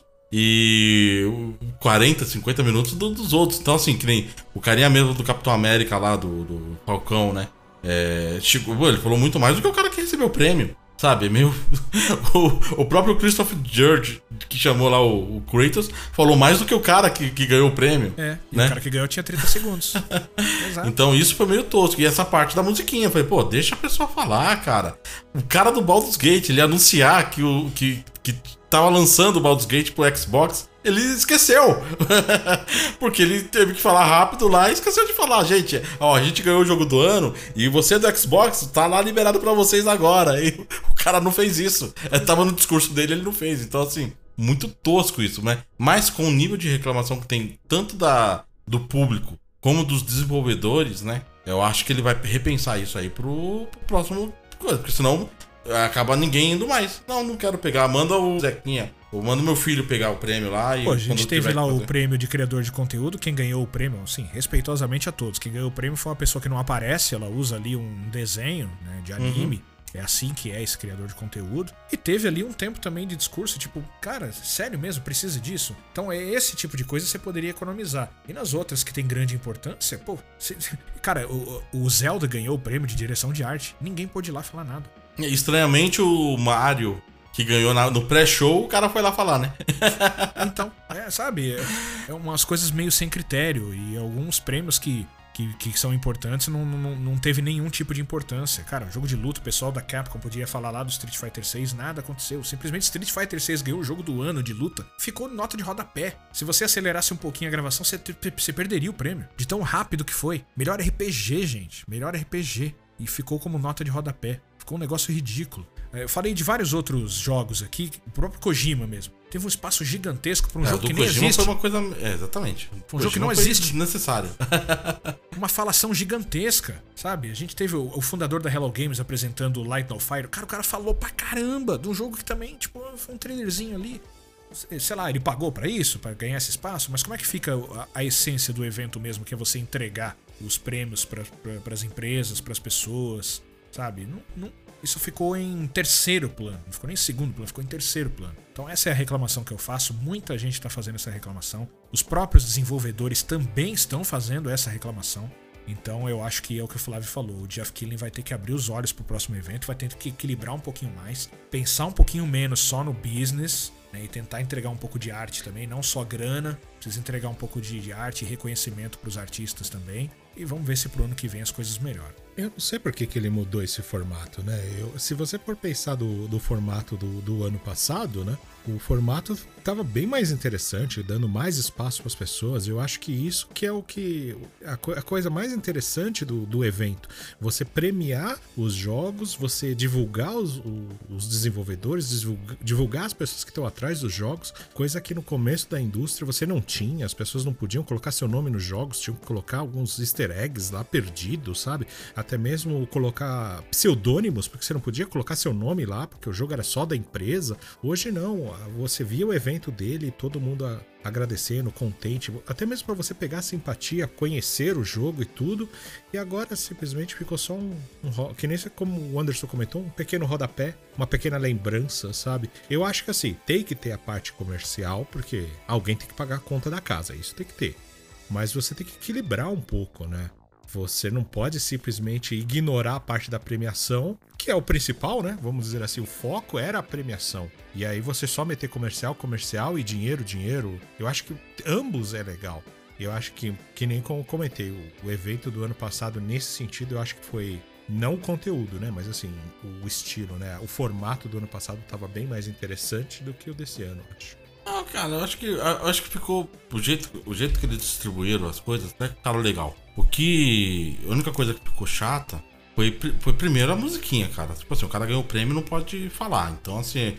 e 40, 50 minutos dos outros. Então, assim, que nem o carinha mesmo do Capitão América lá, do Falcão, né? Ele falou muito mais do que o cara que recebeu o prêmio. Sabe, meio. O próprio Christopher Judge, que chamou lá o Kratos, falou mais do que o cara que ganhou o prêmio. E o cara que ganhou tinha 30 segundos. Exato. Então isso foi meio tosco. E essa parte da musiquinha, eu falei, deixa a pessoa falar, cara. O cara do Baldur's Gate, ele anunciar que tava lançando o Baldur's Gate pro Xbox, ele esqueceu. Porque ele teve que falar rápido lá e esqueceu de falar, gente, a gente ganhou o jogo do ano e você do Xbox tá lá liberado pra vocês agora. E o cara não fez isso. Tava no discurso dele, ele não fez. Então, assim, muito tosco isso, né? Mas com o nível de reclamação que tem tanto do público como dos desenvolvedores, né? Eu acho que ele vai repensar isso aí pro próximo coisa, porque senão acaba ninguém indo mais. Não quero pegar. Manda o Zequinha. Ou manda meu filho pegar o prêmio lá. A gente teve lá o prêmio de criador de conteúdo. Quem ganhou o prêmio, assim, respeitosamente a todos. Quem ganhou o prêmio foi uma pessoa que não aparece. Ela usa ali um desenho, né, de anime. É assim que é esse criador de conteúdo. E teve ali um tempo também de discurso, tipo, cara, sério mesmo, precisa disso? Então é esse tipo de coisa que você poderia economizar. E nas outras que tem grande importância, cara, o Zelda ganhou o prêmio de direção de arte. Ninguém pôde ir lá falar nada. Estranhamente, o Mario, que ganhou no pré-show, o cara foi lá falar, né? Então, sabe, é umas coisas meio sem critério. E alguns prêmios que que são importantes, não teve nenhum tipo de importância. Cara, jogo de luta, o pessoal da Capcom podia falar lá do Street Fighter 6, nada aconteceu. Simplesmente Street Fighter 6 ganhou o jogo do ano de luta, ficou nota de rodapé. Se você acelerasse um pouquinho a gravação, você perderia o prêmio, de tão rápido que foi. Melhor RPG, gente, melhor RPG. E ficou como nota de rodapé. Ficou um negócio ridículo. Eu falei de vários outros jogos aqui, o próprio Kojima mesmo. Teve um espaço gigantesco pra um jogo que nem Kojima existe. Foi uma coisa... exatamente. Um jogo que não existe. Necessário. Uma falação gigantesca, sabe? A gente teve o fundador da Hello Games apresentando o Light No Fire. Cara, o cara falou pra caramba de um jogo que também, tipo, foi um trailerzinho ali. Sei lá, ele pagou pra isso, pra ganhar esse espaço, mas como é que fica a essência do evento mesmo, que é você entregar os prêmios pras empresas, pras pessoas, sabe? Isso ficou em terceiro plano, não ficou nem em segundo plano, ficou em terceiro plano. Então essa é a reclamação que eu faço, muita gente tá fazendo essa reclamação, os próprios desenvolvedores também estão fazendo essa reclamação. Então eu acho que é o que o Flávio falou, o Geoff Keighley vai ter que abrir os olhos pro próximo evento, vai ter que equilibrar um pouquinho mais, pensar um pouquinho menos só no business, né, e tentar entregar um pouco de arte também, não só grana, precisa entregar um pouco de arte e reconhecimento pros artistas também. E vamos ver se pro ano que vem as coisas melhoram. Eu não sei por que ele mudou esse formato, né? Se você for pensar do formato do ano passado, né? O formato estava bem mais interessante, dando mais espaço para as pessoas. Eu acho que isso que é a coisa mais interessante do evento. Você premiar os jogos, você divulgar os desenvolvedores, divulgar as pessoas que estão atrás dos jogos, coisa que no começo da indústria você não tinha. As pessoas não podiam colocar seu nome nos jogos, tinham que colocar alguns easter eggs lá perdidos, sabe? Até mesmo colocar pseudônimos, porque você não podia colocar seu nome lá, porque o jogo era só da empresa. Hoje não. Você via o evento dele, todo mundo agradecendo, contente, até mesmo para você pegar simpatia, conhecer o jogo e tudo, e agora simplesmente ficou só que nem como o Anderson comentou, um pequeno rodapé, uma pequena lembrança, sabe? Eu acho que assim, tem que ter a parte comercial, porque alguém tem que pagar a conta da casa, isso tem que ter, mas você tem que equilibrar um pouco, né? Você não pode simplesmente ignorar a parte da premiação, que é o principal, né? Vamos dizer assim, o foco era a premiação. E aí você só meter comercial e dinheiro. Eu acho que ambos é legal. Eu acho que nem como comentei, o evento do ano passado, nesse sentido, eu acho que foi não o conteúdo, né? Mas assim, o estilo, né? O formato do ano passado estava bem mais interessante do que o desse ano, eu acho. Ah, cara, eu acho que ficou... O jeito que eles distribuíram as coisas, né? Cara, legal. A única coisa que ficou chata foi primeiro a musiquinha, cara. Tipo assim, o cara ganhou o prêmio e não pode falar. Então, assim...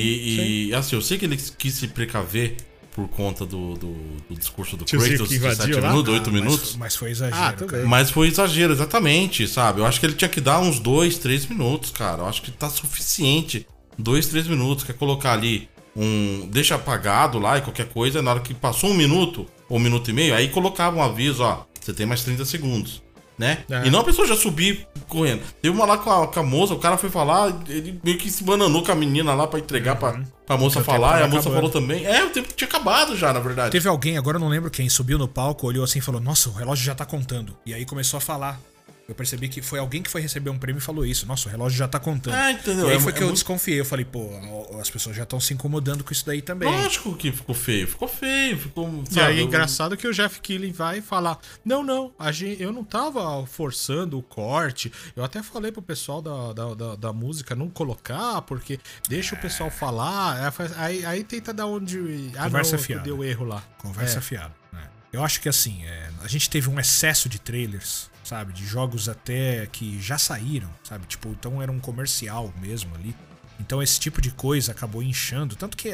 Sim. Assim, eu sei que ele quis se precaver por conta do discurso do Kratos de 7 minutos, 8 minutos. Mas foi exagero, cara. Mas foi exagero, exatamente, sabe? Eu acho que ele tinha que dar uns 2, 3 minutos, cara. Eu acho que tá suficiente. 2, 3 minutos. Quer colocar ali deixa apagado lá e qualquer coisa, na hora que passou 1 minuto ou 1 minuto e meio, aí colocava um aviso, ó, você tem mais 30 segundos, né? E não a pessoa já subir correndo. Teve uma lá com a moça, o cara foi falar, ele meio que se bananou com a menina lá pra entregar pra moça falar, e a moça falou também. O tempo tinha acabado já, na verdade. Teve alguém, agora eu não lembro quem, subiu no palco, olhou assim e falou, nossa, o relógio já tá contando. E aí começou a falar. Eu percebi que foi alguém que foi receber um prêmio e falou isso. Nossa, o relógio já tá contando. Entendeu? E aí foi que eu desconfiei. Eu falei, pô, as pessoas já estão se incomodando com isso daí também. Lógico que ficou feio. Sabe? E aí é engraçado que o Geoff Keighley vai falar, não, eu não tava forçando o corte. Eu até falei pro pessoal da música não colocar, porque deixa o pessoal falar. Aí tenta dar onde... Conversa fiada. Deu erro lá. Conversa fiada. Eu acho que assim, a gente teve um excesso de trailers, sabe? De jogos até que já saíram, sabe? Tipo, então era um comercial mesmo ali. Então esse tipo de coisa acabou inchando. Tanto que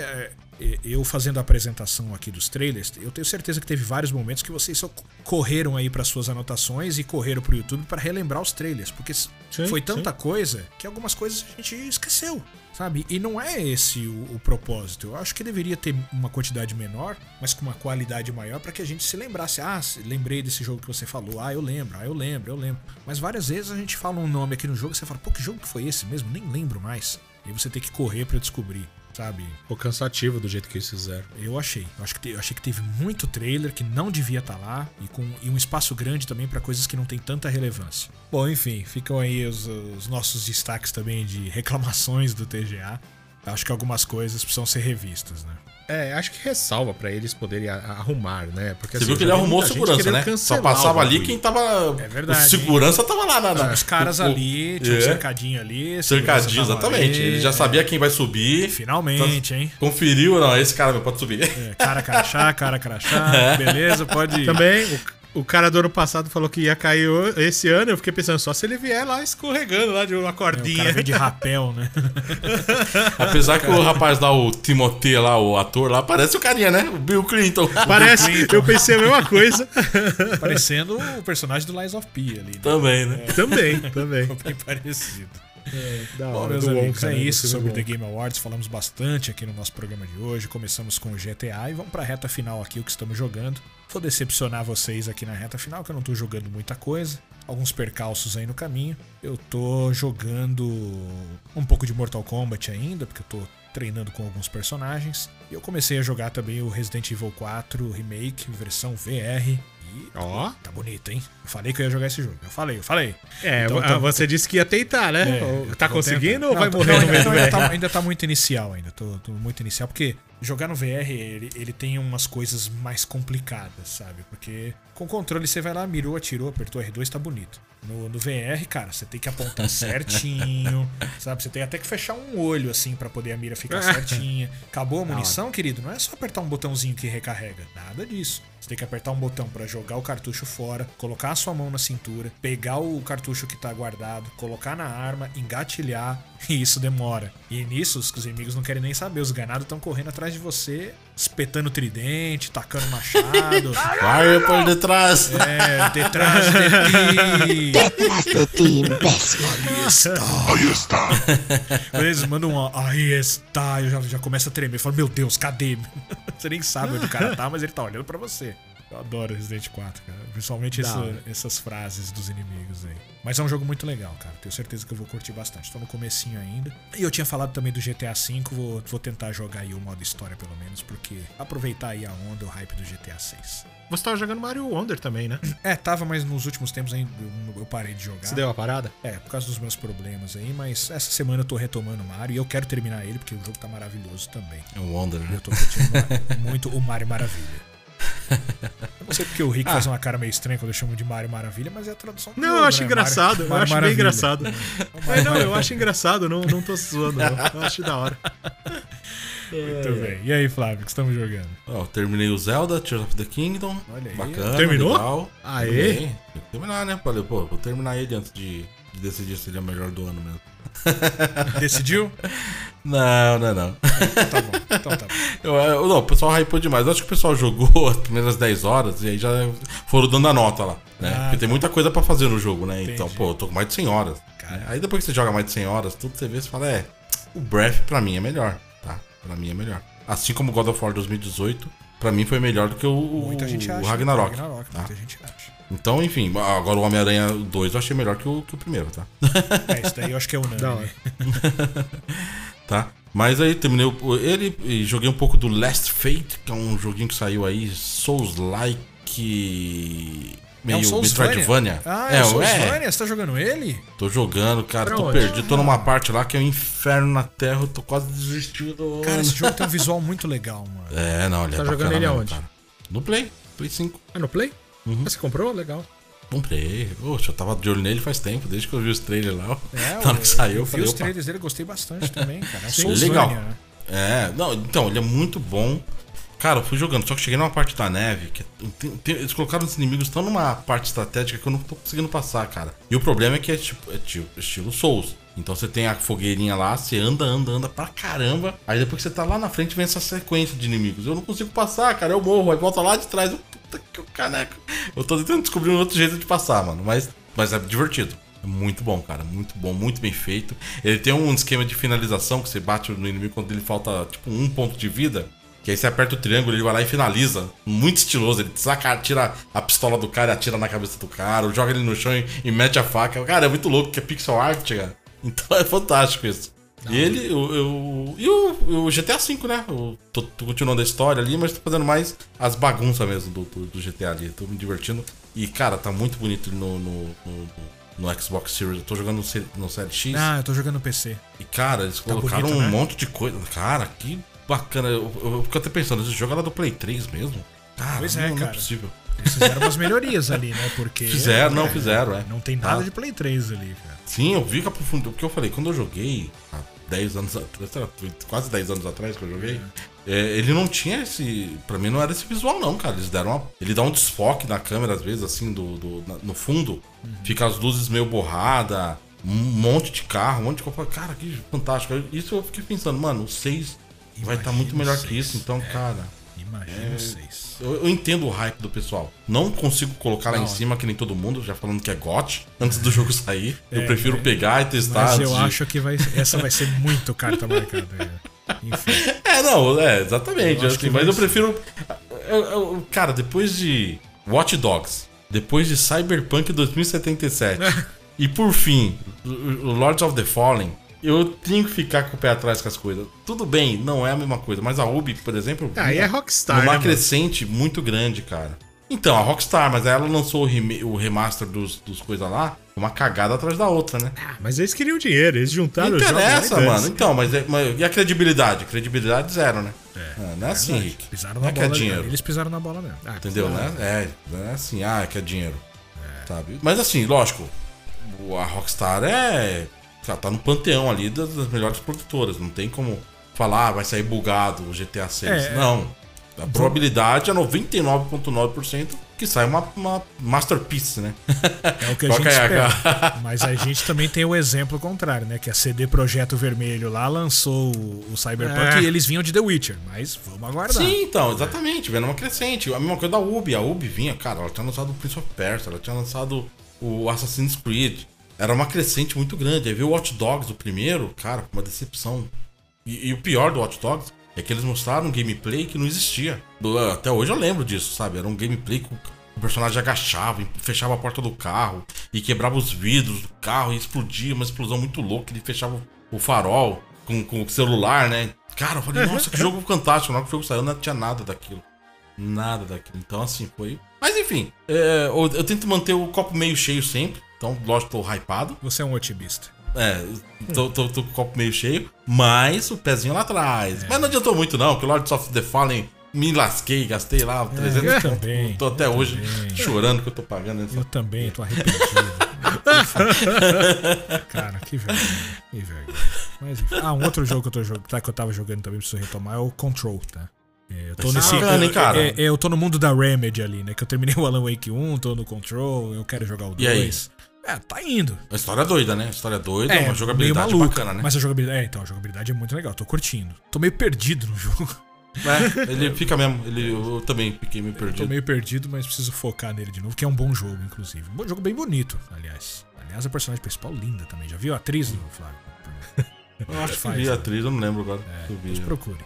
eu fazendo a apresentação aqui dos trailers, eu tenho certeza que teve vários momentos que vocês só correram aí para suas anotações e correram pro YouTube para relembrar os trailers. Porque foi tanta coisa que algumas coisas a gente esqueceu, sabe? E não é esse o propósito. Eu acho que deveria ter uma quantidade menor, mas com uma qualidade maior para que a gente se lembrasse. Lembrei desse jogo que você falou. Eu lembro. Mas várias vezes a gente fala um nome aqui no jogo e você fala, pô, que jogo que foi esse mesmo? Nem lembro mais. E aí você tem que correr para descobrir, sabe? Ficou cansativo do jeito que eles fizeram. Eu achei que teve muito trailer que não devia estar lá e um espaço grande também para coisas que não tem tanta relevância. Bom, enfim, ficam aí os nossos destaques também de reclamações do TGA. Acho que algumas coisas precisam ser revistas, né? Acho que ressalva pra eles poderem arrumar, né? Porque, Você viu que ele arrumou segurança, né? Só passava ali quem tava... É verdade. O segurança tava lá. Os caras ali, tinha um cercadinho ali. Cercadinho, exatamente. Ele já sabia quem vai subir. Finalmente, hein? Conferiu, não, esse cara pode subir. Cara crachá, beleza, pode ir. Também, o cara do ano passado falou que ia cair esse ano. Eu fiquei pensando, só se ele vier lá escorregando lá de uma cordinha. O cara vem de rapel, né? Apesar que o rapaz lá, o Timothée lá, o ator lá, parece o carinha, né? O Bill Clinton. Parece, eu pensei a mesma coisa. Parecendo o personagem do Lies of P ali. Né? Também, né? Também. Bem parecido. Da Bom, hora, meus do amigos, Wonka, é isso sobre bom. The Game Awards. Falamos bastante aqui no nosso programa de hoje. Começamos com o GTA e vamos pra reta final aqui, o que estamos jogando. Vou decepcionar vocês aqui na reta final, que eu não tô jogando muita coisa. Alguns percalços aí no caminho. Eu tô jogando um pouco de Mortal Kombat ainda, porque eu tô treinando com alguns personagens. E eu comecei a jogar também o Resident Evil 4 Remake, versão VR. Ó, tá bonito, hein? Eu falei que eu ia jogar esse jogo. Eu falei. Então, você disse que ia tentar, né? Tá conseguindo ou vai morrer no meio do ainda tá muito inicial ainda. Tô muito inicial, porque jogar no VR, ele tem umas coisas mais complicadas, sabe? Porque com controle você vai lá, mirou, atirou, apertou R2, tá bonito. No VR, cara, você tem que apontar certinho, sabe? Você tem até que fechar um olho, assim, pra poder a mira ficar certinha. Acabou a munição, querido? Não é só apertar um botãozinho que recarrega. Nada disso. Você tem que apertar um botão pra jogar o cartucho fora, colocar a sua mão na cintura, pegar o cartucho que tá guardado, colocar na arma, engatilhar, e isso demora. E nisso, os inimigos não querem nem saber. Os ganados estão correndo atrás de você, espetando tridente, tacando machado. Vai por detrás. Detrás de ti. Detrás de ti, imbécil. Aí está. Quando eles mandam aí está, eu já começo a tremer. Eu falo, meu Deus, cadê? Você nem sabe onde o cara tá, mas ele tá olhando pra você. Eu adoro Resident 4, cara. Principalmente essas frases dos inimigos aí. Mas é um jogo muito legal, cara. Tenho certeza que eu vou curtir bastante. Tô no comecinho ainda. E eu tinha falado também do GTA V. Vou tentar jogar aí o modo história, pelo menos. Porque aproveitar aí a onda, o hype do GTA 6. Você tava jogando Mario Wonder também, né? Tava, mas nos últimos tempos ainda eu parei de jogar. Você deu uma parada? Por causa dos meus problemas aí. Mas essa semana eu tô retomando o Mario. E eu quero terminar ele, porque o jogo tá maravilhoso também. É um Wonder, né? Eu tô curtindo muito o Mario Maravilha. Eu não sei porque o Rick faz uma cara meio estranha quando eu chamo de Mario Maravilha, mas é a tradução do Não, jogo, eu acho né? engraçado. Mario eu acho Maravilha. bem engraçado. Eu acho engraçado. Não tô zoando, não. Eu acho da hora. Muito bem. E aí, Flávio, o que estamos jogando? Terminei o Zelda, Tears of the Kingdom. Olha aí. Bacana. Terminou? Legal. Aê. Terminei. Tem que terminar, né? Falei, vou terminar ele antes de decidir se ele é o melhor do ano mesmo. Decidiu? Não. Tá bom. Então tá bom. Não, o pessoal hypou demais. Eu acho que o pessoal jogou as primeiras 10 horas e aí já foram dando a nota lá, né? Porque tem muita coisa pra fazer no jogo, né? Entendi. Então, eu tô com mais de 100 horas. Né? Aí depois que você joga mais de 100 horas, tudo você vê, você fala, o Breath pra mim é melhor, tá? Pra mim é melhor. Assim como God of War 2018, pra mim foi melhor do que Muita gente acha. Ragnarok. Tá? Muita gente acha. Então, enfim, agora o Homem-Aranha 2 eu achei melhor que o primeiro, tá? Isso daí eu acho que é unânime. Tá? Mas aí terminei ele e joguei um pouco do Last Fate, que é um joguinho que saiu aí, Souls-like, meio Metroidvania. É o Soulsvania? Você tá jogando ele? Tô jogando, cara, Pra tô onde? perdido, tô numa parte lá que é um inferno na Terra, eu tô quase desistindo. Cara, esse jogo tem um visual muito legal, mano. Não, ele Tá é jogando bacana ele mesmo, aonde? cara. No Play 5. É no Play? Você comprou? Legal. Comprei. Poxa, eu tava de olho nele faz tempo, desde que eu vi os trailers lá. Na hora que saiu, eu vi falei, os opa. trailers dele, gostei bastante também, cara. É Sim, Soulsvania, legal. né? Não, então, ele é muito bom. Cara, eu fui jogando, só que cheguei numa parte da neve que eles colocaram os inimigos tão numa parte estratégica que eu não tô conseguindo passar, cara. E o problema é que é tipo estilo Souls. Então você tem a fogueirinha lá, você anda pra caramba. Aí depois que você tá lá na frente vem essa sequência de inimigos. Eu não consigo passar, cara, eu morro. Aí volta lá de trás, puta que caneco. Eu tô tentando descobrir um outro jeito de passar, mano. Mas é divertido. É muito bom, cara. Muito bom, muito bem feito. Ele tem um esquema de finalização que você bate no inimigo quando ele falta, tipo, 1 ponto de vida. Que aí você aperta o triângulo, ele vai lá e finaliza. Muito estiloso. Ele tira a pistola do cara e atira na cabeça do cara. Ou joga ele no chão e mete a faca. Cara, é muito louco, que é pixel art, cara. Então é fantástico isso. E ele, o GTA V, né? Eu tô continuando a história ali, mas tô fazendo mais as bagunças mesmo do GTA ali. Tô me divertindo. E, cara, tá muito bonito no Xbox Series, eu tô jogando no Série X. Ah, eu tô jogando no PC. E, cara, eles colocaram bonito, um né? monte de coisa. Cara, que bacana. Eu fico até pensando, esse jogo era do Play 3 mesmo? Cara, Pois é, não é cara. possível. Eles fizeram umas melhorias ali, né? Porque. Fizeram, é. Não tem nada de Play 3 ali, cara. Sim, eu vi que aprofundou. Porque eu falei, quando eu joguei, há 10 anos atrás, quase 10 anos atrás que eu joguei, ele não tinha esse. Pra mim não era esse visual, não, cara. Eles deram ele dá um desfoque na câmera, às vezes, assim, no fundo. Fica as luzes meio borradas, um monte de carro, um monte de coisa. Cara, que fantástico. Isso eu fiquei pensando, mano, o 6 vai estar muito melhor que isso, então, cara. Imagina vocês. Eu entendo o hype do pessoal. Não consigo colocar lá em cima que nem todo mundo, já falando que é GOT antes do jogo sair. Eu prefiro pegar e testar. Mas eu acho que essa vai ser muito carta marcada. Enfim. Exatamente. Assim, mas eu prefiro. Cara, depois de Watch Dogs, depois de Cyberpunk 2077 e por fim, o Lords of the Fallen, eu tenho que ficar com o pé atrás com as coisas. Tudo bem, não é a mesma coisa, mas a Ubi, por exemplo, Aí é Rockstar, numa né, crescente muito grande, cara. Então, a Rockstar, mas ela lançou o remaster dos coisas lá, uma cagada atrás da outra, né? Mas eles queriam dinheiro, eles juntaram Não os jogos. interessa, aí, mano. Então, mas e a credibilidade? Credibilidade zero, né? Não é assim, Rick. Pisaram Não na é que bola. é dinheiro. Eles pisaram na bola mesmo. Entendeu, né? Não é assim, é que é dinheiro. Sabe? Mas assim, lógico, a Rockstar tá no panteão ali das melhores produtoras. Não tem como falar, vai sair bugado o GTA 6. Não. A probabilidade é 99,9% que sai uma masterpiece, né? É o que a gente espera. Mas a gente também tem o exemplo contrário, né? Que a CD Projeto Vermelho lá lançou o Cyberpunk e eles vinham de The Witcher. Mas vamos aguardar. Sim, então, exatamente. Vendo uma crescente. A mesma coisa da Ubi. A Ubi vinha, cara, ela tinha lançado o Prince of Persia, ela tinha lançado o Assassin's Creed. Era uma crescente muito grande. Aí veio o Watch Dogs, o primeiro, cara, uma decepção. E o pior do Watch Dogs é que eles mostraram um gameplay que não existia. Até hoje eu lembro disso, sabe? Era um gameplay que o personagem agachava, e fechava a porta do carro e quebrava os vidros do carro e explodia, uma explosão muito louca. Ele fechava o farol com o celular, né? Cara, eu falei, nossa, que jogo fantástico. Na hora que o jogo saiu, não tinha nada daquilo. Nada daquilo. Então, assim, foi... Mas, enfim, eu tento manter o copo meio cheio sempre. Então, lógico, tô hypado. Você é um otimista. Tô com o copo meio cheio, mas o pezinho lá atrás. Mas não adiantou muito, não, porque o Lords of the Fallen me lasquei, gastei lá 300 também. Tô até hoje chorando que eu tô pagando. Eu também, tô arrependido. Cara, que vergonha. Que vergonha. Mas, enfim. Um outro jogo que eu tava jogando também, preciso retomar, é o Control, tá? Eu tô eu tô no mundo da Remedy ali, né? Que eu terminei o Alan Wake 1, tô no Control, eu quero jogar o 2. Tá indo. A história é doida, né? A história é doida, uma jogabilidade maluca, bacana, né? Mas a jogabilidade. Então, a jogabilidade é muito legal, tô curtindo. Tô meio perdido no jogo. Ele fica mesmo. Eu também fiquei meio perdido. Tô meio perdido, mas preciso focar nele de novo, que é um bom jogo, inclusive. Um jogo bem bonito, aliás. Aliás, a personagem principal linda também. Já viu a atriz do Flávio? Eu acho que vi a atriz, eu não lembro agora. Mas procure.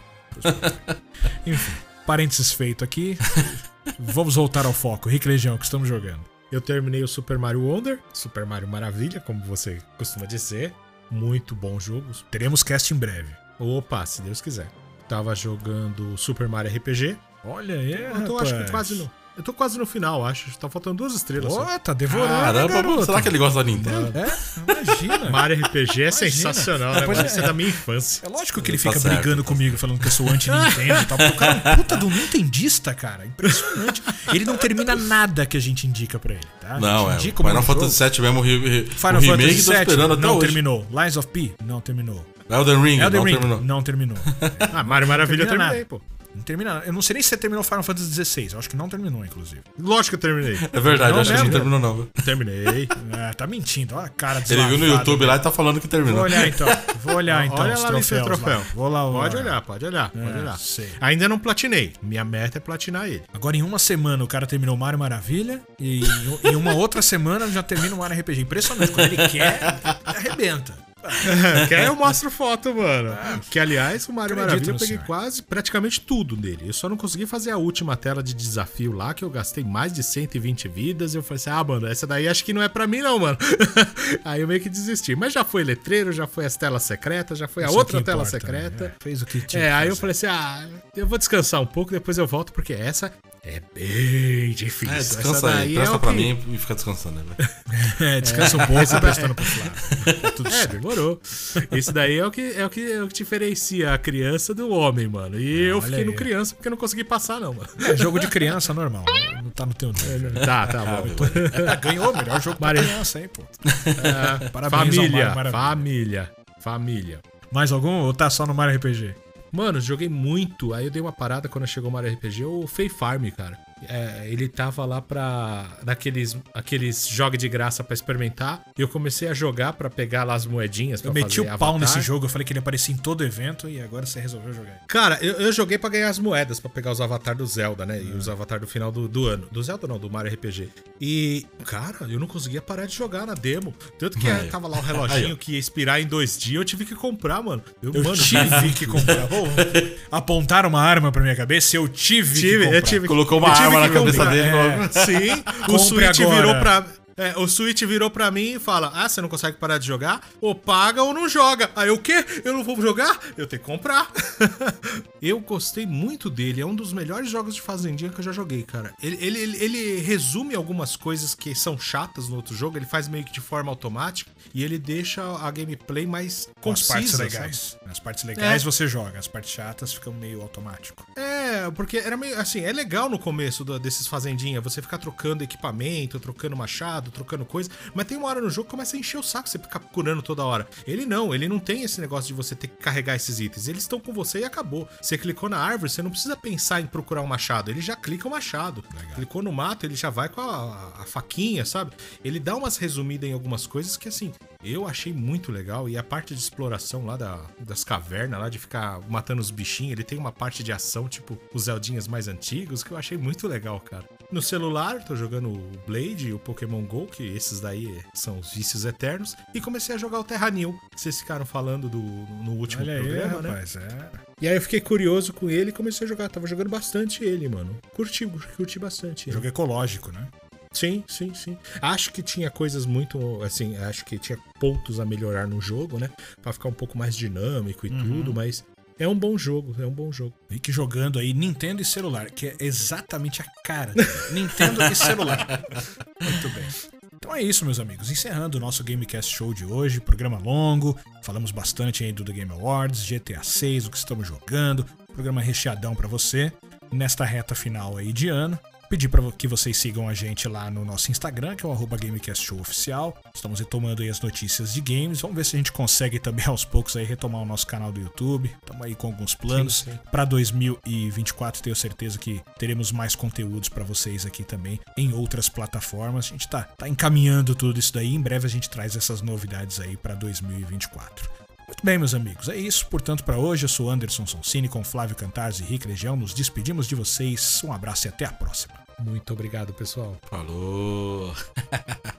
Enfim, parênteses feito aqui. Vamos voltar ao foco. Rick Legião, que estamos jogando. Eu terminei o Super Mario Wonder, Super Mario Maravilha, como você costuma dizer. Muito bom jogo. Teremos cast em breve. Opa, se Deus quiser. Tava jogando Super Mario RPG. Olha aí, Eu tô quase no final, acho. Tá faltando 2 estrelas. Tá devorando. Caramba, será que ele gosta da Nintendo? Imagina. Mario RPG é sensacional, né? Pode ser da minha infância. É lógico que ele fica brigando comigo, falando que eu sou anti-Nintendo e tal. Porque o cara é um puta do nintendista, cara. Impressionante. Ele não termina nada que a gente indica pra ele, tá? Não, Final Fantasy VII mesmo, Final o remake, Fantasy tô esperando até não hoje. Terminou. Lines of P, não terminou. Elden Ring, não terminou. Mario Maravilha eu terminei, pô. Não termina. Eu não sei nem se você terminou Final Fantasy XVI. Eu acho que não terminou, inclusive. Lógico que eu terminei. É verdade, eu acho que não terminou, não. Terminei. Tá mentindo. Olha a cara Ele viu no YouTube lá e tá falando que terminou. Vou olhar então. Olha lá no seu troféu. Lá. Vou lá. Pode olhar. Sei. Ainda não platinei. Minha meta é platinar ele. Agora, em uma semana, o cara terminou o Mario Maravilha. E em uma outra semana já termina o Mario RPG. Impressionante. Quando ele quer, arrebenta. Quer eu mostro foto, mano. Que aliás, o Mario Maravilha eu peguei praticamente tudo dele. Eu só não consegui fazer a última tela de desafio lá, que eu gastei mais de 120 vidas. E eu falei assim, mano, essa daí acho que não é pra mim não, mano. Aí eu meio que desisti. Mas já foi letreiro, já foi as telas secretas, já foi a outra tela secreta. Fez o que tinha. Aí eu falei assim, eu vou descansar um pouco, depois eu volto, porque essa É bem difícil. Descansa aí, presta pra mim e fica descansando, né, velho? Descansa um pouco, prestando pro Flávio. Tá tudo certo. Demorou. Esse daí é o que diferencia a criança do homem, mano. E eu fiquei no criança porque eu não consegui passar, não, mano. É jogo de criança normal. Não tá no teu nível. Tá bom. Ganhou o melhor jogo pra criança, hein, pô. Parabéns Família. Mais algum ou tá só no Mario RPG? Mano, joguei muito. Aí eu dei uma parada quando chegou o Mario RPG. O Fae Farm, cara. Ele tava lá aqueles jogos de graça pra experimentar. E eu comecei a jogar pra pegar lá as moedinhas pra Eu meti fazer o pau avatar. nesse jogo, eu falei que ele aparecia em todo evento e agora você resolveu jogar. Cara, eu joguei pra ganhar as moedas, pra pegar os avatares do Zelda, né? E os avatares do final do ano. Do Zelda não, do Mario RPG. E, cara, eu não conseguia parar de jogar na demo. Tanto que tava lá o reloginho que ia expirar em 2 dias, eu tive que comprar, mano. Eu tive que comprar. Apontaram uma arma pra minha cabeça, eu tive que comprar. Colocou uma arma na cabeça dele. Sim, o Switch virou pra... o Switch virou pra mim e fala: ah, você não consegue parar de jogar? Ou paga ou não joga. Aí o quê? Eu não vou jogar? Eu tenho que comprar. Eu gostei muito dele. É um dos melhores jogos de fazendinha que eu já joguei, cara. Ele resume algumas coisas que são chatas no outro jogo. Ele faz meio que de forma automática. E ele deixa a gameplay mais concisa. As partes legais. As partes legais você joga. As partes chatas ficam meio automático. Porque era meio assim, é legal no começo desses fazendinha, você ficar trocando equipamento, trocando machado, trocando coisa, mas tem uma hora no jogo que começa a encher o saco, você fica curando toda hora. Ele não tem esse negócio de você ter que carregar esses itens, eles estão com você e acabou. Você clicou na árvore, você não precisa pensar em procurar um machado, ele já clica o machado. Legal. Clicou no mato, ele já vai com a faquinha, sabe? Ele dá umas resumidas em algumas coisas que assim, eu achei muito legal. E a parte de exploração lá das cavernas, lá de ficar matando os bichinhos, ele tem uma parte de ação, tipo os Zeldinhas mais antigos, que eu achei muito legal, cara. No celular, tô jogando o Blade e o Pokémon GO, que esses daí são os vícios eternos. E comecei a jogar o Terra New, que vocês ficaram falando no último programa, aí, né? Rapaz, E aí eu fiquei curioso com ele e comecei a jogar. Tava jogando bastante ele, mano. Curti bastante ele. Jogo ecológico, né? Sim. Acho que tinha coisas muito, assim, acho que tinha pontos a melhorar no jogo, né? Pra ficar um pouco mais dinâmico e tudo, mas é um bom jogo. Fique jogando aí Nintendo e celular, que é exatamente a cara dele. Nintendo e celular. Muito bem. Então é isso, meus amigos. Encerrando o nosso Gamecast Show de hoje, programa longo. Falamos bastante aí do The Game Awards, GTA 6, o que estamos jogando. Programa recheadão pra você nesta reta final aí de ano. Pedir para que vocês sigam a gente lá no nosso Instagram, que é o @GamecastShowOficial. Estamos retomando aí as notícias de games. Vamos ver se a gente consegue também aos poucos aí retomar o nosso canal do YouTube. Estamos aí com alguns planos. Para 2024, tenho certeza que teremos mais conteúdos para vocês aqui também em outras plataformas. A gente tá encaminhando tudo isso daí. Em breve a gente traz essas novidades aí para 2024. Muito bem, meus amigos, é isso. Portanto, para hoje, eu sou Anderson Sonsini com Flávio Cantarz e Rick Legião. Nos despedimos de vocês. Um abraço e até a próxima. Muito obrigado, pessoal. Falou!